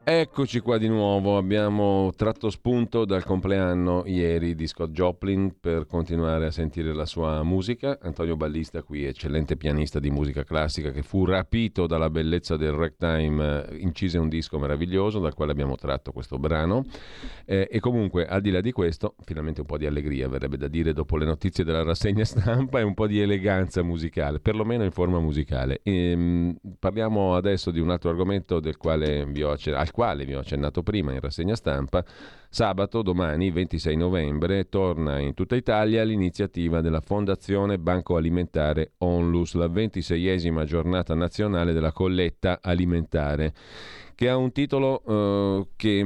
Eccoci qua di nuovo, abbiamo tratto spunto dal compleanno ieri di Scott Joplin per continuare a sentire la sua musica. Antonio Ballista qui, eccellente pianista di musica classica che fu rapito dalla bellezza del ragtime, incise un disco meraviglioso dal quale abbiamo tratto questo brano e comunque al di là di questo finalmente un po' di allegria verrebbe da dire dopo le notizie della rassegna stampa e un po' di eleganza musicale, perlomeno in forma musicale. Parliamo adesso di un altro argomento al quale vi ho accennato prima in rassegna stampa. Sabato, domani, 26 novembre, torna in tutta Italia l'iniziativa della Fondazione Banco Alimentare Onlus, la 26esima giornata nazionale della colletta alimentare, che ha un titolo che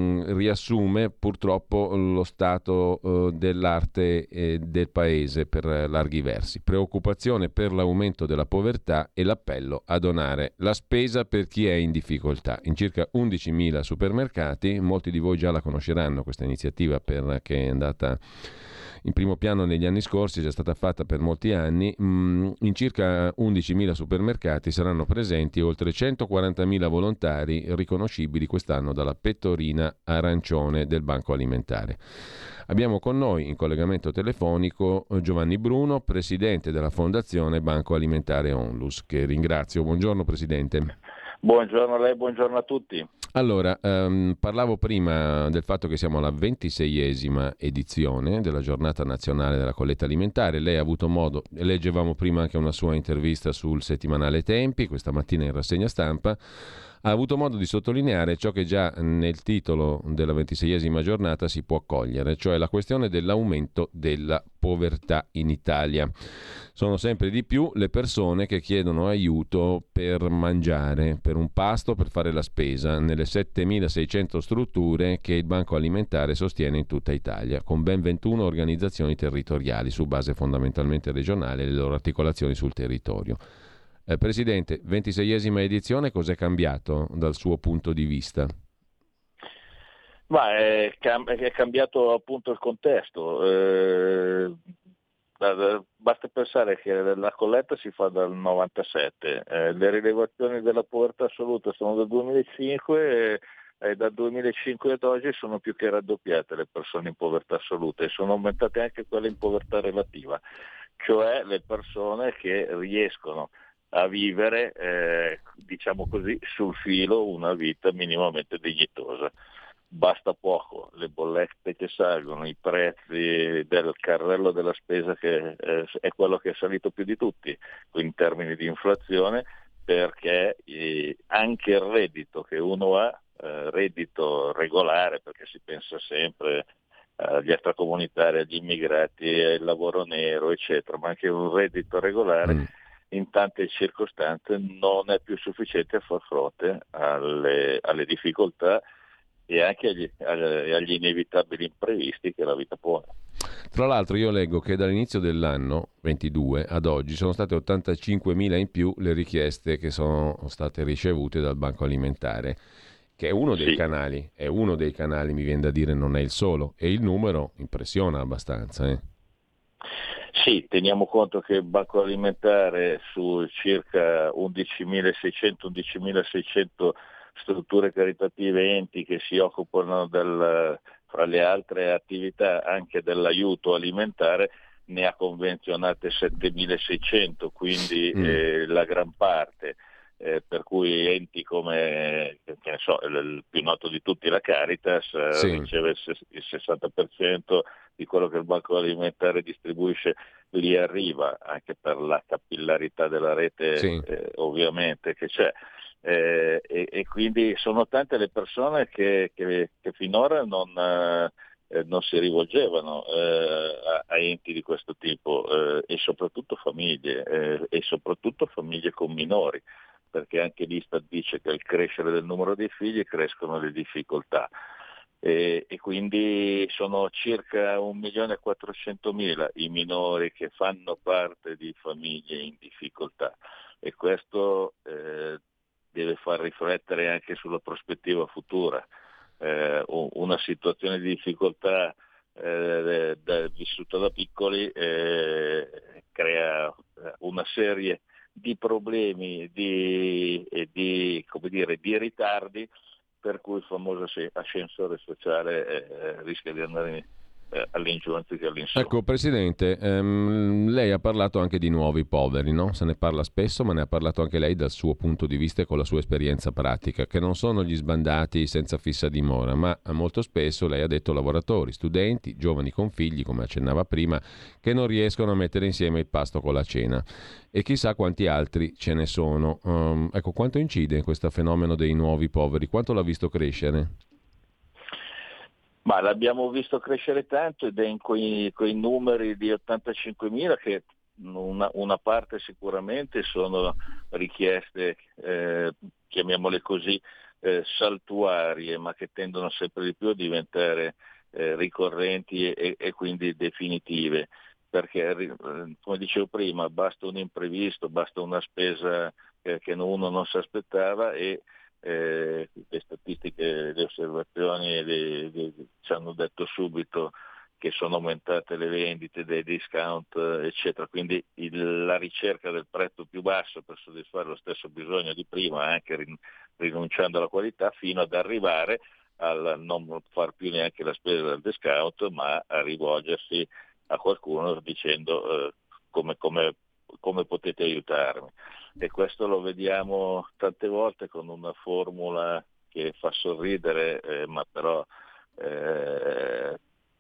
riassume purtroppo lo stato dell'arte del paese per larghi versi. Preoccupazione per l'aumento della povertà e l'appello a donare la spesa per chi è in difficoltà. In circa 11.000 supermercati, molti di voi già la conosceranno questa iniziativa perché è andata in primo piano negli anni scorsi, è già stata fatta per molti anni. In circa 11.000 supermercati saranno presenti oltre 140.000 volontari riconoscibili quest'anno dalla pettorina arancione del Banco Alimentare. Abbiamo con noi in collegamento telefonico Giovanni Bruno, presidente della Fondazione Banco Alimentare Onlus, che ringrazio. Buongiorno Presidente. Buongiorno a lei, buongiorno a tutti. Allora, parlavo prima del fatto che siamo alla 26esima edizione della giornata nazionale della colletta alimentare. Lei ha avuto modo, leggevamo prima anche una sua intervista sul settimanale Tempi, questa mattina in rassegna stampa, ha avuto modo di sottolineare ciò che già nel titolo della 26esima giornata si può cogliere, cioè la questione dell'aumento della povertà in Italia. Sono sempre di più le persone che chiedono aiuto per mangiare, per un pasto, per fare la spesa, nelle 7.600 strutture che il Banco Alimentare sostiene in tutta Italia, con ben 21 organizzazioni territoriali su base fondamentalmente regionale e le loro articolazioni sul territorio. Presidente, 26esima edizione, cos'è cambiato dal suo punto di vista? Ma è cambiato appunto il contesto. Basta pensare che la colletta si fa dal 97, le rilevazioni della povertà assoluta sono del 2005 e dal 2005 ad oggi sono più che raddoppiate le persone in povertà assoluta e sono aumentate anche quelle in povertà relativa, cioè le persone che riescono a vivere, diciamo così, sul filo una vita minimamente dignitosa. Basta poco, le bollette che salgono, i prezzi del carrello della spesa che è quello che è salito più di tutti in termini di inflazione, perché anche il reddito che uno ha, reddito regolare, perché si pensa sempre agli extracomunitari, agli immigrati, al lavoro nero, eccetera, ma anche un reddito regolare in tante circostanze non è più sufficiente a far fronte alle difficoltà e anche agli inevitabili imprevisti che la vita pone. Tra l'altro io leggo che dall'inizio dell'anno 22 ad oggi sono state 85.000 in più le richieste che sono state ricevute dal Banco Alimentare, che è uno dei canali, mi viene da dire, non è il solo, e il numero impressiona abbastanza. Sì, teniamo conto che il Banco Alimentare su circa 11.600 strutture caritative, enti che si occupano fra le altre attività anche dell'aiuto alimentare, ne ha convenzionate 7.600, quindi la gran parte. Per cui enti come, che ne so, il più noto di tutti, la Caritas, riceve il 60% di quello che il Banco Alimentare distribuisce, lì arriva, anche per la capillarità della rete ovviamente che c'è. E quindi sono tante le persone che finora non si rivolgevano a enti di questo tipo, e soprattutto famiglie con minori, perché anche l'Istat dice che al crescere del numero dei figli crescono le difficoltà. E quindi sono circa 1.400.000 i minori che fanno parte di famiglie in difficoltà, e questo deve far riflettere anche sulla prospettiva futura. Una situazione di difficoltà vissuta da piccoli crea una serie di problemi, di ritardi per cui il famoso ascensore sociale rischia di andare all'ingiù anziché all'insù. Ecco, Presidente, lei ha parlato anche di nuovi poveri, no? Se ne parla spesso, ma ne ha parlato anche lei dal suo punto di vista e con la sua esperienza pratica, che non sono gli sbandati senza fissa dimora, ma molto spesso, lei ha detto, lavoratori, studenti, giovani con figli, come accennava prima, che non riescono a mettere insieme il pasto con la cena. E chissà quanti altri ce ne sono. Ecco, quanto incide questo fenomeno dei nuovi poveri? Quanto l'ha visto crescere? Ma l'abbiamo visto crescere tanto ed è in quei numeri di 85.000 che una parte sicuramente sono richieste, chiamiamole così, saltuarie, ma che tendono sempre di più a diventare ricorrenti e quindi definitive. Perché, come dicevo prima, basta un imprevisto, basta una spesa che uno non si aspettava e le statistiche, le osservazioni ci hanno detto subito che sono aumentate le vendite dei discount, eccetera, quindi la ricerca del prezzo più basso per soddisfare lo stesso bisogno di prima, anche rinunciando alla qualità, fino ad arrivare al non far più neanche la spesa del discount, ma a rivolgersi a qualcuno dicendo come potete aiutarmi. E questo lo vediamo tante volte con una formula che fa sorridere, ma però è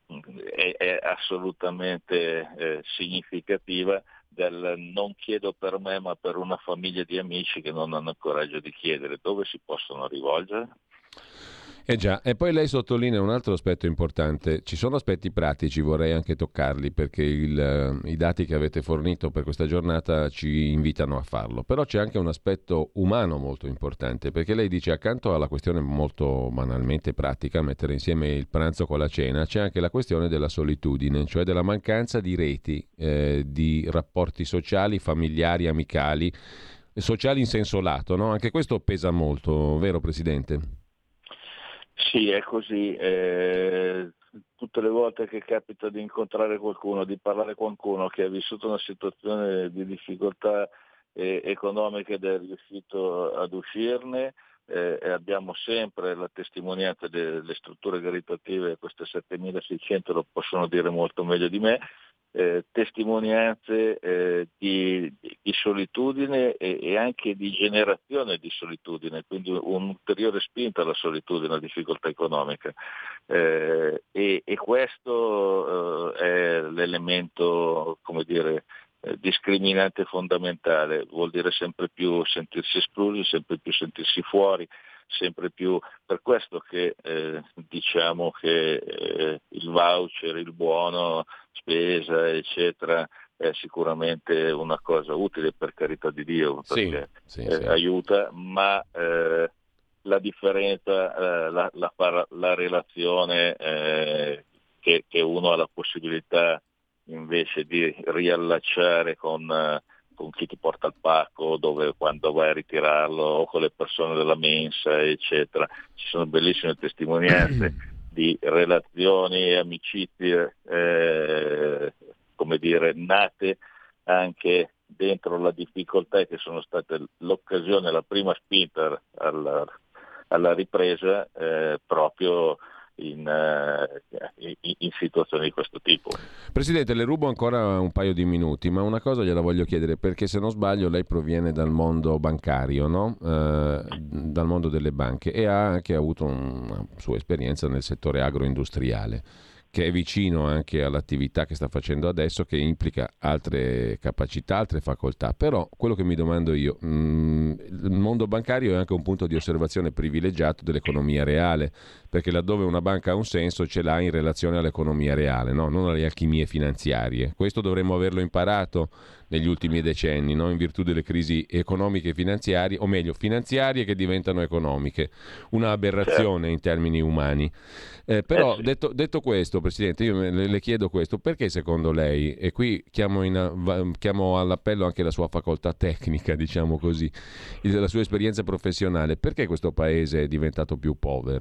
assolutamente significativa, del non chiedo per me ma per una famiglia di amici che non hanno il coraggio di chiedere. Dove si possono rivolgere? Già, e poi lei sottolinea un altro aspetto importante. Ci sono aspetti pratici, vorrei anche toccarli, perché i dati che avete fornito per questa giornata ci invitano a farlo. Però c'è anche un aspetto umano molto importante, perché lei dice, accanto alla questione molto banalmente pratica, mettere insieme il pranzo con la cena, c'è anche la questione della solitudine, cioè della mancanza di reti, di rapporti sociali, familiari, amicali, sociali in senso lato, no? Anche questo pesa molto, vero Presidente? Sì, è così. Tutte le volte che capita di incontrare qualcuno, di parlare con qualcuno che ha vissuto una situazione di difficoltà economica ed è riuscito ad uscirne, e abbiamo sempre la testimonianza delle strutture caritative, queste 7.600 lo possono dire molto meglio di me, testimonianze di solitudine e anche di generazione di solitudine, quindi un'ulteriore spinta alla solitudine, alla difficoltà economica, e questo è l'elemento, come dire, discriminante fondamentale. Vuol dire sempre più sentirsi esclusi, sempre più sentirsi fuori, sempre più. Per questo che diciamo che il voucher, il buono spesa, eccetera, è sicuramente una cosa utile, per carità di Dio, perché aiuta, ma la differenza la relazione che uno ha la possibilità invece di riallacciare con chi ti porta il pacco, quando vai a ritirarlo, o con le persone della mensa, eccetera. Ci sono bellissime testimonianze di relazioni e amicizie, come dire, nate anche dentro la difficoltà, e che sono state l'occasione, la prima spinta alla ripresa, proprio in situazioni di questo tipo. Presidente, le rubo ancora un paio di minuti, ma una cosa gliela voglio chiedere, perché se non sbaglio lei proviene dal mondo bancario, no? Dal mondo delle banche, e ha anche avuto una sua esperienza nel settore agroindustriale, che è vicino anche all'attività che sta facendo adesso, che implica altre capacità, altre facoltà. Però quello che mi domando io, il mondo bancario è anche un punto di osservazione privilegiato dell'economia reale, perché laddove una banca ha un senso ce l'ha in relazione all'economia reale, no? Non alle alchimie finanziarie. Questo dovremmo averlo imparato negli ultimi decenni, no? In virtù delle crisi economiche e finanziarie, o meglio finanziarie che diventano economiche, una aberrazione in termini umani. Però detto questo, Presidente, io le chiedo questo: perché secondo lei, e qui chiamo all'appello anche la sua facoltà tecnica, diciamo così, la sua esperienza professionale, perché questo paese è diventato più povero?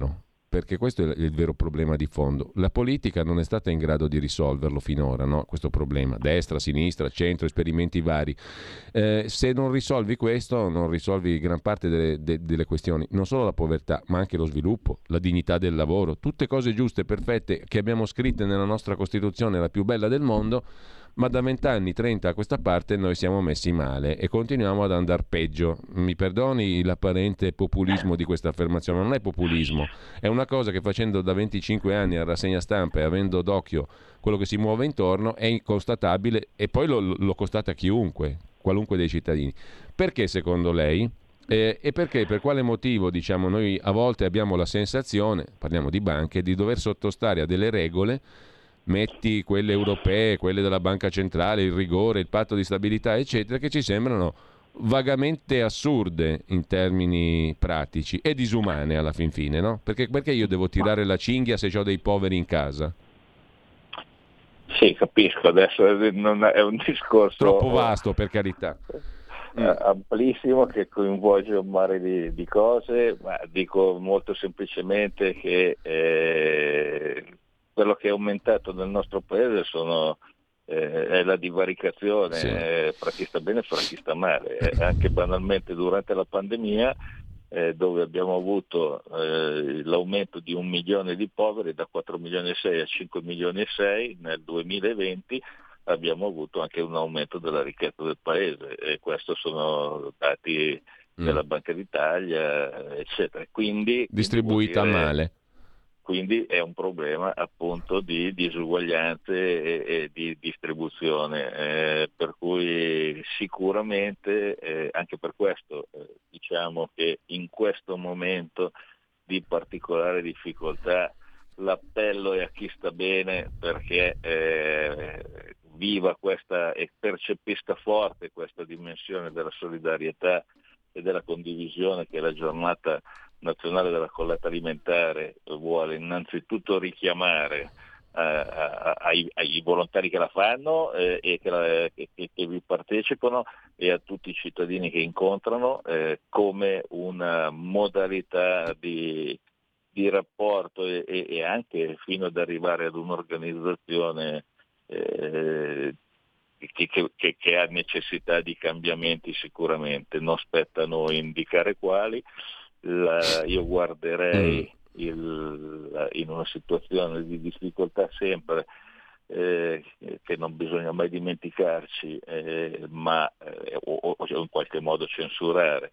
perché questo è il vero problema di fondo. La politica non è stata in grado di risolverlo finora, no? Questo problema, destra, sinistra, centro, esperimenti vari. Se non risolvi questo, non risolvi gran parte delle questioni, non solo la povertà, ma anche lo sviluppo, la dignità del lavoro, tutte cose giuste, perfette, che abbiamo scritte nella nostra Costituzione, la più bella del mondo, ma da 20 anni, 30 a questa parte noi siamo messi male e continuiamo ad andare peggio. Mi perdoni l'apparente populismo di questa affermazione, ma non è populismo, è una cosa che facendo da 25 anni a rassegna stampa e avendo d'occhio quello che si muove intorno è inconstatabile, e poi lo constata chiunque, qualunque dei cittadini. Perché secondo lei? E perché, per quale motivo, diciamo, noi a volte abbiamo la sensazione, parliamo di banche, di dover sottostare a delle regole, metti quelle europee, quelle della Banca Centrale, il rigore, il patto di stabilità, eccetera, che ci sembrano vagamente assurde in termini pratici e disumane alla fin fine, no? Perché io devo tirare la cinghia se ho dei poveri in casa? Sì, capisco, adesso non è un discorso troppo vasto, per carità. Amplissimo, che coinvolge un mare di cose, ma dico molto semplicemente che quello che è aumentato nel nostro paese è la divaricazione, sì, fra chi sta bene e fra chi sta male. Anche banalmente durante la pandemia, dove abbiamo avuto l'aumento di 1 milione di poveri, da 4 milioni e 6 a 5 milioni e 6 nel 2020, abbiamo avuto anche un aumento della ricchezza del paese, e questi sono dati della Banca d'Italia, eccetera. Quindi distribuita male. Quindi è un problema appunto di disuguaglianze e di distribuzione, per cui sicuramente anche per questo diciamo che in questo momento di particolare difficoltà l'appello è a chi sta bene, perché viva questa e percepisca forte questa dimensione della solidarietà e della condivisione che la giornata nazionale della colletta alimentare vuole innanzitutto richiamare ai volontari che la fanno e che vi partecipano, e a tutti i cittadini che incontrano, come una modalità di rapporto e anche fino ad arrivare ad un'organizzazione che ha necessità di cambiamenti sicuramente. Non spetta a noi indicare quali. Io guarderei in una situazione di difficoltà sempre, che non bisogna mai dimenticarci, ma o in qualche modo censurare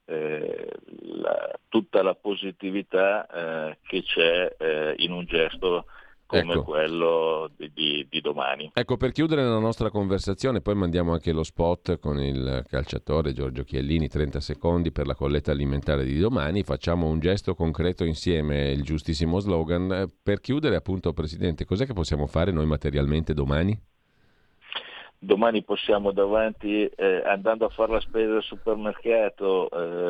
tutta la positività che c'è in un gesto come quello di domani. Ecco, per chiudere la nostra conversazione, poi mandiamo anche lo spot con il calciatore Giorgio Chiellini, 30 secondi per la colletta alimentare di domani, facciamo un gesto concreto insieme, il giustissimo slogan. Per chiudere, appunto, Presidente, cos'è che possiamo fare noi materialmente domani? Domani possiamo davanti, andando a fare la spesa al supermercato,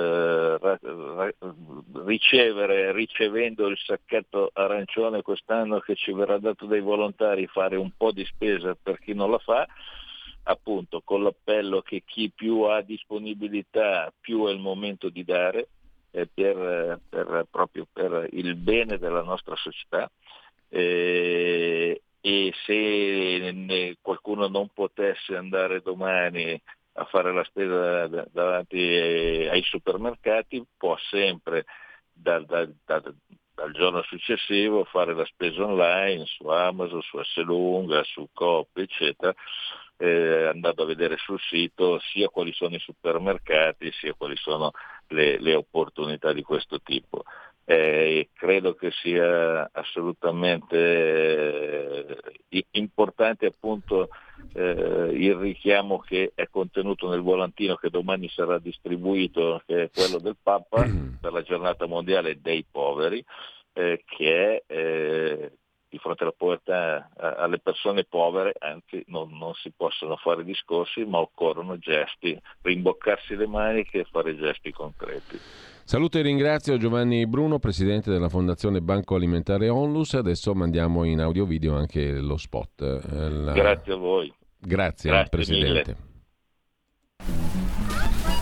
ricevendo il sacchetto arancione quest'anno che ci verrà dato dai volontari, fare un po' di spesa per chi non la fa, appunto con l'appello che chi più ha disponibilità più è il momento di dare, proprio per il bene della nostra società. E se qualcuno non potesse andare domani a fare la spesa davanti ai supermercati, può sempre dal giorno successivo fare la spesa online su Amazon, su Esselunga, su Coop, eccetera, andando a vedere sul sito sia quali sono i supermercati sia quali sono le opportunità di questo tipo. Credo che sia assolutamente importante appunto il richiamo che è contenuto nel volantino che domani sarà distribuito, che è quello del Papa per la giornata mondiale dei poveri, che è di fronte alla povertà, alle persone povere, anzi non si possono fare discorsi, ma occorrono gesti, rimboccarsi le maniche e fare gesti concreti. Saluto e ringrazio Giovanni Bruno, presidente della Fondazione Banco Alimentare Onlus. Adesso mandiamo in audio video anche lo spot. Grazie a voi. Grazie Presidente. Mille. Ho 6 anni, perché devo andare a fare la spesa con nonna?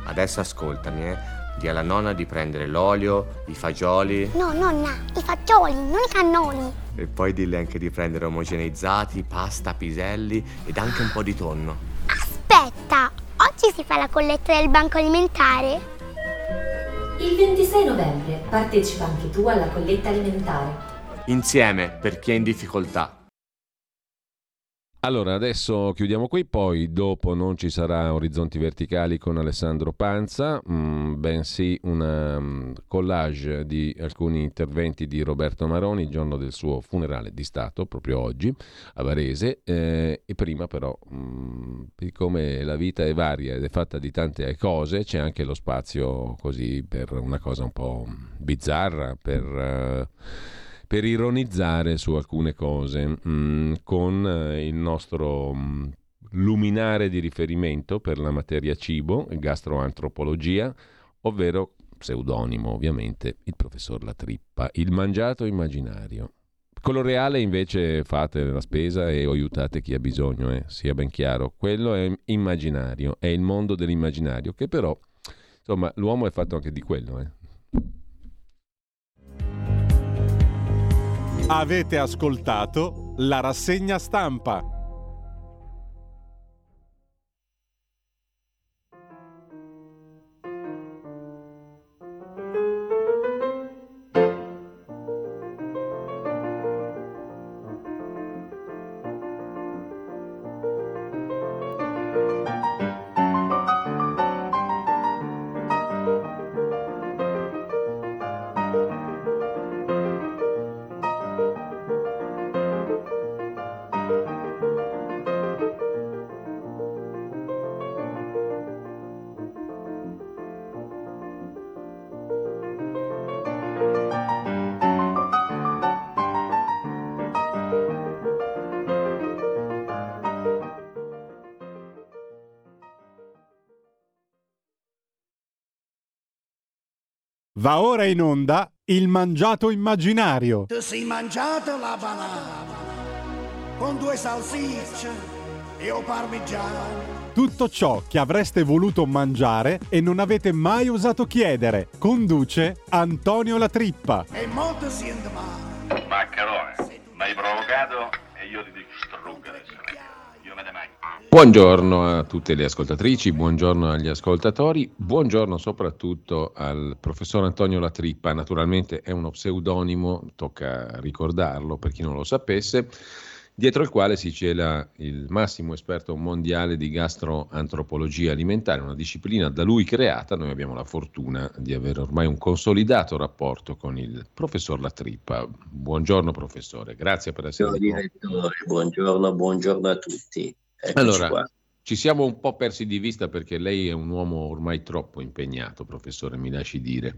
adesso ascoltami, di alla nonna di prendere l'olio, i fagioli. No, nonna, i fagioli, non i cannoli. E poi dille anche di prendere omogeneizzati, pasta, piselli ed anche un po' di tonno. Aspetta, oggi si fa la colletta del banco alimentare? Il 26 novembre partecipa anche tu alla colletta alimentare. Insieme, per chi è in difficoltà. Allora, adesso chiudiamo qui, poi dopo non ci sarà Orizzonti Verticali con Alessandro Panza, bensì una collage di alcuni interventi di Roberto Maroni il giorno del suo funerale di Stato, proprio oggi, a Varese, e prima però, siccome la vita è varia ed è fatta di tante cose, c'è anche lo spazio così per una cosa un po' bizzarra, per ironizzare su alcune cose, con il nostro luminare di riferimento per la materia cibo, gastroantropologia, ovvero pseudonimo ovviamente, il professor La Trippa, il mangiato immaginario. Con lo reale invece fate la spesa e aiutate chi ha bisogno, sia ben chiaro. Quello è immaginario, è il mondo dell'immaginario, che però, insomma, l'uomo è fatto anche di quello, Avete ascoltato la rassegna stampa. Va ora in onda il mangiato immaginario. Ti sei mangiato la banana con 2 salsicce e o parmigiano. Tutto ciò che avreste voluto mangiare e non avete mai osato chiedere. Conduce Antonio La Trippa. E molto siente male. Maccherone, mi hai provocato e io ti distruggo adesso. Io me ne mangio. Buongiorno a tutte le ascoltatrici, buongiorno agli ascoltatori, buongiorno soprattutto al professor Antonio La Trippa. Naturalmente è uno pseudonimo, tocca ricordarlo per chi non lo sapesse, dietro il quale si cela il massimo esperto mondiale di gastroantropologia alimentare, una disciplina da lui creata. Noi abbiamo la fortuna di avere ormai un consolidato rapporto con il professor La Trippa. Buongiorno professore, grazie per essere qui. Direttore, buongiorno a tutti. Eccoci allora, qua. Ci siamo un po' persi di vista perché lei è un uomo ormai troppo impegnato, professore, mi lasci dire.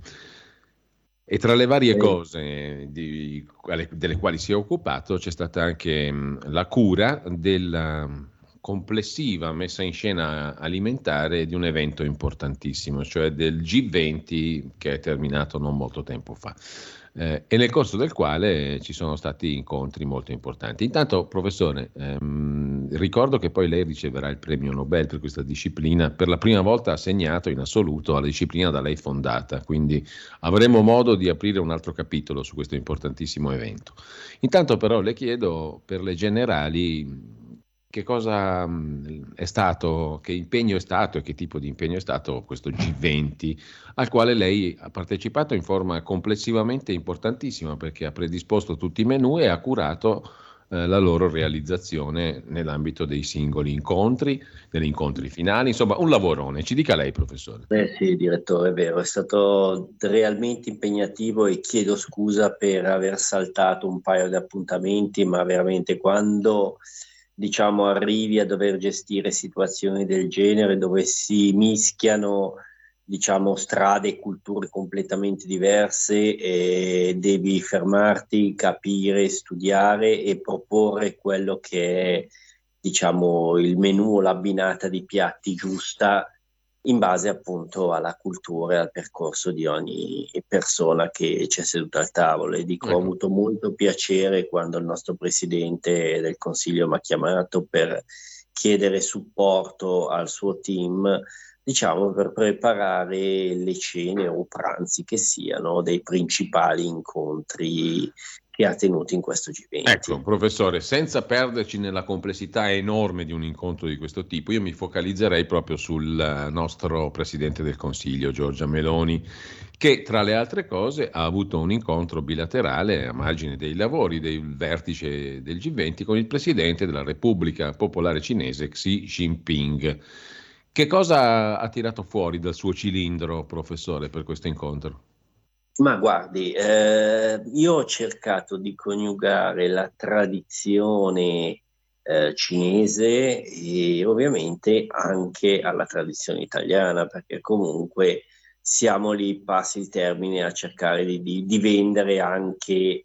E tra le varie cose delle quali si è occupato c'è stata anche la cura della complessiva messa in scena alimentare di un evento importantissimo, cioè del G20 che è terminato non molto tempo fa. E nel corso del quale ci sono stati incontri molto importanti. Intanto, professore, ricordo che poi lei riceverà il premio Nobel per questa disciplina, per la prima volta assegnato in assoluto alla disciplina da lei fondata, quindi avremo modo di aprire un altro capitolo su questo importantissimo evento. Intanto però le chiedo per le generali che cosa è stato, che impegno è stato e che tipo di impegno è stato questo G20 al quale lei ha partecipato in forma complessivamente importantissima, perché ha predisposto tutti i menù e ha curato la loro realizzazione nell'ambito dei singoli incontri, degli incontri finali, insomma un lavorone. Ci dica lei, professore. Sì, direttore, è vero, è stato realmente impegnativo e chiedo scusa per aver saltato un paio di appuntamenti, ma veramente quando arrivi a dover gestire situazioni del genere dove si mischiano strade e culture completamente diverse, e devi fermarti, capire, studiare e proporre quello che è il menù o l'abbinata di piatti giusta in base appunto alla cultura e al percorso di ogni persona che c'è seduta al tavolo. E dico, ho avuto molto piacere quando il nostro Presidente del Consiglio mi ha chiamato per chiedere supporto al suo team diciamo, per preparare le cene o pranzi che siano dei principali incontri che ha tenuto in questo G20. Ecco, professore, senza perderci nella complessità enorme di un incontro di questo tipo, io mi focalizzerei proprio sul nostro Presidente del Consiglio, Giorgia Meloni, che tra le altre cose ha avuto un incontro bilaterale a margine dei lavori del vertice del G20 con il Presidente della Repubblica Popolare Cinese, Xi Jinping. Che cosa ha tirato fuori dal suo cilindro, professore, per questo incontro? Ma guardi, io ho cercato di coniugare la tradizione cinese e ovviamente anche alla tradizione italiana, perché comunque siamo lì, passi il termine, a cercare di vendere anche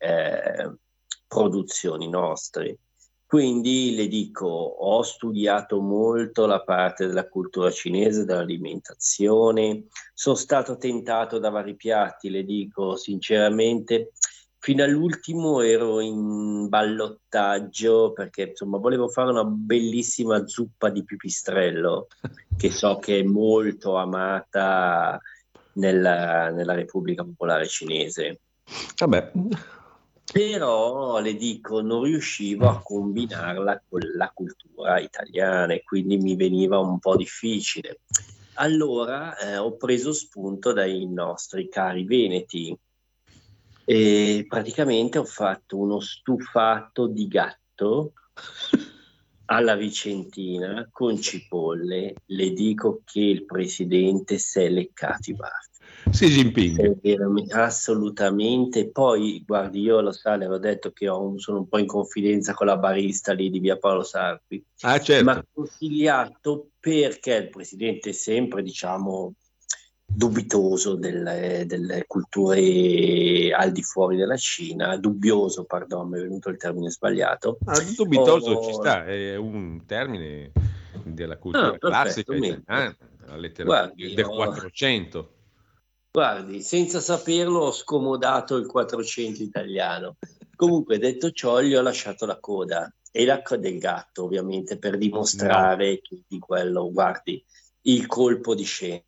produzioni nostre. Quindi le dico, ho studiato molto la parte della cultura cinese, dell'alimentazione, sono stato tentato da vari piatti, le dico sinceramente, fino all'ultimo ero in ballottaggio perché insomma volevo fare una bellissima zuppa di pipistrello, che so che è molto amata nella Repubblica Popolare Cinese. Vabbè. Però le dico, non riuscivo a combinarla con la cultura italiana e quindi mi veniva un po' difficile. Allora ho preso spunto dai nostri cari veneti e praticamente ho fatto uno stufato di gatto alla vicentina con cipolle. Le dico che il presidente si è leccato i baffi. Xi Jinping. Assolutamente. Poi guardi, io lo sa, le avevo detto che sono un po' in confidenza con la barista lì di via Paolo Sarpi. Ah, certo. Ma consigliato perché il presidente è sempre, diciamo, dubitoso delle culture al di fuori della Cina, dubbioso, pardon, mi è venuto il termine sbagliato. Dubitoso ci sta, è un termine della cultura classica italiana, la letteratura del 400. Guardi, senza saperlo ho scomodato il 400 italiano. Comunque, detto ciò, gli ho lasciato la coda e la coda del gatto, ovviamente, per dimostrare che di quello, guardi, il colpo di scena.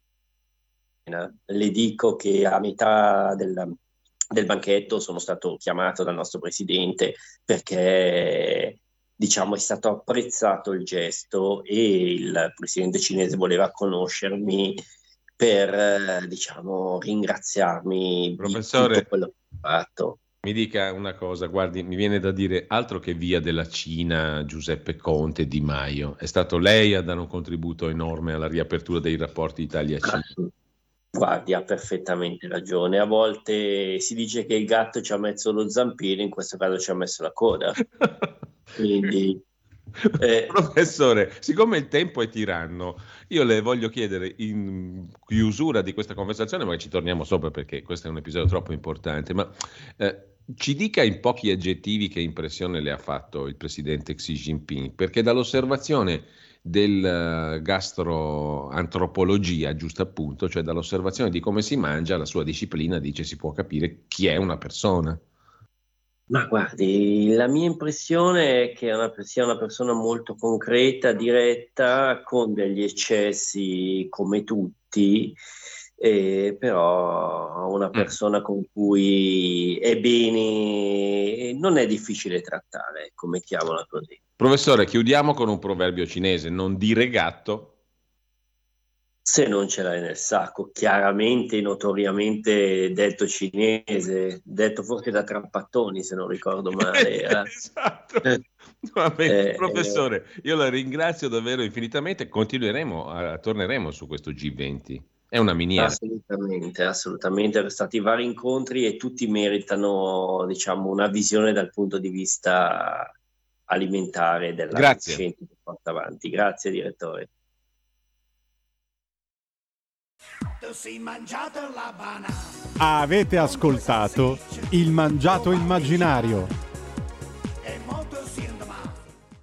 Le dico che a metà del banchetto sono stato chiamato dal nostro presidente perché, diciamo, è stato apprezzato il gesto e il presidente cinese voleva conoscermi per, diciamo, ringraziarmi, professore, di tutto quello che ho fatto. Mi dica una cosa, guardi, mi viene da dire altro che via della Cina, Giuseppe Conte, Di Maio. È stato lei a dare un contributo enorme alla riapertura dei rapporti Italia-Cina. Guardi, ha perfettamente ragione. A volte si dice che il gatto ci ha messo lo zampino, in questo caso ci ha messo la coda. Quindi... Professore, siccome il tempo è tiranno, io le voglio chiedere in chiusura di questa conversazione, ma ci torniamo sopra perché questo è un episodio troppo importante, ma ci dica in pochi aggettivi che impressione le ha fatto il presidente Xi Jinping, perché dall'osservazione del gastroantropologia, giusto appunto, cioè dall'osservazione di come si mangia, la sua disciplina dice si può capire chi è una persona. Ma guardi, la mia impressione è che sia una persona molto concreta, diretta, con degli eccessi come tutti, però una persona con cui è bene, non è difficile trattare, come mettiamola così. Professore, chiudiamo con un proverbio cinese: non dire gatto se non ce l'hai nel sacco, chiaramente, notoriamente detto cinese, detto forse da Trapattoni se non ricordo male. Esatto. Professore, io la ringrazio davvero infinitamente, torneremo su questo G20. È una miniera. Assolutamente, sono stati vari incontri e tutti meritano, diciamo, una visione dal punto di vista alimentare della scienza che porta avanti. Grazie direttore. Avete ascoltato Il Mangiato Immaginario,